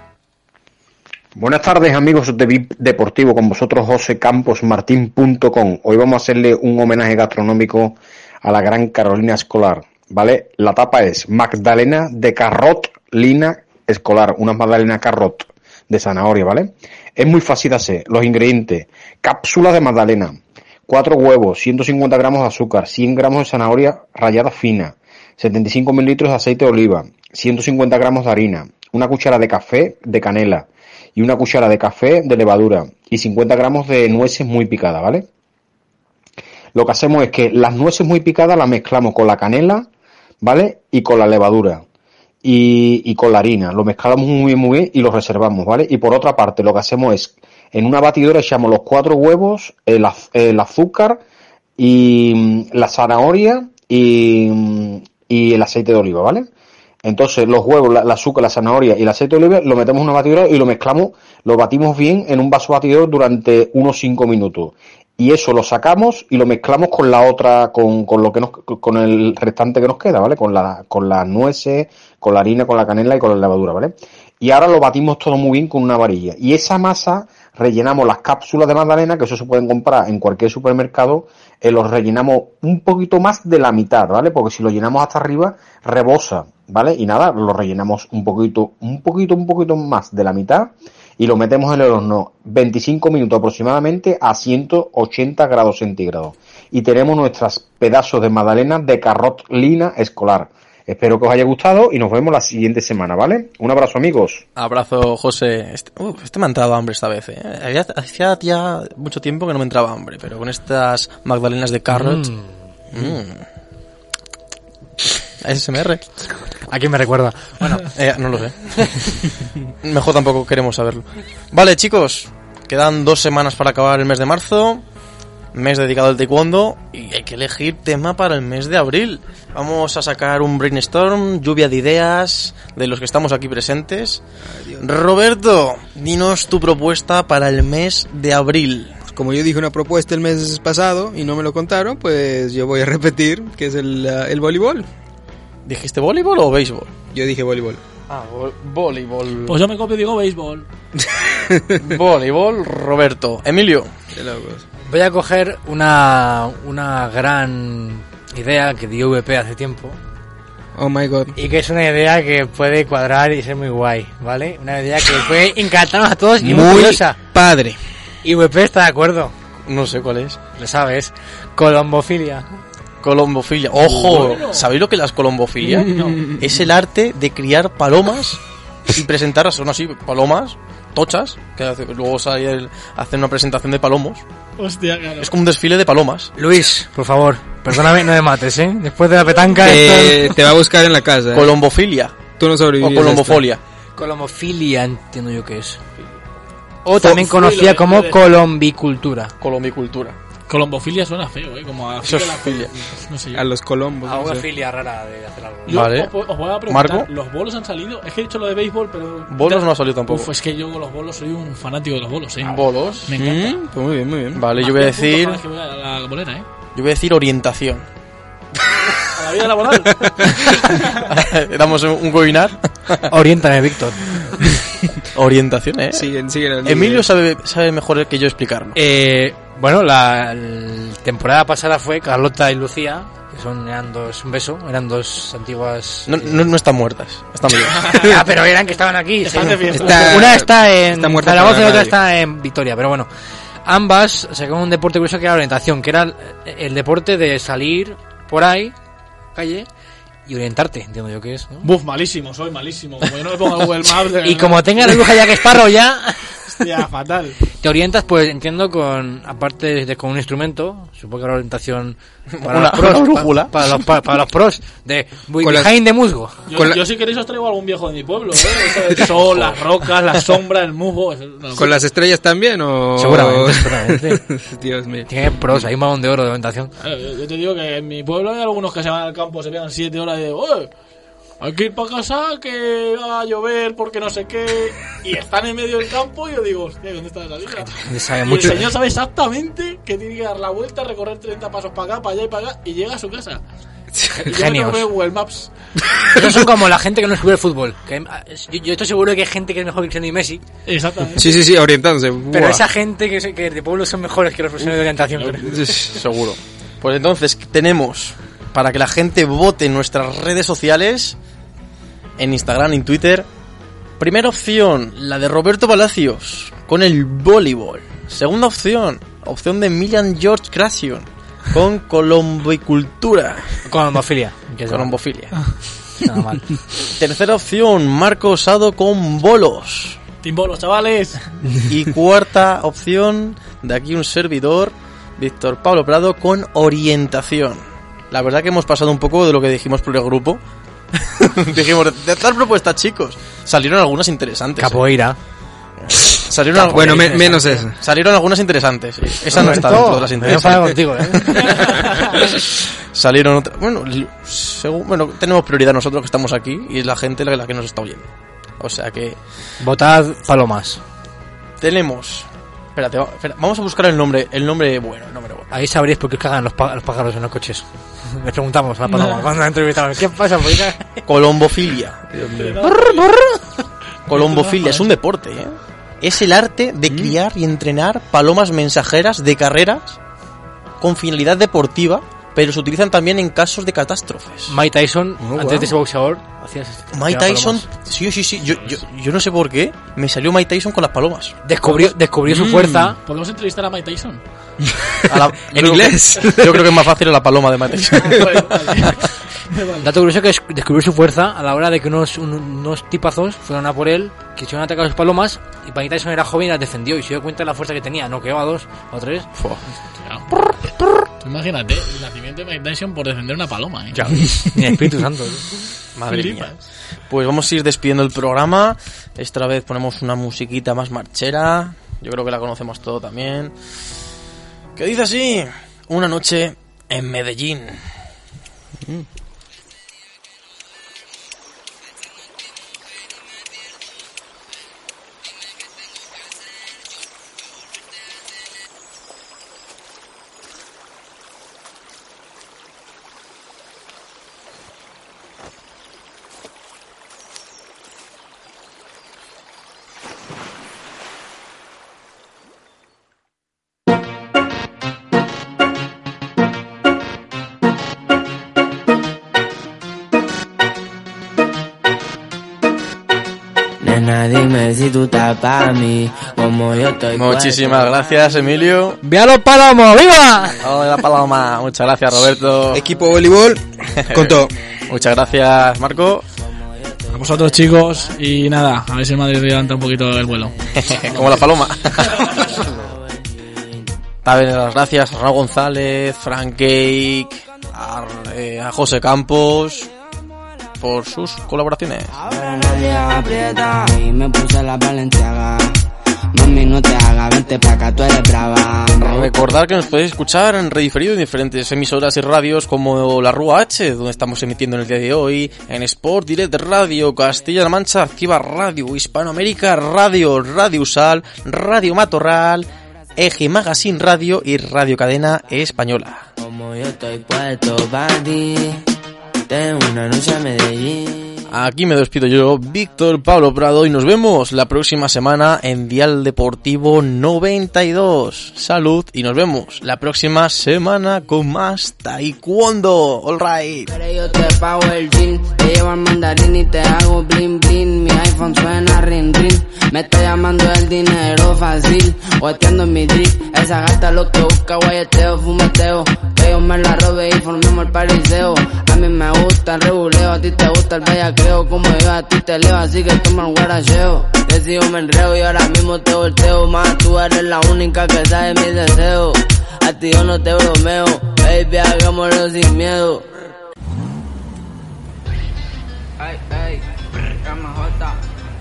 Speaker 15: Buenas tardes, amigos de VIP Deportivo, con vosotros José Campos, Martín.com. Hoy vamos a hacerle un homenaje gastronómico a la gran Carolina Escolar, ¿vale? La tapa es magdalena de Carolina Escolar, una magdalena carrot de zanahoria, ¿vale? Es muy fácil de hacer. Los ingredientes: cápsula de magdalena, 4 huevos, 150 gramos de azúcar, 100 gramos de zanahoria rallada fina, 75 mililitros de aceite de oliva, 150 gramos de harina, una cuchara de café de canela y una cuchara de café de levadura y 50 gramos de nueces muy picadas, ¿vale? Lo que hacemos es que las nueces muy picadas las mezclamos con la canela, ¿vale? Y con la levadura y con la harina. Lo mezclamos muy bien y lo reservamos, ¿vale? Y por otra parte lo que hacemos es, en una batidora echamos los 4 huevos, el azúcar y la zanahoria y el aceite de oliva, ¿vale? Entonces los huevos, el azúcar, la zanahoria y el aceite de oliva lo metemos en una batidora y lo mezclamos, lo batimos bien en un vaso batidor durante unos 5 minutos. Y eso lo sacamos y lo mezclamos con la otra, con el restante que nos queda, ¿vale? Con las nueces, con la harina, con la canela y con la levadura, ¿vale? Y ahora lo batimos todo muy bien con una varilla. Y esa masa rellenamos las cápsulas de magdalena, que eso se pueden comprar en cualquier supermercado, los rellenamos un poquito más de la mitad, ¿vale? Porque si lo llenamos hasta arriba, rebosa, ¿vale? Y nada, lo rellenamos un poquito más de la mitad y lo metemos en el horno 25 minutos aproximadamente a 180 grados centígrados. Y tenemos nuestras pedazos de magdalena de Carolina Escolar. Espero que os haya gustado y nos vemos la siguiente semana, ¿vale? Un abrazo, amigos.
Speaker 2: Abrazo, José. Este me ha entrado hambre esta vez, ¿eh? Hacía ya mucho tiempo que no me entraba hambre, pero con estas magdalenas de carrot... ASMR.
Speaker 3: ¿A quién me recuerda?
Speaker 2: Bueno, no lo sé. Mejor tampoco queremos saberlo. Vale, chicos, quedan 2 semanas para acabar el mes de marzo, mes dedicado al taekwondo, y hay que elegir tema para el mes de abril. Vamos a sacar un brainstorm, lluvia de ideas de los que estamos aquí presentes. Roberto, dinos tu propuesta para el mes de abril.
Speaker 4: Como yo dije una propuesta el mes pasado y no me lo contaron, pues yo voy a repetir, que es el voleibol.
Speaker 2: ¿Dijiste voleibol o béisbol?
Speaker 4: Yo dije voleibol.
Speaker 2: Voleibol.
Speaker 5: Pues yo me copio y digo béisbol.
Speaker 2: Voleibol, Roberto. Emilio.
Speaker 3: Voy a coger una gran idea que dio VP hace tiempo.
Speaker 4: Oh my god.
Speaker 3: Y que es una idea que puede cuadrar y ser muy guay, ¿vale? Una idea que puede encantarnos a todos y muy curiosa.
Speaker 4: Padre.
Speaker 3: Y VP está de acuerdo.
Speaker 2: No sé cuál es.
Speaker 3: Lo sabes. Colombofilia.
Speaker 2: Colombofilia. ¡Ojo! ¿Sabéis lo que es la colombofilia?
Speaker 3: No.
Speaker 2: Es el arte de criar palomas y presentarlas, son así, palomas tochas, que luego hacen una presentación de palomos.
Speaker 5: Hostia, claro.
Speaker 2: Es como un desfile de palomas.
Speaker 3: Luis, por favor, perdóname, no me mates, ¿eh? Después de la petanca...
Speaker 4: Te va a buscar en la casa, ¿eh?
Speaker 2: Colombofilia.
Speaker 4: Tú no sobrevives.
Speaker 2: O colombofolia.
Speaker 3: Colombofilia, entiendo yo que es. O también conocida como colombicultura.
Speaker 5: Colombofilia suena feo, como a
Speaker 2: filia.
Speaker 5: No sé yo.
Speaker 4: A los colombos.
Speaker 3: A una filia rara de hacer algo.
Speaker 2: Vale.
Speaker 5: Os voy a preguntar,
Speaker 2: Marco.
Speaker 5: ¿los bolos han salido? Es que he dicho lo de béisbol, pero...
Speaker 2: Bolos no ha salido tampoco.
Speaker 5: Es que yo con los bolos soy un fanático de los bolos,
Speaker 2: ¿Bolos?
Speaker 5: Me encanta.
Speaker 4: Pues muy bien, muy bien.
Speaker 2: Vale, yo voy a decir...
Speaker 5: Que voy a la bolera,
Speaker 2: Yo voy a decir orientación.
Speaker 5: ¿A la vida laboral?
Speaker 2: Damos un webinar.
Speaker 3: Oriéntame, Víctor.
Speaker 2: Orientación,
Speaker 4: Siguen
Speaker 2: Emilio sabe mejor que yo explicarlo.
Speaker 3: Bueno, la temporada pasada fue Carlota y Lucía, que eran dos antiguas...
Speaker 2: No están muertas, están vivas.
Speaker 3: Pero eran que estaban aquí.
Speaker 5: Están de fiesta.
Speaker 3: Una está en
Speaker 4: Zaragoza
Speaker 3: y la otra está en Vitoria, pero bueno. Ambas sacaron un deporte curioso que era la orientación, que era el deporte de salir por ahí, calle, y orientarte, entiendo yo que es, ¿no?
Speaker 5: Buf, malísimo, soy malísimo. Como yo no me pongo a Google Maps...
Speaker 3: Y como tenga la bruja ya que Sparrow ya...
Speaker 5: Hostia, fatal.
Speaker 3: Te orientas, pues entiendo, aparte de con un instrumento, supongo que la orientación para los pros,
Speaker 2: una brújula.
Speaker 3: para los pros de Jaén de Musgo.
Speaker 5: Yo si queréis os traigo algún viejo de mi pueblo, eso del sol, las rocas, la sombra, el musgo.
Speaker 4: ¿Con las estrellas también o...?
Speaker 3: Seguramente.
Speaker 4: Dios mío.
Speaker 3: Tiene pros, hay un balón de oro de orientación.
Speaker 5: Yo te digo que en mi pueblo hay algunos que se van al campo, se pegan 7 horas y digo, hay que ir para casa, que va a llover porque no sé qué, y están en medio del campo y yo digo, hostia, ¿dónde está la salida? Y el señor sabe exactamente que tiene que dar la vuelta, recorrer 30 pasos para acá, para allá y para acá, y llega a su casa.
Speaker 3: Genios.
Speaker 5: Google Maps.
Speaker 3: Esos son como la gente que no sube el fútbol. Yo estoy seguro de que hay gente que es mejor que Cristiano y Messi.
Speaker 5: Exactamente.
Speaker 4: Sí, orientándose.
Speaker 3: Pero esa gente que de pueblo son mejores que los profesionales de orientación.
Speaker 2: Seguro. Pues entonces tenemos, para que la gente vote en nuestras redes sociales, en Instagram y en Twitter, primera opción, la de Roberto Palacios, con el voleibol. Segunda opción de Emilian George Creation, con colombicultura.
Speaker 3: Colombofilia.
Speaker 2: Colombofilia.
Speaker 3: Nada mal.
Speaker 2: Tercera opción, Marco Osado con bolos.
Speaker 5: Team bolos, chavales.
Speaker 2: Y cuarta opción, de aquí un servidor, Víctor Pablo Prado, con orientación. La verdad que hemos pasado un poco de lo que dijimos por el grupo. Dijimos, de tal propuesta, chicos. Salieron algunas interesantes.
Speaker 3: Capoeira.
Speaker 2: Salieron
Speaker 4: bueno, menos eso.
Speaker 2: Salieron algunas interesantes. Esa no está dentro de las interesantes.
Speaker 3: Contigo,
Speaker 2: Salieron otras. Bueno, tenemos prioridad nosotros que estamos aquí y es la gente la que nos está oyendo. O sea que.
Speaker 3: Votad palomas.
Speaker 2: Tenemos. Espérate, vamos a buscar el nombre bueno,
Speaker 3: Ahí sabréis por qué cagan los pájaros en los coches. Les preguntamos a la paloma cuando entrevistamos, ¿qué pasa?
Speaker 2: Colombofilia. Colombofilia es un deporte, ¿eh? Es el arte de criar y entrenar palomas mensajeras de carreras con finalidad deportiva, pero se utilizan también en casos de catástrofes.
Speaker 3: Mike Tyson, antes de ese boxeador, hacía
Speaker 2: Mike Tyson, sí. Yo no sé por qué me salió Mike Tyson con las palomas.
Speaker 3: Descubrió su fuerza.
Speaker 5: ¿Podemos entrevistar a Mike Tyson?
Speaker 2: En inglés. Yo creo que es más fácil la paloma de Mike Tyson.
Speaker 3: Dato curioso que descubrió su fuerza a la hora de que unos tipazos fueron a por él, quisieron atacar a sus palomas, y Mike Tyson era joven y las defendió y se dio cuenta de la fuerza que tenía. No quedó a 2 o 3.
Speaker 5: Imagínate el nacimiento de Mike Tyson por defender una paloma, ¿eh?
Speaker 3: Ya, ni Espíritu Santo.
Speaker 2: Madre mía. Pues vamos a ir despidiendo el programa. Esta vez ponemos una musiquita más marchera. Yo creo que la conocemos todo también. Que dice así: una noche en Medellín.
Speaker 16: Dime si tú estás para mí, como yo estoy.
Speaker 2: Muchísimas gracias, Emilio.
Speaker 3: ¡Viva los palomos! ¡Viva!
Speaker 2: Hola, paloma. Muchas gracias, Roberto.
Speaker 4: Equipo voleibol, con todo.
Speaker 2: Muchas gracias, Marco.
Speaker 5: A vosotros, chicos. Y nada, a ver si el Madrid levanta un poquito el vuelo.
Speaker 2: Como la paloma. También las gracias a Raúl González, Frank Cake, a José Campos por sus colaboraciones.
Speaker 16: Y me puse la Balenciaga. Mami, no te hagas, vente pa' acá, tú eres brava.
Speaker 2: Recordad que nos podéis escuchar en rediferido en diferentes emisoras y radios como la Rúa H, donde estamos emitiendo en el día de hoy, en Sport Direct Radio, Castilla-La Mancha, Activa Radio, Hispanoamérica Radio, Radio Usal, Radio Matorral, Eje Magazine Radio y Radio Cadena Española.
Speaker 16: Como yo estoy puesto para ti, tengo una noche a Medellín.
Speaker 2: Aquí me despido yo, Víctor Pablo Prado, y nos vemos la próxima semana en Dial Deportivo 92. Salud, y nos vemos la próxima semana con más taekwondo. All right.
Speaker 16: Pero yo te pago el jean, te llevo al mandarín y te hago bling bling. Mi iPhone suena ring ring, me está llamando el dinero fácil. O atiendo en mi drip, esa gata lo que busca, guayeteo, fumeteo. yo me la robe y formemos el pariseo. A mí me gusta el rebuleo, a ti te gusta el bellaqueo. Como yo a ti te leo, así que toma el guaracheo. Decido me enreo y ahora mismo te volteo. Más tú eres la única que sabe mis deseos. A ti yo no te bromeo, baby, hagámoslo sin miedo. Ay, ay, Ramajota.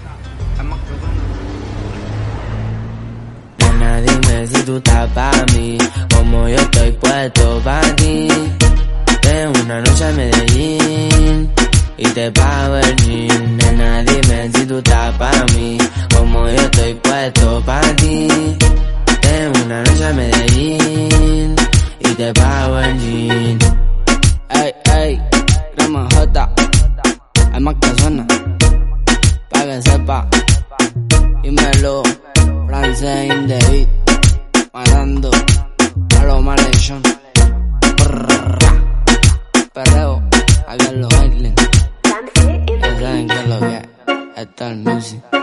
Speaker 16: Nena, dime si tú estás pa' mí, como yo estoy puesto pa' ti. Ven una noche a Medellín y te pago el jean. Nena, dime si tú estás pa' mí, como yo estoy puesto pa' ti. Ven una noche a Medellín y te pago el jean. Ey, ey, Grama J, hay más que suena, pa' que sepa. Dímelo, francés in the beat, matando a los maldición. Perreo, aquí en los Islands, ya saben que es lo que es, esta es el music.